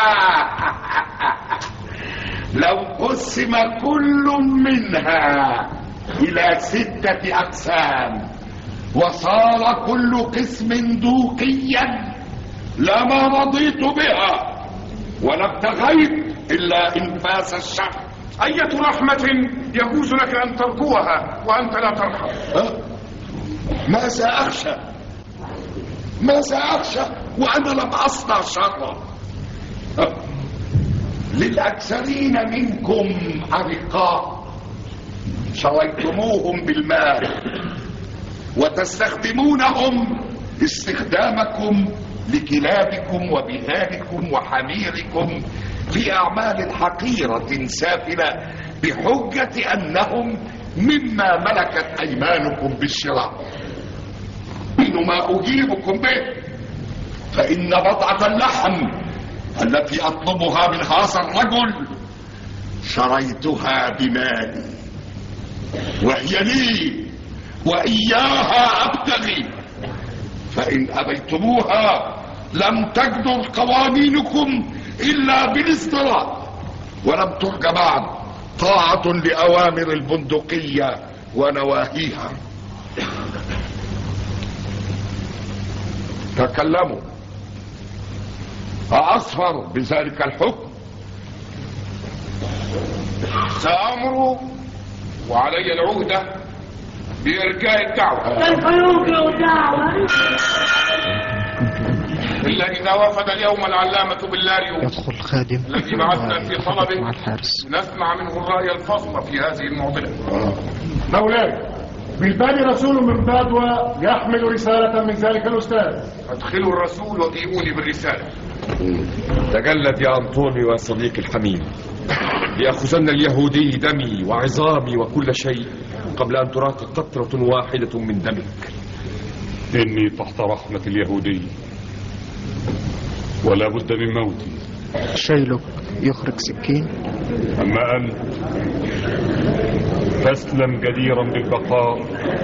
لو قسم كل منها إلى ستة أقسام وصار كل قسم دوقيا لما رضيت بها ولا ابتغيت إلا إنفاس الشر.
أية رحمة يجوز لك أن ترجوها وأنت لا ترحم؟
ماذا أخشى؟ ماذا أخشى وأنا لم أصنع شرا؟ للأكثرين منكم أرقاء شريتموهم بالمال وتستخدمونهم استخدامكم لكلابكم وبهائكم وحميركم في أعمال حقيرة سافلة بحجة أنهم مما ملكت أيمانكم بالشراء. إنما أجيبكم به فإن بضعة اللحم التي أطلبها من هذا الرجل شريتها بمالي وهي لي وإياها أبتغي، فإن أبيتموها لم تجدر قوانينكم إلا بالازدراء، ولم ترج بعد طاعة لأوامر البندقية ونواهيها. تكلموا، أأصفر بذلك الحكم؟
سأمر وعلي العهدة بإرجاء الدعوة.
الفلوك دعوة
إلا إذا وفد اليوم العلامة باللاريو
يدخل خادم
الذي بعثنا في طلبه
مع الحارس
نسمع منه الرأي الفصل في هذه المعضلة.
مولاي، بالبالي رسول من بادوى يحمل رسالة من ذلك الأستاذ.
ادخلوا الرسول وجيبوني بالرسالة.
تجلد يا أنطونيو يا صديقي الحميم، ليأخذن اليهودي دمي وعظامي وكل شيء قبل أن تراق قطرة واحدة من دمك.
إني تحت رحمة اليهودي ولا بد من موتي.
شيلك يخرج سكين.
أما أنت فاسلم جديرا بالبقاء،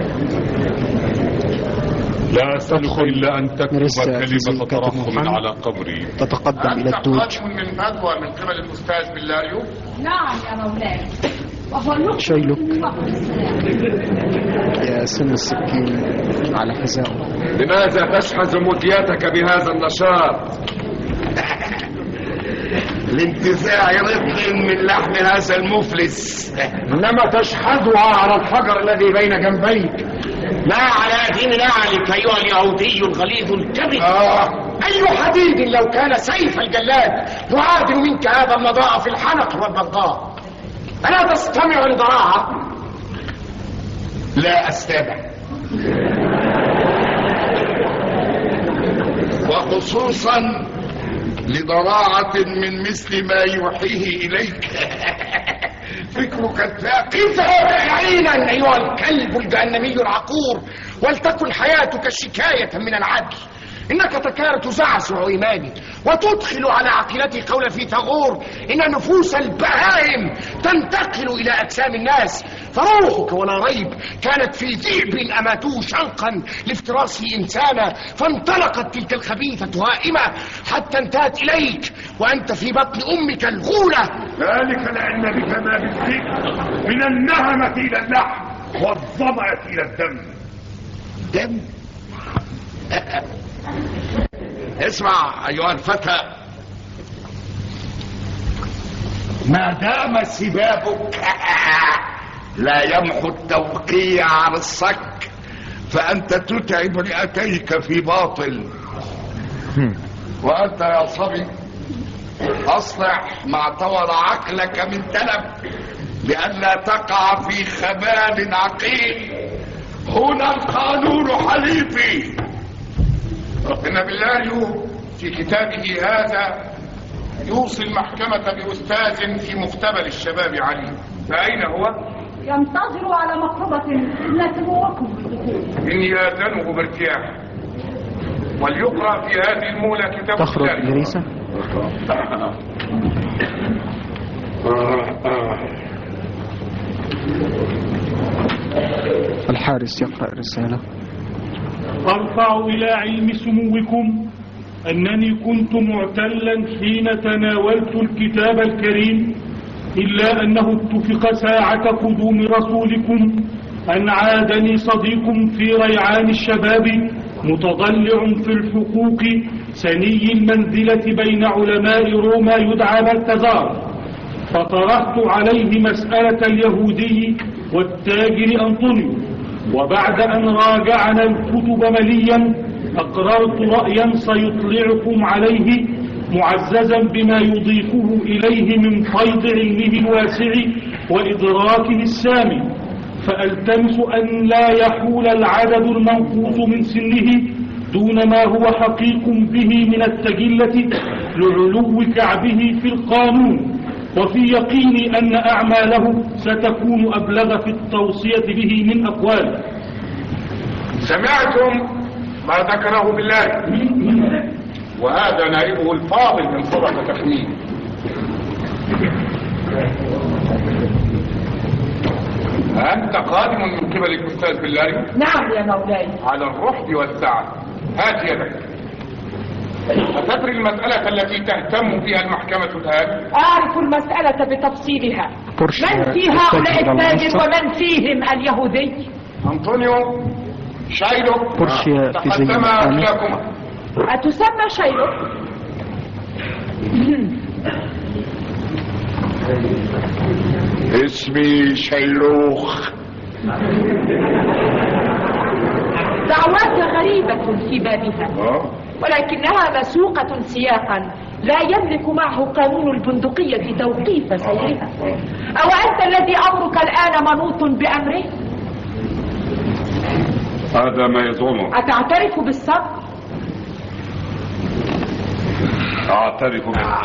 لا أسألك إلا أن تكتب كلمة ترحم على قبري.
تتقدم إلى الدوج.
أنت من بدوى من قبل الأستاذ باللاريو؟
نعم يا مولاي، وهو
شيلك يا سن السكين على حذائه.
لماذا تشحذ مديتك بهذا النشاط؟
لانتزاع رطل من لحم هذا المفلس.
إنما تشحذها على الحجر الذي بين جنبيك،
لا على دين نعلك أيها اليهودي الغليظ الكبد.
آه
أي حديد لو كان سيف الجلاد يعادل منك هذا النضاء في الحنق والبغضاء. ألا تستمع لضراعة؟
لا أستمع، وخصوصا لضراعة من مثل ما يوحيه إليك. فكرك الثاقب.
عينا أيها الكلب الجهنمي العقور، ولتكن حياتك شكاية من العدل. إنك تكاد تزعزع إيماني وتدخل على عقيلتي قول في ثغور إن نفوس البهائم تنتقل إلى أجسام الناس، فروحك ولا ريب كانت في ذئب أماتوه شنقا لافتراسه إنسانا، فانطلقت تلك الخبيثة هائمة حتى انتهت إليك وأنت في بطن أمك الغولة.
ذلك لأن بك ما بالذئب من النهمة إلى اللحم والظمأة إلى الدم.
دم؟ اسمع أيها الفتى، ما دام سبابك لا يمحو التوقيع عن الصك، فأنت تتعب رئتيك في باطل. وأنت يا صبي أصلح ما طور عقلك من تلف لئلا تقع في خبال عقيل. هنا القانون حليفي.
إن بالله في كتابه هذا يوصي المحكمة بأستاذ في مختبر الشباب علي. فأين هو؟
ينتظر على مقربة نتبوكم بالدخول.
إني آذنه بارتياح، وليقرأ في هذه المولى كتاب
تخرج إدريسة. الحارس يقرأ الرسالة.
أرفع إلى علم سموكم أنني كنت معتلا حين تناولت الكتاب الكريم، إلا أنه اتفق ساعة قدوم رسولكم أن عادني صديق في ريعان الشباب متضلع في الحقوق سني المنزلة بين علماء روما يدعى بلتزار، فطرحت عليه مسألة اليهودي والتاجر أنطونيو، وبعد أن راجعنا الكتب مليا أقررت رأيا سيطلعكم عليه معززا بما يضيفه إليه من فيض علمه الواسع وإدراكه السامي، فألتمس أن لا يحول العدد المنقوص من سنه دون ما هو حقيق به من التجلة لعلو كعبه في القانون، وفي يقيني أن أعماله ستكون أبلغ في التوصية به من أقواله.
سمعتم ما ذكره بالله، وهذا نائبه الفاضل من صدق تخمين. أنت قادم من قبل الأستاذ بالله؟
نعم يا مولاي.
على الرحب والسعة. هات يدك. أتدري المسألة التي تهتم بها المحكمة الآن؟
أعرف المسألة بتفصيلها. من في هؤلاء التاجر ومن فيهم اليهودي؟
أنطونيو شايلو
تقدم
إليكما.
أتسمى شايلو؟
اسمي شيلوخ.
دعواك غريبة في بابها، ولكنها مسوقة سياقا لا يملك معه قانون البندقية توقيف سيرها. أو أنت الذي أمرك الآن منوط بأمره؟
هذا ما يزعمه.
أتعترف بالصبر؟
أعترف بالصبر.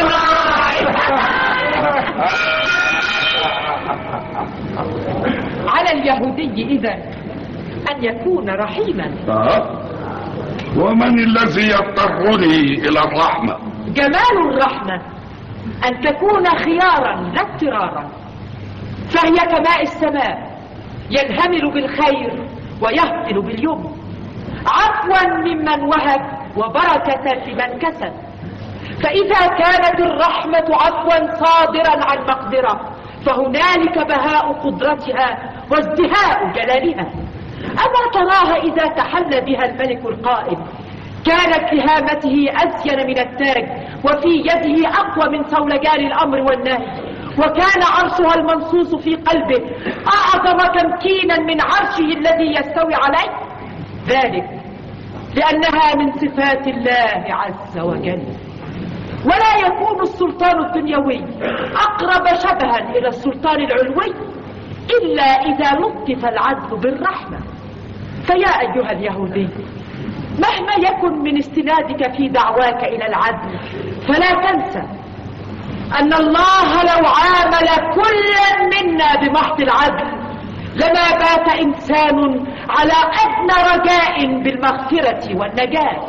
على اليهودي إذن أن يكون رحيما.
أه؟ ومن الذي يضطرني إلى الرحمة؟
جمال الرحمة أن تكون خيارا لا اضطرارا، فهي كماء السماء ينهمل بالخير ويهطل باليمن، عفوا ممن وهب وبركة لمن كسب. فإذا كانت الرحمة عفوا صادرا عن مقدرة فهنالك بهاء قدرتها وازدهاء جلالها. أما تراها إذا تحلى بها الملك القائم كانت لهامته أزين من التاج، وفي يده أقوى من صولجان الأمر والنهي، وكان عرشها المنصوص في قلبه أعظم تمكينا من عرشه الذي يستوي عليه. ذلك لأنها من صفات الله عز وجل. ولا يكون السلطان الدنيوي أقرب شبها إلى السلطان العلوي إلا إذا لطف العدل بالرحمة. فيا أيها اليهودي، مهما يكن من استنادك في دعواك إلى العدل، فلا تنسى أن الله لو عامل كلا منا بمحض العدل لما بات إنسان على أدنى رجاء بالمغفرة والنجاة.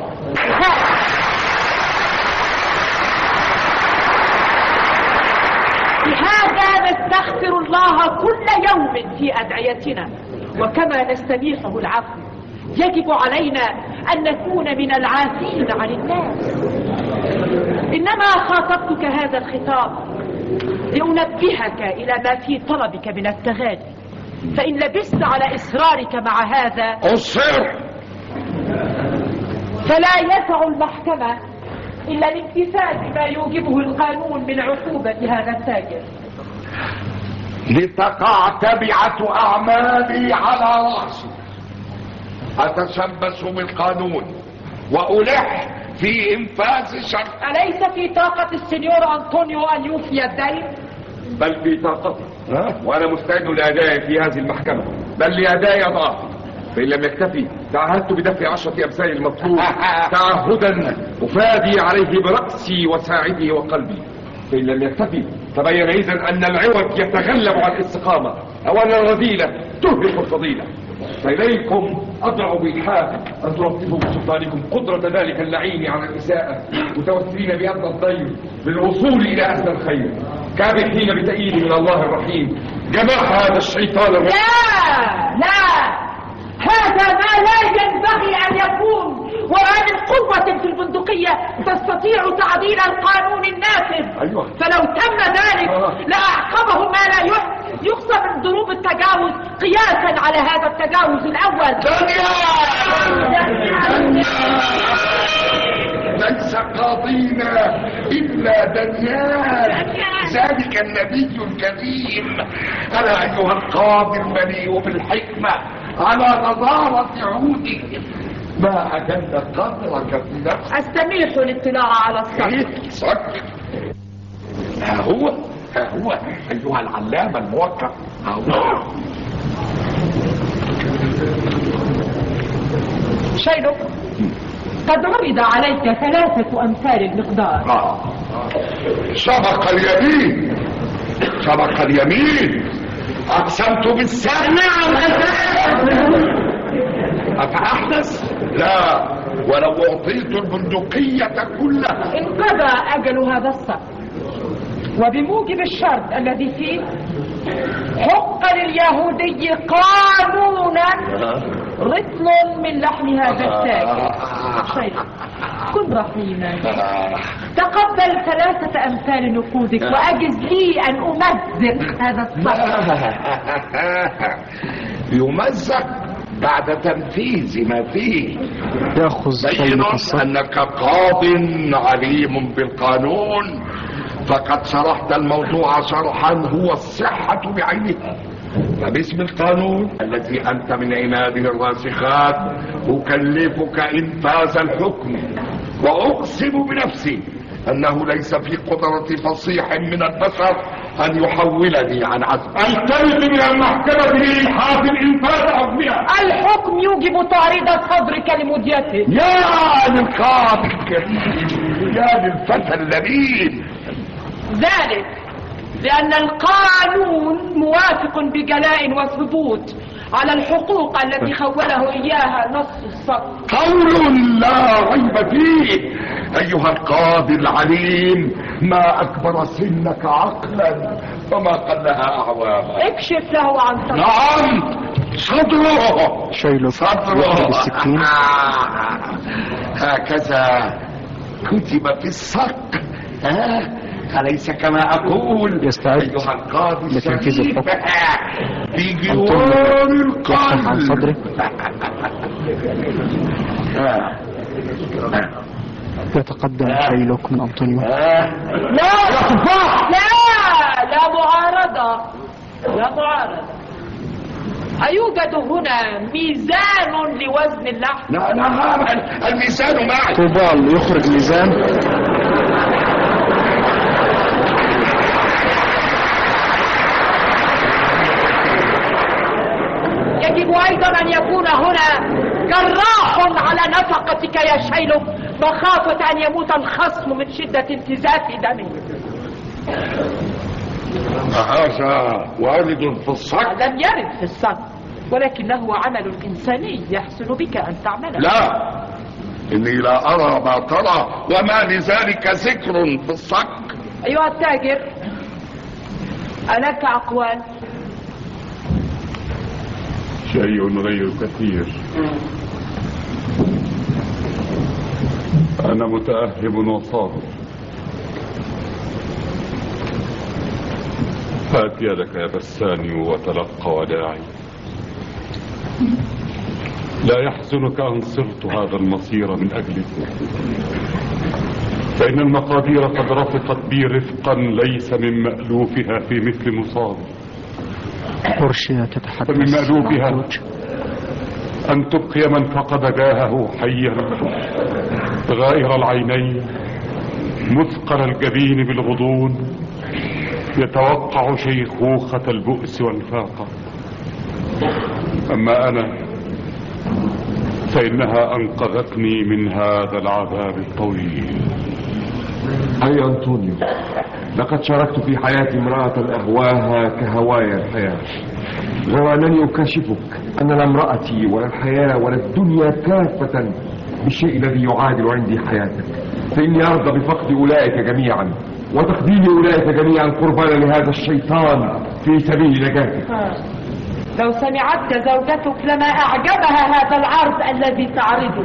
لهذا نستغفر الله كل يوم في أدعيتنا، وكما نستميحه العفو يجب علينا أن نكون من العافين عن الناس. إنما خاطبتك هذا الخطاب لأنبهك إلى ما في طلبك من التغالي، فإن لبست على إصرارك مع هذا
أصر
فلا يسع المحكمة إلا الامتثال بما يوجبه القانون من عقوبة هذا التاجر.
لتقع تبعة أعمالي على رأسي، أتشبث بالقانون وألح في إنفاذ الشرع.
أليس في طاقة السنيور أنطونيو أن يوفي الدين؟
بل في طاقتي، وأنا مستعد لأدائي في هذه المحكمة، بل لأدائي أضعافي. فإن لم يكتفي تعهدت بدفع عشرة أمثال المطلوب تعهدا أفادي عليه برأسي وساعدي وقلبي. فإن لم يكتفي تبين إذن أن العوج يتغلب على الاستقامة، أو أن الرذيلة تهلك الفضيلة. فإليكم أضع بإلحاح أن تلطفوا بسلطانكم قدرة ذلك اللعين على الإساءة، متوسلين بأدنى الضيف للوصول إلى أسنى الخير، كابحين بتأييد من الله الرحيم جماح هذا الشيطان الرجيم.
لا لا، هذا ما لا ينبغي أن يكون. وما من قوة في البندقية تستطيع تعديل القانون النافذ.
أيوة.
فلو تم ذلك لأعقبه ما لا يقصى من ضروب التجاوز قياسا على هذا التجاوز الأول.
ليس قاضينا إلا دنيان، ذلك النبي الكريم. أنا أيها القاضي المليء بالحكمة على نظارة عودك، ما أجل قدرك في نفسك.
أستميح الاطلاع على الصك.
صك؟ ها هو ها هو أيها العلامة الموقف، ها هو.
شيلوك، قد عرض عليك ثلاثة أمثال المقدار.
آه. سبق اليمين سبق اليمين أقسمت بالسمع.
نعم
أفأحدث؟ لا، ولو أعطيت البندقية كلها.
انقضى أجل هذا الصف، وبموجب الشرط الذي فيه حق لليهودي قانونا رطل من لحم هذا التاجر. شيخ، كن رحيما، تقبل ثلاثة أمثال نقودك وأجز لي أن أمزق هذا الصف.
يمزق بعد تنفيذ ما فيه.
يأخذ
بين أنك قاض عليم بالقانون، فقد شرحت الموضوع شرحا هو الصحة بعينها. فباسم القانون الذي أنت من عناده الراسخات أكلفك إنفاذ الحكم، وأقسم بنفسي أنه ليس في قدرة فصيح من البشر أن يحولني عن عزم.
التمس من المحكمة لإلحاف الإنفاذ حكمها.
الحكم يوجب تعريض صدرك لمديته.
يا للقاضي الكريم، يا للفتى اللبيب.
ذلك لأن القانون موافق بجلاء وثبوت على الحقوق التي خوله إياها نص الصف.
قول لا ريب فيه. أيها القاضي العليم، ما أكبر سنك عقلا وما قلها أعواما.
اكشف له عن صدره.
نعم، صدره.
شيلوك
صدره
بالسكين.
آه. هكذا كتب في الصك. ها؟ أليس كما أقول؟
يستعد
أيها القاضي
لتنفيذ الحكم
في جوار القلب
عن صدره. يتقدم شيلوك من أنطونيو.
لا لا لا معارضة، لا معارضة. أيوجد هنا ميزان لوزن اللحم؟
لا نعم، الميزان معي.
طوبال يخرج ميزان.
يجب أيضا أن يكون هنا جراح على نفقتك يا شيلو، مخافة أن يموت الخصم من شدة انتزاف دمه.
هذا وارد في الصك؟
لم يرد في الصك، ولكنه عمل إنساني يحسن بك أن تعمله.
لا، إني لا أرى ما ترى، وما لذلك ذكر في الصك.
أيها التاجر، ألك أقوال؟
شيء غير كثير. أنا متأهب وصابر. هات يدك يا بساني وتلقى وداعي. لا يحزنك أن صرت هذا المصير من أجلك، فإن المقادير قد رفقت بي رفقا ليس من مألوفها في مثل مصابر.
بورشيا تتحدث.
فمن مألوفها أن تبقي من فقد جاهه حيا غائر العينين مثقل الجبين بالغضون، يتوقع شيخوخة البؤس والفاقة. أما أنا فإنها أنقذتني من هذا العذاب الطويل.
أي أنطونيو، لقد شاركت في حياة امرأة أهواها كهوايا الحياة، غير أنني أكاشفك أن لا امرأتي ولا الحياة ولا الدنيا كافة بالشيء الذي يعادل عندي حياتك، فإني أرضى بفقد أولئك جميعا وتقديم أولئك جميعا قربانا لهذا الشيطان في سبيل نجاتك.
لو سمعتك زوجتك لما أعجبها هذا العرض الذي تعرضه.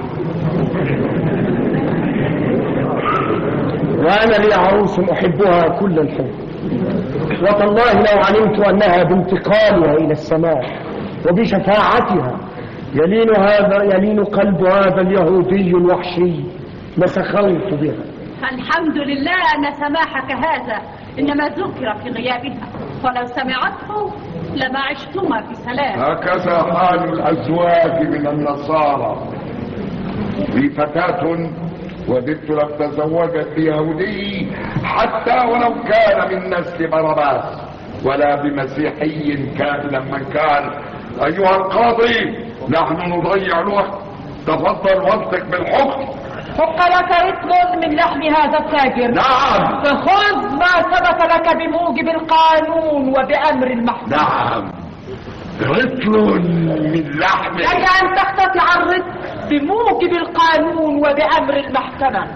وأنا لي عروس أحبها كل الحب، وتالله لو علمت أنها بانتقالها إلى السماء وبشفاعتها يلين هذا يلين قلب هذا اليهودي الوحشي لسخرت بها.
الحمد لله أن سماحك هذا إنما ذكر في غيابها، ولو سمعته لما عشتما في سلام.
هكذا حال الأزواج من النصارى. لي فتاة وددت لو تزوجت بيهودي حتى ولو كان من نسل باراباس، ولا بمسيحي كائنا من كان. أيها القاضي، نحن نضيع الوقت، تفضل وقتك بالحكم.
حق لك رطل من لحم هذا التاجر.
نعم.
فخذ ما ثبت لك بموجب القانون وبأمر المحكمة.
نعم، رطل من لحم.
لك أن تقتطع الرطل بموجب القانون وبأمر المحكمة.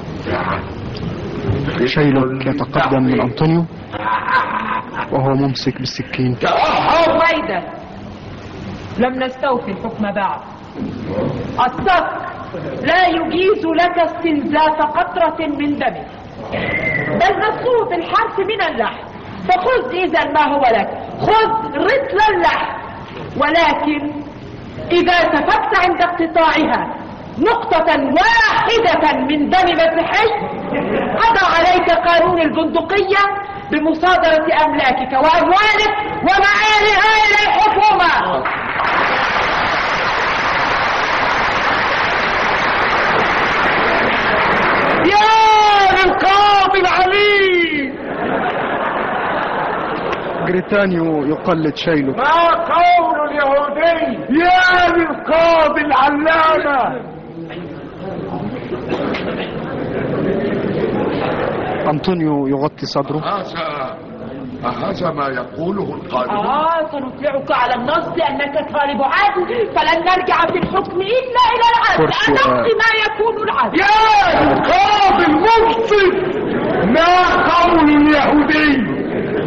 شيلوك يتقدم من أنطونيو وهو ممسك بالسكين.
رويدا، لم نستوفي الحكم بعد. الصك لا يجيز لك استنزاف قطرة من دمك، بل نصوه بالحرف من اللحم. فخذ إذا ما هو لك، خذ رطل اللحم، ولكن إذا سفكت عند اقتطاعها نقطة واحدة من دم مسيحي قضى عليك قانون البندقية بمصادرة أملاكك وأموالك ومعارها إلى الحكومة.
يا للقاضي العليم.
بريتانيو يقلد شيلوك.
ما قول اليهودي؟ يا للقاضي العلامة.
أنطونيو يغطي صدره.
هذا هذا ما يقوله القانون.
آه سنطلعك على النص أنك طالب عدل، فلن نرجع في الحكم إلا إلى العدل، أدق ما يكون العدل.
يا القاضي المنصف، ما قول اليهودي؟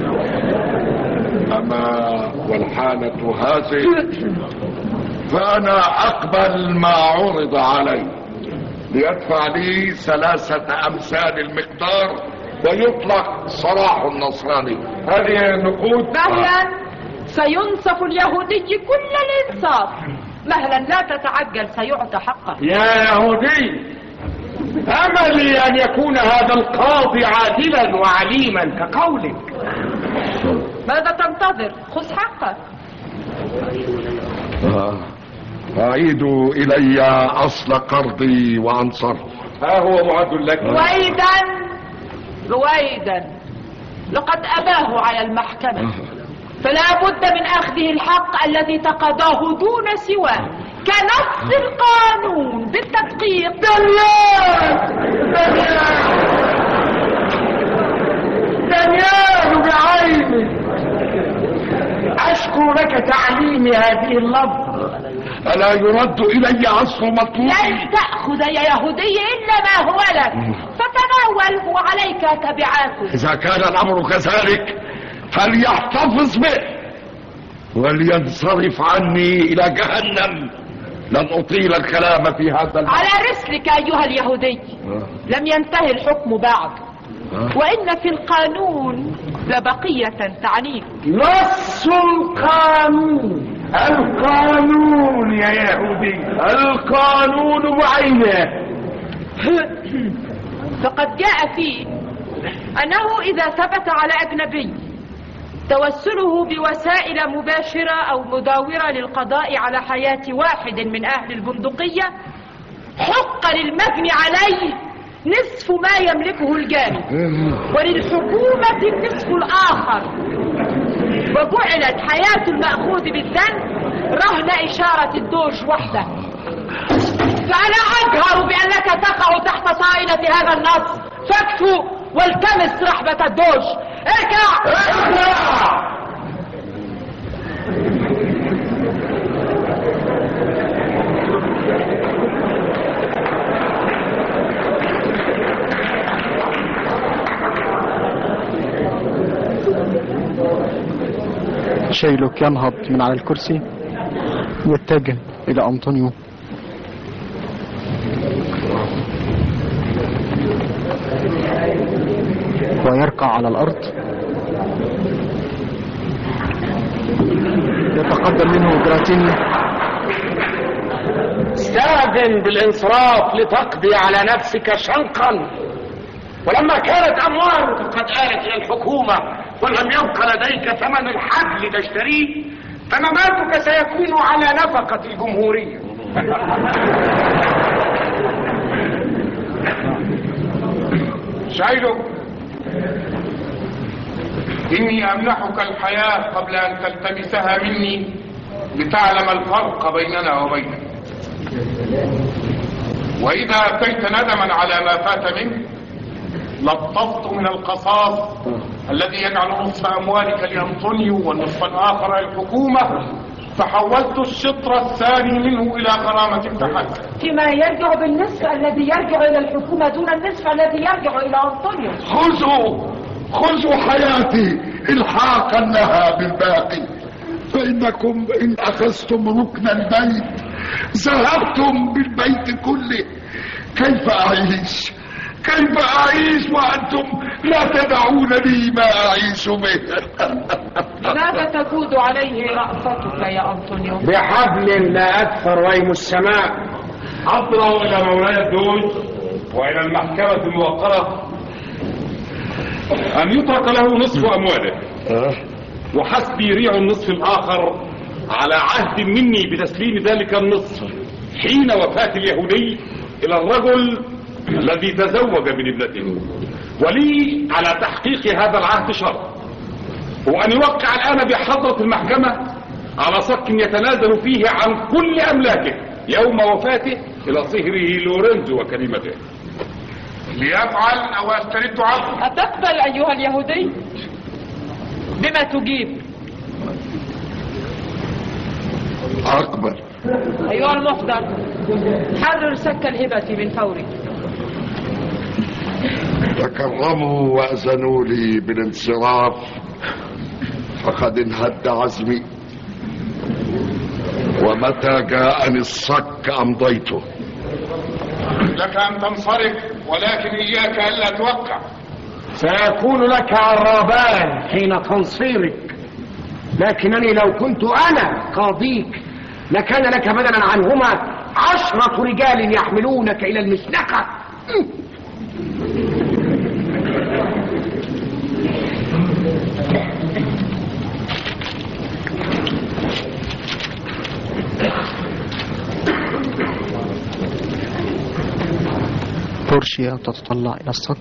أما والحالة هذه فأنا أقبل ما عرض علي، ليدفع لي ثلاثة أمثال المقدار ويطلق سراح النصراني. هذه النقود.
مهلا، سينصف اليهودي كل الإنصاف. مهلا، لا تتعجل، سيعطى حقه.
يا يهودي، أملي أن يكون هذا القاضي عادلا وعليما كقولك.
ماذا تنتظر؟ خذ حقك.
آه. أعيدوا إلي أصل قرضي وأنصر.
ها هو معد لك.
رويدا رويدا لقد أباه على المحكمة، فلا بد من أخذه الحق الذي تقاضاه دون سواه كنص القانون بالتدقيق.
دانيال دانيال بعيني، أشكر لك تعليم هذه اللفظة.
ألا يرد إلي أصل مطلوبي؟
لن تأخذ يا يهودي إلا ما هو لك، فتناوله وعليك تبعاته.
إذا كان الأمر كذلك فليحتفظ به ولينصرف عني إلى جهنم. لن أطيل الكلام في هذا الموضوع.
على رسلك أيها اليهودي.
آه.
لم ينتهي الحكم بعد،
آه.
وإن في القانون لبقية تعنيك.
نص القانون. القانون يا يهودي، القانون بعينه.
فقد جاء فيه أنه إذا ثبت على أجنبي توسله بوسائل مباشرة أو مداورة للقضاء على حياة واحد من أهل البندقية، حق للمجني عليه نصف ما يملكه الجاني، وللحكومة النصف الآخر، وجعلت حياة المأخوذ بالذنب رهن إشارة الدوج وحده. فأنا أجهر بأنك تقع تحت صائلة هذا النص، فاكفو والتمس رحبة الدوج. اركع اركع.
شيلوك ينهض من على الكرسي، يتجه إلى أنطونيو. ويركع على الأرض. يتقدم منه جراتيني.
استأذن بالانصراف لتقضي على نفسك شنقا، ولما كانت أموالك قد آلت إلى الحكومة ولم يبق لديك ثمن الحبل تشتريه، فمماتك سيكون على نفقة الجمهورية.
شايلو، إني أمنحك الحياة قبل أن تلتمسها مني لتعلم الفرق بيننا وبينك، وإذا أتيت ندما على ما فات منك لطفت من القصاص الذي يجعل نصف أموالك لأنطونيو والنصف الآخر للحكومة، فحولت الشطر الثاني منه إلى غرامة تحت،
فيما يرجع بالنصف الذي يرجع إلى الحكومة دون النصف الذي يرجع إلى أنطونيو.
خذوا خذوا حياتي إلحاقا لها بالباقي، فإنكم إن أخذتم ركن البيت ذهبتم بالبيت كله. كيف أعيش كيف أعيش وأنتم لا تدعون لي ما أعيش به؟
ماذا تجود عليه رأفتك يا أنطونيو؟
بحبل لا أكثر ويم السماء.
أضروا إلى مولاي الدوج وإلى المحكمة الموقرة أن يترك له نصف أمواله، وحسبي ريع النصف الآخر على عهد مني بتسليم ذلك النصف حين وفاة اليهودي إلى الرجل الذي تزوج من ابنته. ولي على تحقيق هذا العهد شرط، وأن يوقع الآن بحضرة المحكمة على صك يتنازل فيه عن كل أملاكه يوم وفاته إلى صهره لورنزو وكلمته.
ليفعل أو أسترد عقله.
أتقبل أيها اليهودي؟ بما تجيب؟
أقبل.
أيها المحضر، حرر سك الهبة من فوري.
تكرموا وأذنوا لي بالانصراف، فقد انهد عزمي، ومتى جاءني الصك أمضيته.
لك أن تنصرف، ولكن إياك ألا توقع.
سيكون لك عرابان حين تنصيرك، لكنني لو كنت أنا قاضيك لكان لك بدلا عنهما عشرة رجال يحملونك إلى المشنقة.
بورشيا تتطلع إلى الصك.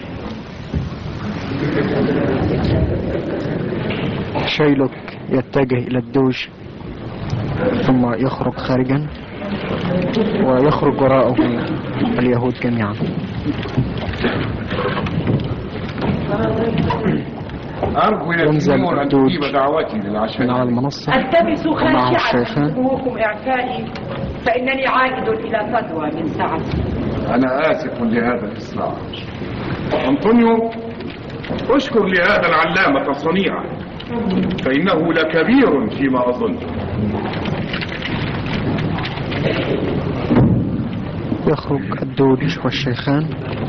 شايلوك يتجه إلى الدوج ثم يخرج خارجا ويخرج وراءه اليهود جميعا.
أرجو يا سيمور أن تجيب دعواتي للعشاء
من على المنصة
التمس
ومعه
خاشعة
الشيخان.
سموكم إعفائي فإنني عائد إلى فدوى من ساعتي.
أنا آسف لهذا الإسراع. أنطونيو، أشكر لهذا العلامة صنيعا فإنه لكبير فيما أظن.
يخرج الدوج والشيخان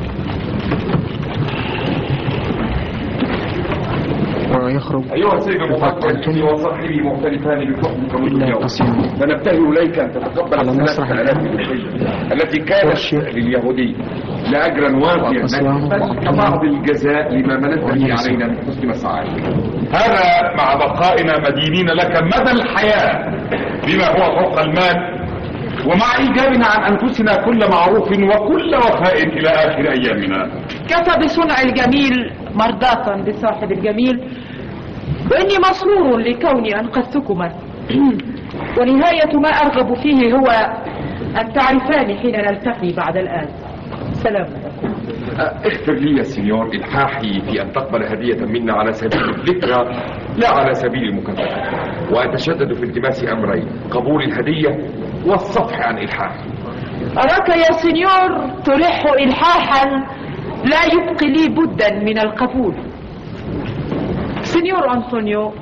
ويخرج
أيها السيد المفكر وصاحبي مختلفان بحكمكم اليوم، فنبتهل إليك أن تتقبل الثلاث آلاف التي كانت لليهودي لأجرا وافيا كبعض الجزاء لما مننت به علينا من حسن مساعيك.
هذا مع بقائنا مدينين لك مدى الحياة بما هو فوق المال، ومع إيجابنا عن أنفسنا كل معروف وكل وفاء إلى آخر أيامنا.
كفى بصنع الجميل مرضاة بصاحب الجميل، وإني مسرور لكوني أنقذتكما. ونهاية ما أرغب فيه هو أن تعرفاني حين نلتقي بعد الآن. سلام.
اغفر لي يا سينيور إلحاحي في أن تقبل هدية منا على سبيل الذكرى لا على سبيل المكافأة، وأتشدد في التماس أمرين: قبول الهدية والصفح عن إلحاحي.
أراك يا سينيور تلح إلحاحا لا يبقي لي بدا من القبول. سينيور أنطونيو،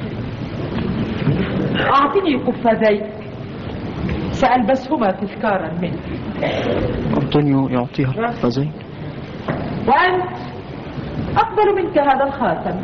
أعطني قفازيك سألبسهما تذكارا منك.
أنطونيو يعطيها القفازين.
وأنت أقبل منك هذا الخاتم.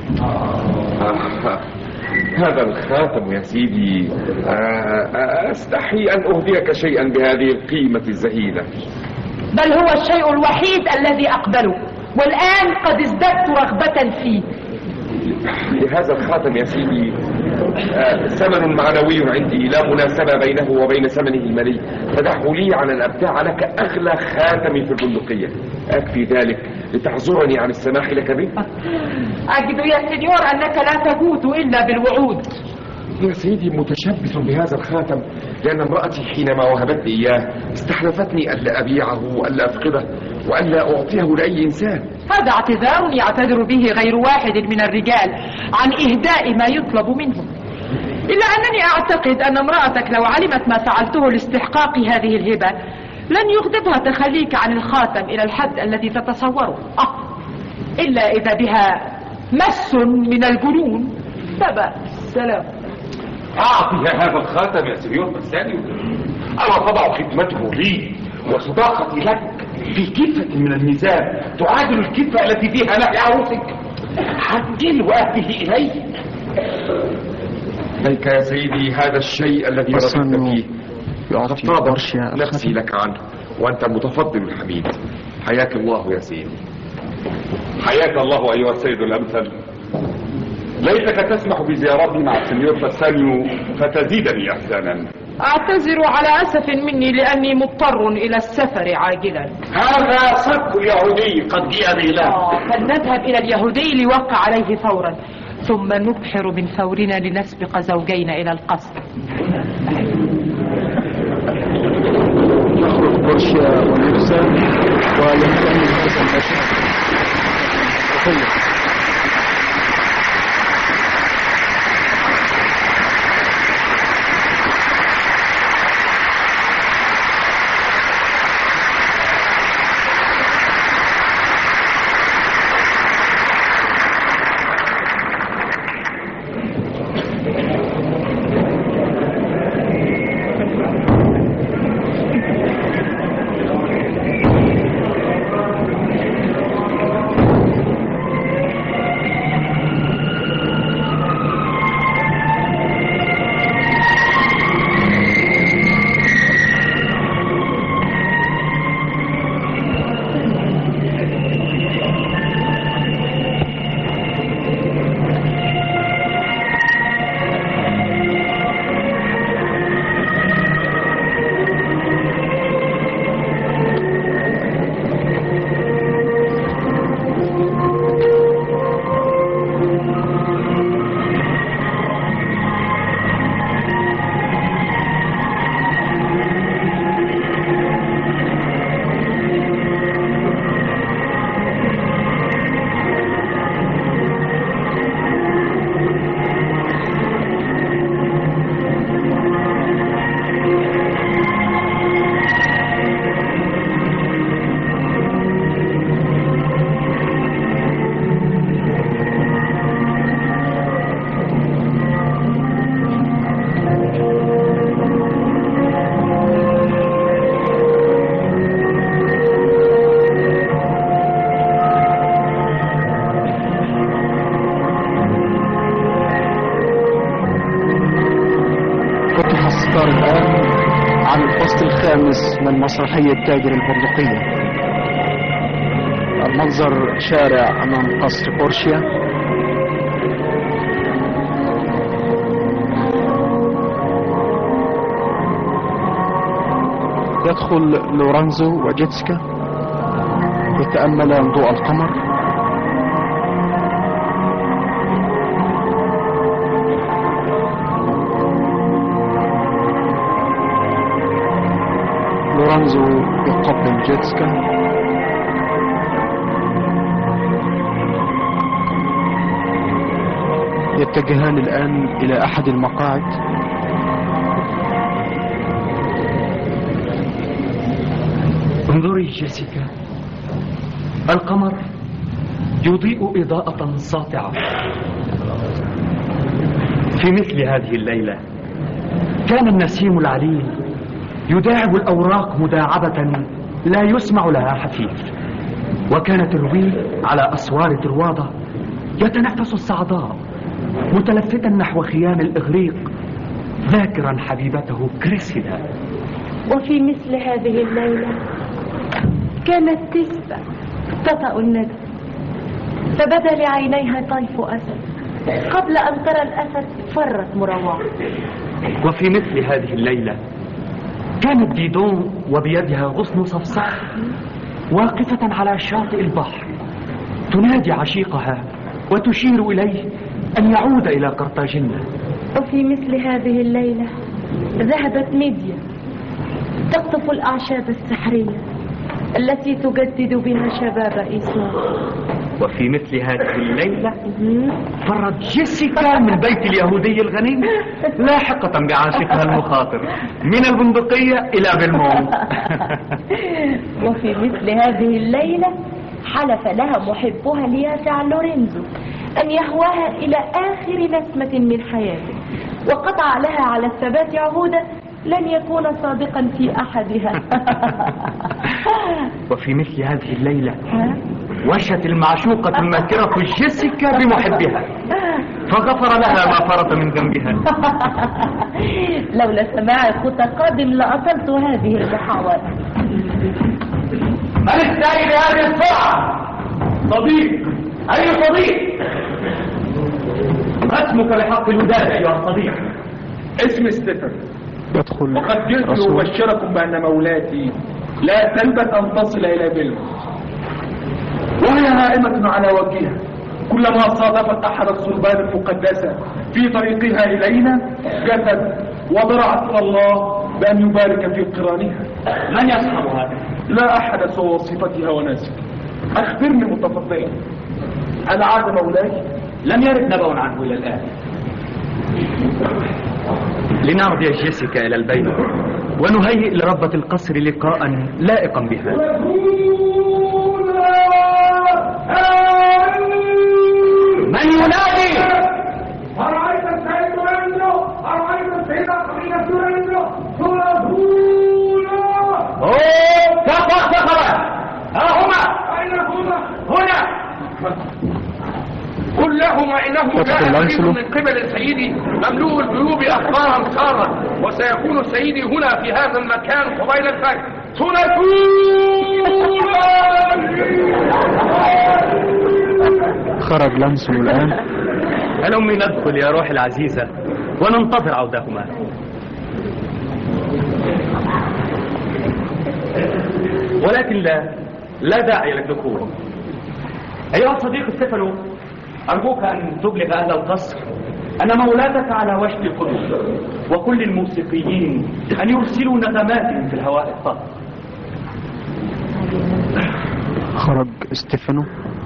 آه. هذا الخاتم يا سيدي، آه أستحي أن أهديك شيئا بهذه القيمة الزهيدة.
بل هو الشيء الوحيد الذي أقبله، والآن قد ازددت رغبة فيه.
لهذا الخاتم يا سيدي آه ثمن معنوي عندي لا مناسبة بينه وبين ثمنه المالي، فدعه لي على أن أبتاع لك أغلى خاتم في البندقية. أكفي ذلك لتعذرني عن السماح لك به.
أجد يا سينيور أنك لا تجود إلا بالوعود.
يا سيدي متشبث بهذا الخاتم لأن امرأتي حينما وهبتني إياه استحلفتني ألا أبيعه وألا أفقده وألا أعطيه لأي إنسان.
هذا اعتذار يعتذر به غير واحد من الرجال عن إهداء ما يطلب منهم، إلا أنني أعتقد أن امرأتك لو علمت ما فعلته لاستحقاق هذه الهبة لن يغضبها تخليك عن الخاتم إلى الحد الذي تتصوره. آه. إلا إذا بها مس من الجنون فبأس. سلام.
أعطي هذا الخاتم يا سينيور بسانيو. أنا تضع خدمته لي وصداقتي لك في كفة من الميزان تعادل الكفة التي فيها نهي عروسك. عدل وأهده إلي. ليك يا سيدي هذا الشيء الذي رغبت فيه، قد نفسي لك عنه، وأنت المتفضل الحميد. حياك الله يا سيدي.
حياك الله أيها السيد الأمثل. ليتك تسمح بزيارتي مع السنيور بسانيو فتزيدني إحسانا.
أعتذر على أسف مني لأني مضطر إلى السفر عاجلا.
هذا صك اليهودي قد جاء بإله.
فلنذهب إلى اليهودي ليوقع عليه فورا، ثم نبحر من ثورنا لنسبق زوجين إلى القصر.
يخرج بورشيا ونفسه وينتهي هذا المشهد. الخامس من مسرحية تاجر البندقية. المنظر شارع أمام قصر بورشيا. يدخل لورانزو وجيتسكا يتأملان ضوء القمر. لورانزو يقبل جيتسكا. يتجهان الآن إلى أحد المقاعد.
انظري جيسيكا، القمر يضيء إضاءة ساطعة. في مثل هذه الليلة كان النسيم العليل يداعب الأوراق مداعبة لا يسمع لها حفيف، وكان ترويج على أسوار طروادة يتنفس الصعداء متلفتا نحو خيام الإغريق ذاكرا حبيبته كريسيدا.
وفي مثل هذه الليلة كانت تسبح تطأ الندى، فبدا لعينيها طيف أسد، قبل أن ترى الأسد فرت مروعة.
وفي مثل هذه الليلة كانت ديدون وبيدها غصن صفصاف واقفة على شاطئ البحر تنادي عشيقها وتشير إليه أن يعود إلى قرطاجنة.
وفي مثل هذه الليلة ذهبت ميديا تقطف الأعشاب السحرية التي تجدد بها شباب إيسور.
وفي مثل هذه الليلة فرت جيسيكا من بيت اليهودي الغني لاحقة بعاشقها المخاطر من البندقية إلى بلمون.
وفي مثل هذه الليلة حلف لها محبها اليافع لورينزو أن يهواها إلى آخر نسمة من حياته، وقطع لها على الثبات عهودا لن يكون صادقا في أحدها.
وفي مثل هذه الليلة وشت المعشوقة الماكرة جيسيكا بمحبها فغفر لها ما فرط من ذنبها.
لولا سماع خطى قادم لأطلت هذه المحاولة.
من السائل هذه السرعة؟ صديق. أي صديق؟ ما اسمك بحق الوداد أيها الصديق؟
اسمي ستيفن.
يدخل
وقد جئت لأبشركم بأن مولاتي لا تلبث أن تصل إلى بلم، وهي هائمة على وجهها كلما صادفت أحد الصلبان المقدسة في طريقها إلينا جثت وضرعت إلى الله بأن يبارك في قرانها.
من يصحب هذا؟
لا أحد سوى وصفتها وناسك. أخبرني متفضلا، هل عاد مولاي؟
لم يرد نبأ عنه إلى الآن. لنعود يا جيسيكا إلى البيت ونهيئ لربة القصر لقاء لائقا بها. من ينادي؟
أرأيت السيد لورينزو؟ أرأيت السيدة قبيلة لورينزو؟ طلبونا.
أوه كفى كفى. ها هما.
أين هما؟
هنا.
قل لهما إنه جاء جديد من قبل سيدي مملوء الجيوب أخبارا سارة، وسيكون سيدي هنا في هذا المكان قبيل الفجر.
خرج لانسون الآن.
هلم ندخل يا روحي العزيزة وننتظر عودهما. ولكن لا لا داعي للدخول. أيها الصديق ستيفانو، أرجوك أن تبلغ أهل القصر أن مولاتك على وشك القدوم، وكل الموسيقيين أن يرسلوا نغمات في الهواء الطاهر.
خرج ستيفانو.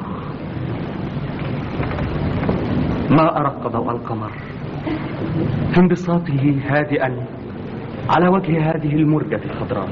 ما أرق ضوء القمر في انبساطه هادئا على وجه هذه المرجة الخضراء.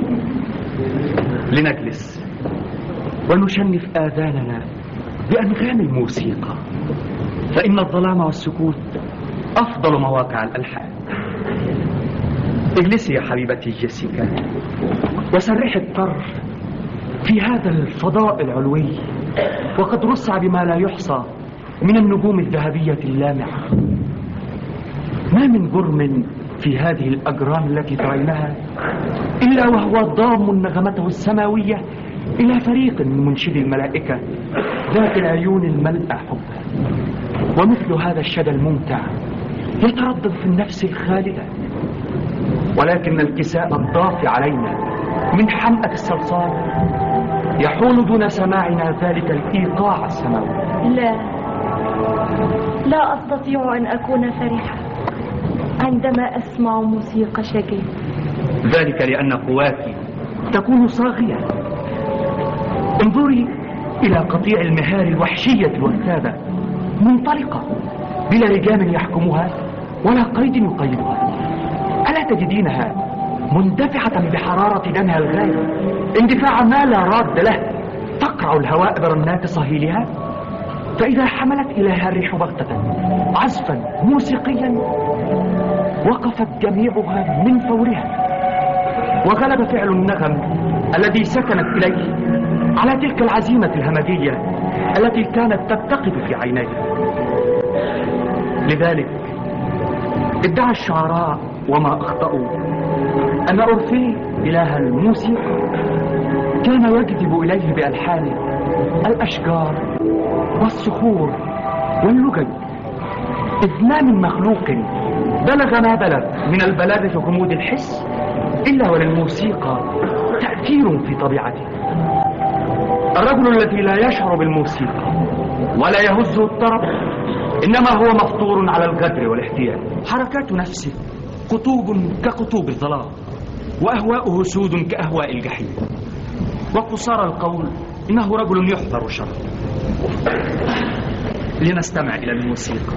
لنجلس ونشنف آذاننا بأنغام الموسيقى، فإن الظلام والسكوت أفضل مواقع الألحان. اجلسي يا حبيبتي جيسيكا وسرحي الطرف في هذا الفضاء العلوي، وقد رصع بما لا يحصى من النجوم الذهبية اللامعة. ما من جرم في هذه الأجرام التي ترينها إلا وهو ضام نغمته السماوية إلى فريق من منشدي الملائكة ذات العيون الملأى حبا. ومثل هذا الشدى الممتع يتردد في النفس الخالدة، ولكن الكساء الضاف علينا من حمأة الصلصال يحول دون سماعنا ذلك الإيقاع السماوي.
لا لا أستطيع أن أكون فرحة عندما أسمع موسيقى شجية.
ذلك لأن قواتي تكون صاغية. انظري إلى قطيع المهار الوحشية الوثابة منطلقة بلا لجام يحكمها ولا قيد يقيدها. ألا تجدينها مندفعة بحرارة دمها الغالي اندفاع ما لا راد له، تقرع الهواء برنات صهيلها، فإذا حملت إليها الريح بغتة عزفا موسيقيا وقفت جميعها من فورها، وغلب فعل النغم الذي سكنت إليه على تلك العزيمة الهمجية التي كانت تتقد في عينيها. لذلك ادعى الشعراء وما أخطأوا أن أورفيه إله الموسيقى كان يجذب إليه بألحانه الأشجار والصخور واللجج، إذ ما من مخلوق بلغ ما بلغ من البلاغ في غموض الحس إلا وللموسيقى تأثير في طبيعته. الرجل الذي لا يشعر بالموسيقى ولا يهزه الطرب إنما هو مفطور على الغدر والاحتيال. حركات نفسه قطوب كقطوب الظلام، وأهواؤه سود كأهواء الجحيم، وقصار القول إنه رجل يحذر شر. لنستمع إلى الموسيقى.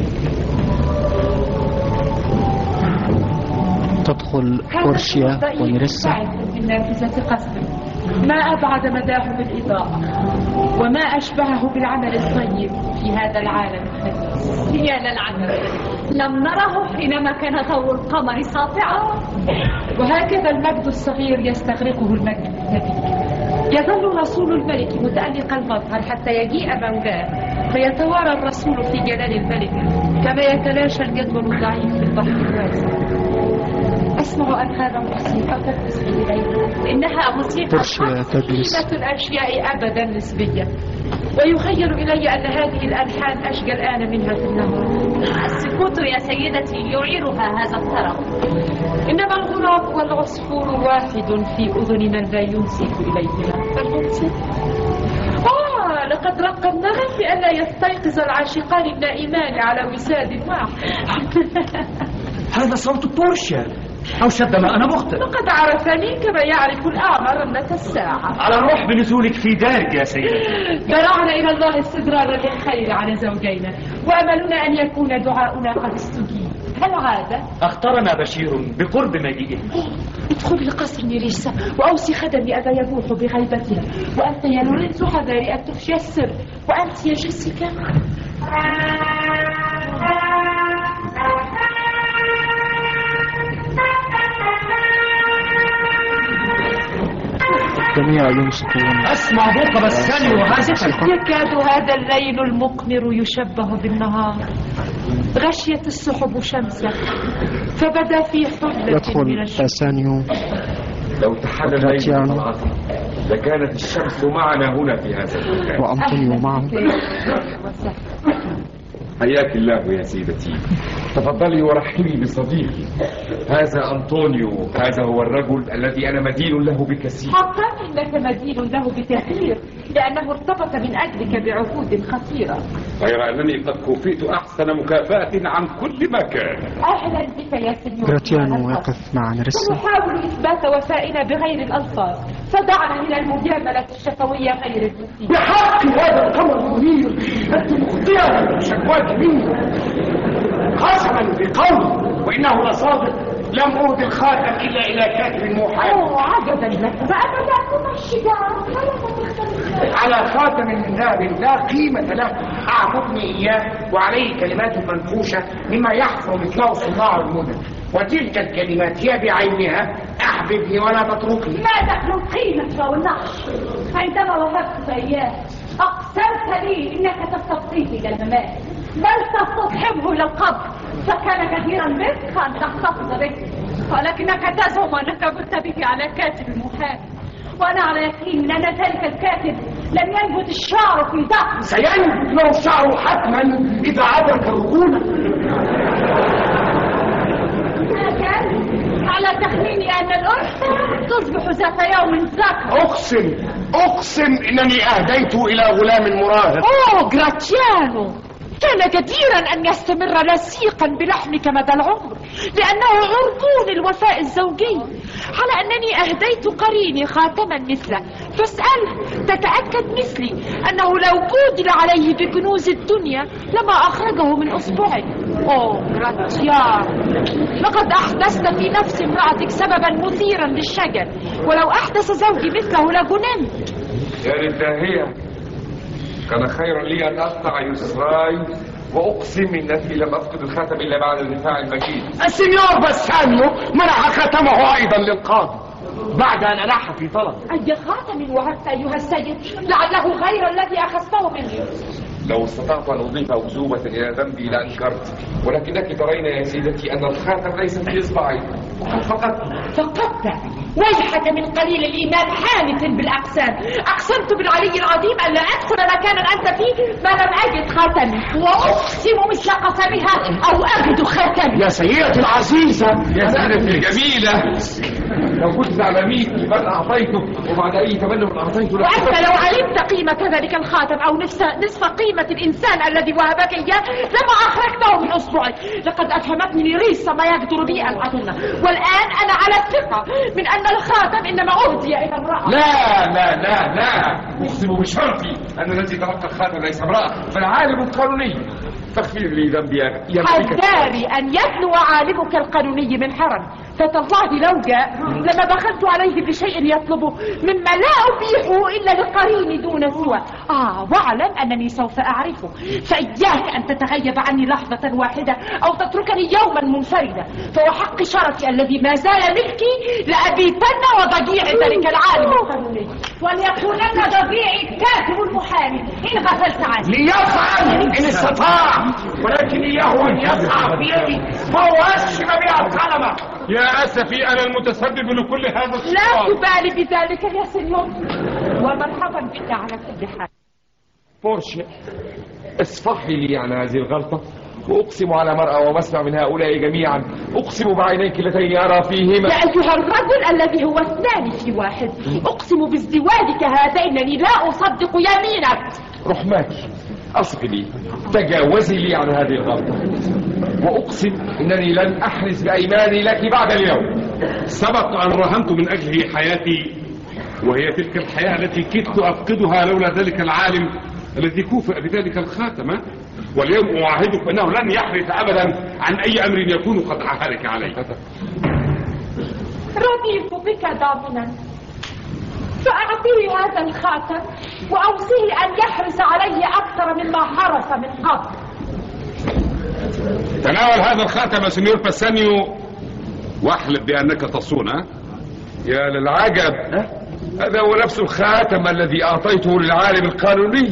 تدخل بورشيا ونيرسا.
بالنافذة قصد ما أبعد مداه بالإضاءة وما أشبهه بالعمل الطيب في هذا العالم الحديث.
يا للعجب، لم نره حينما كان ضوء القمر ساطعا.
وهكذا المجد الصغير يستغرقه المجد الكبير. يظل رسول الملك متألق المظهر حتى يجيء مولاه، فيتوارى الرسول في جلال الملك كما يتلاشى الجدول الضعيف في البحر الواسع. أسمع أنهار موسيقى تلتفت إلي، إنها موسيقى حقيقة الأشياء أبدا نسبية، ويخيل إلي أن هذه الألحان أشجى الآن منها في النهار.
السكوت يا سيدتي يعيرها هذا الطرب،
إنما الغراب والعصفور واحد في أذن من لا ينصت إليهما. فالمنصت آه لقد رق النغم بألا يستيقظ العاشقان النائمان على وساد واحد.
هذا صوت بورشيا، أو شد ما أنا مخطئ.
لقد عرفني كما يعرف الأعمى رنة الساعة.
على الروح بنزولك في دارك يا سيدي.
درعنا إلى الله استدرارا للخير على زوجينا، وأملنا أن يكون دعاؤنا قد استجيب. هل عاد؟
أخطرنا بشير بقرب مجيئه.
ادخل لقصر نيريسا وأوصي خدمي ألا يبوح بغيبتها، وأنت يا لورينزو حذاري أن تفشي السر، وأنت يا جيسيكا
الجميع ينصتون.
أسمع بوق بساني وهازفا.
يكاد هذا الليل المقمر يشبه بالنهار. غشيت السحب شمسه فبدا في حلة
يدخل
من الشمس.
باسانيو.
لو تحلل الليل لكانت الشمس معنا هنا في هذا المكان،
وأنطونيو معه.
حياك الله يا سيدتي. تفضلي ورحبي بصديقي. هذا أنطونيو، هذا هو الرجل الذي أنا مدين له بكثير.
حقا إنك مدين له بكثير، لأنه ارتبط من أجلك بعهود خطيرة.
غير أنني قد كفيت أحسن مكافأة عن كل مكان.
أهلا بك يا سيدي.
جراتيانو يقف مع نيرسا.
نحاول إثبات وفائنا بغير الألفاظ، فدعنا إلى المجاملة الشفوية غير المفيدة.
بحق هذا القمر المنير أنت مخطئة شكواك مني قسما بقول، وإنه لصادق. لم أود الخاتم إلا إلى كاتب موحد.
أوه عجبا لك، فأبدأكم الشجاع
على خاتم من ذهب لا قيمة له أعطتني إياه، وعليه كلمات منفوشة مما يحفر مثله صناع المدن، وتلك الكلمات هي بعينها: أحببني ولا تتركني.
ما دخل القيمة والنقش؟ عندما وهبتك إياه أقسمت لي إنك تستبقيه إلى الممات، بل تستصحبه إلى القبر، فكان كثيرا بك أن تحتفظ به. ولكنك تزعم أنك كنت به على كاتب المحامي، وأنا على يقين من أن ذلك الكاتب لم ينبت الشعر في ظهره.
سينبت له الشعر حتما إذا أدرك الرجولة.
لكن على تخميني أن الأنثى تصبح ذات يوم ذكر.
أقسم أقسم إنني أهديت إلى غلام مراهق.
أوه جراتيانو، كان جديرا أن يستمر لصيقا بلحمك مدى العمر، لأنه عرضون الوفاء الزوجي. على أنني أهديت قريني خاتما مثله، فاسأله تتأكد مثلي أنه لو جودل عليه بكنوز الدنيا لما أخرجه من أصبعي. أوه جراتيانو، لقد أحدثت في نفس امرأتك سببا مثيرا للشجن، ولو أحدث زوجي مثله لجننت.
يا للداهية، كان خيرا لي أن أقطع يسراي وأقسم إنني لم أفقد الخاتم إلا بعد الدفاع المجيد.
السنيور بسانيو منح خاتمه أيضا للقاضي بعد أن ألح في طلب.
أي خاتم وهبت أيها السيد؟ لعله غير الذي أخذته مني.
لو استطعت أن أضيف أكذوبة إلى ذنبي لأنكرت، ولكنك ترين يا سيدتي أن الخاتم ليس في إصبعي وقد فقدته.
فقدت؟ ويحك من قليل الإيمان حانث بالأقسام. أقسمت بالعلي العظيم أن لا أدخل مكانا أنت فيه ما لم أجد خاتمي، وأقسم مثل قسمها أو أجد خاتمي.
يا سيدتي العزيزة،
يا سيدتي الجميلة، لو كنت تعلمين من أعطيته وبعد أي تمنى أعطيته.
وأنت لو علمت قيمة ذلك الخاتم أو نصف نصف قيمة الإنسان الذي وهبك إياه لما أخرجته من أصبعي. لقد أفهمتني ريس ما يقدر بي أن أظن، والآن أنا على الثقة من أن الخاتم إنما أهدي إلى امرأة.
لا لا لا لا، أقسم بشرفي أن الذي تلقى الخاتم ليس امرأة بل عالم قانوني. تغفر لي ذنبي يا ملكة.
حذاري أن يبلو عالمك القانوني من حرم، فتالله لو جاء لما بخلت عليه بشيء يطلبه مما لا أبيحه إلا لقرين دون سوى. آه واعلم أنني سوف أعرفه، فإياك أن تتغيب عني لحظة واحدة أو تتركني يوما منفردا، فوحق شرفي الذي ما زال ملكي لأبيتن وضجيع ذلك العالم القانوني،
وليكونن ضجيعي الكاتب المحامي إن غفلت عنه.
ليفعل إن استطاع، ولكن إياه أن يسعى في يدي فواشم بها القلمة.
يا أسفي أنا المتسبب لكل هذا الشر.
لا تبالي بذلك يا سنيور، ومرحبا بك على كل حال.
بورشا، اصفحي لي عن هذه الغلطة، وأقسم على مرأة ومسمع من هؤلاء جميعا، أقسم بعينيك اللتين أرى فيهما.
يا أيها الرجل الذي هو اثنان في واحد، أقسم بازدواجك هذا إنني لا أصدق يمينك.
رحماكي، أصفي لي، تجاوزي لي عن هذه الغلطة، وأقسم أنني لن أحرز بأيماني لك بعد اليوم.
سبق أن رهنت من أجله حياتي، وهي تلك الحياة التي كدت أفقدها لولا ذلك العالم الذي كوفئ بذلك الخاتم. واليوم أعاهدك أنه لن يحرث أبدا عن أي أمر يكون قد عهدك عليه.
رضيت بك ضامنا، فأعطيه هذا الخاتم وأوصيه أن يحرص عليه أكثر مما حرص من قبل.
تناول هذا الخاتم سنيور باسانيو واحلف بأنك تصونه.
يا للعجب، هذا هو نفس الخاتم الذي أعطيته للعالم القانوني.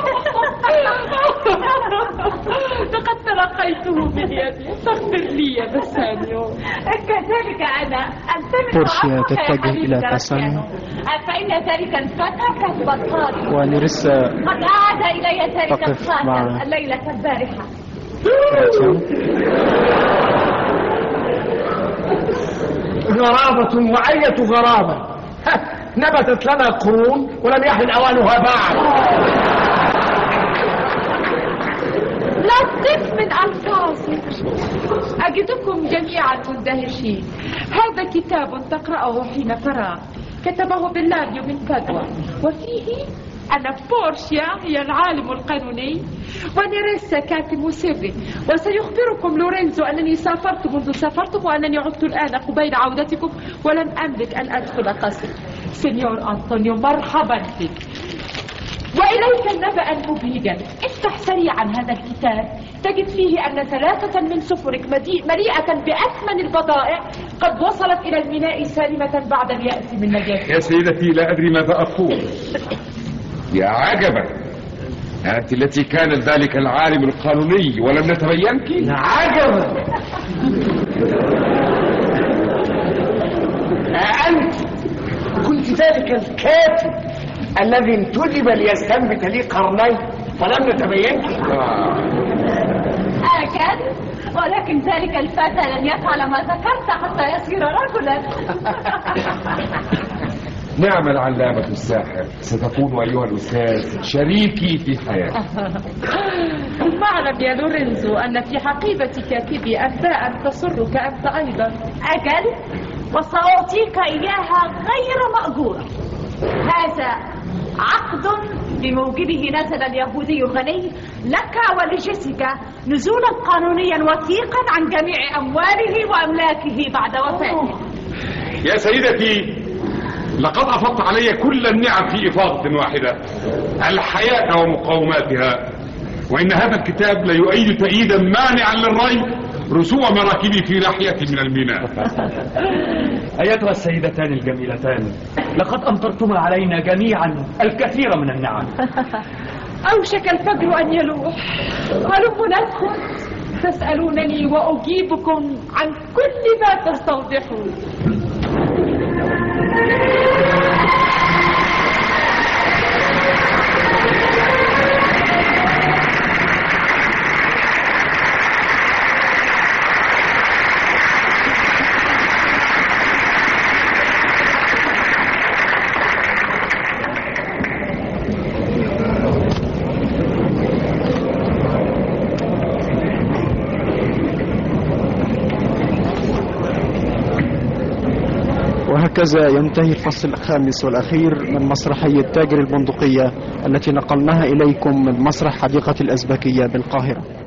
لقد تلقيته بيدي، استغفر لي يا باسانيو.
كذلك أنا أنتمي.
بورشيا تتجه إلى باسانيو،
فإن ذلك الفتى كتب الطالب،
ونرسا
قد عاد إلي ذلك الخاتم الليلة البارحة.
غرابة وأية غرابة، نبتت لنا قرون ولم يحن أوانها بعد.
لطف من ألفاظك، أجدكم جميعا مندهشين. هذا كتاب تقرأه حين فراغ، كتبه بلاريو من بادوا، وفيه أنا بورشيا هي العالم القانوني، ونيريسا كاتب سري، وسيخبركم لورينزو أنني سافرت منذ سافرتم وأنني عدت الآن قبيل عودتكم ولم أملك أن أدخل قصر. سينيور أنطونيو مرحبا بك، وإليك النبأ المبهجا. افتح سريعا هذا الكتاب، تجد فيه أن ثلاثة من سفرك مليئة بأثمن البضائع قد وصلت إلى الميناء سالمة بعد اليأس من نجاتها.
يا سيدتي لا أدري ماذا أقول.
يا عجبا، أنت التي كان ذلك العالم القانوني ولم نتبينك.
عجبا، أنت كنت ذلك الكاتب الذي انتدب ليستنبت لي قرنين فلم نتبينك.
أكد، ولكن ذلك الفتى لن يفعل ما ذكرت حتى يصير رجلا.
نعم العلامة الساحر، ستكون أيها الأستاذ شريكي في حياتي.
معلم يا لورينزو أن في حقيبة كاتبي أنباء تسرك أنت أيضا.
أجل، وسأعطيك إياها غير مأجورة. هذا عقد بموجبه نزل اليهودي الغني لك ولجيسيكا نزولا قانونيا وثيقا عن جميع أمواله وأملاكه بعد وفاته.
يا سيدتي، لقد أفضت علي كل النعم في إفاضة واحدة، الحياة ومقوماتها، وإن هذا الكتاب ليؤيد تأييدا مانعا للري رسوم مراكبي في ناحية من الميناء.
أيتها السيدتان الجميلتان، لقد أمطرتما علينا جميعا الكثير من النعم.
أوشك الفجر أن يلوح، هلم ندخل، تسألونني وأجيبكم عن كل ما تستوضحون.
وهكذا ينتهي الفصل الخامس والأخير من مسرحية تاجر البندقية التي نقلناها إليكم من مسرح حديقة الأزبكية بالقاهرة.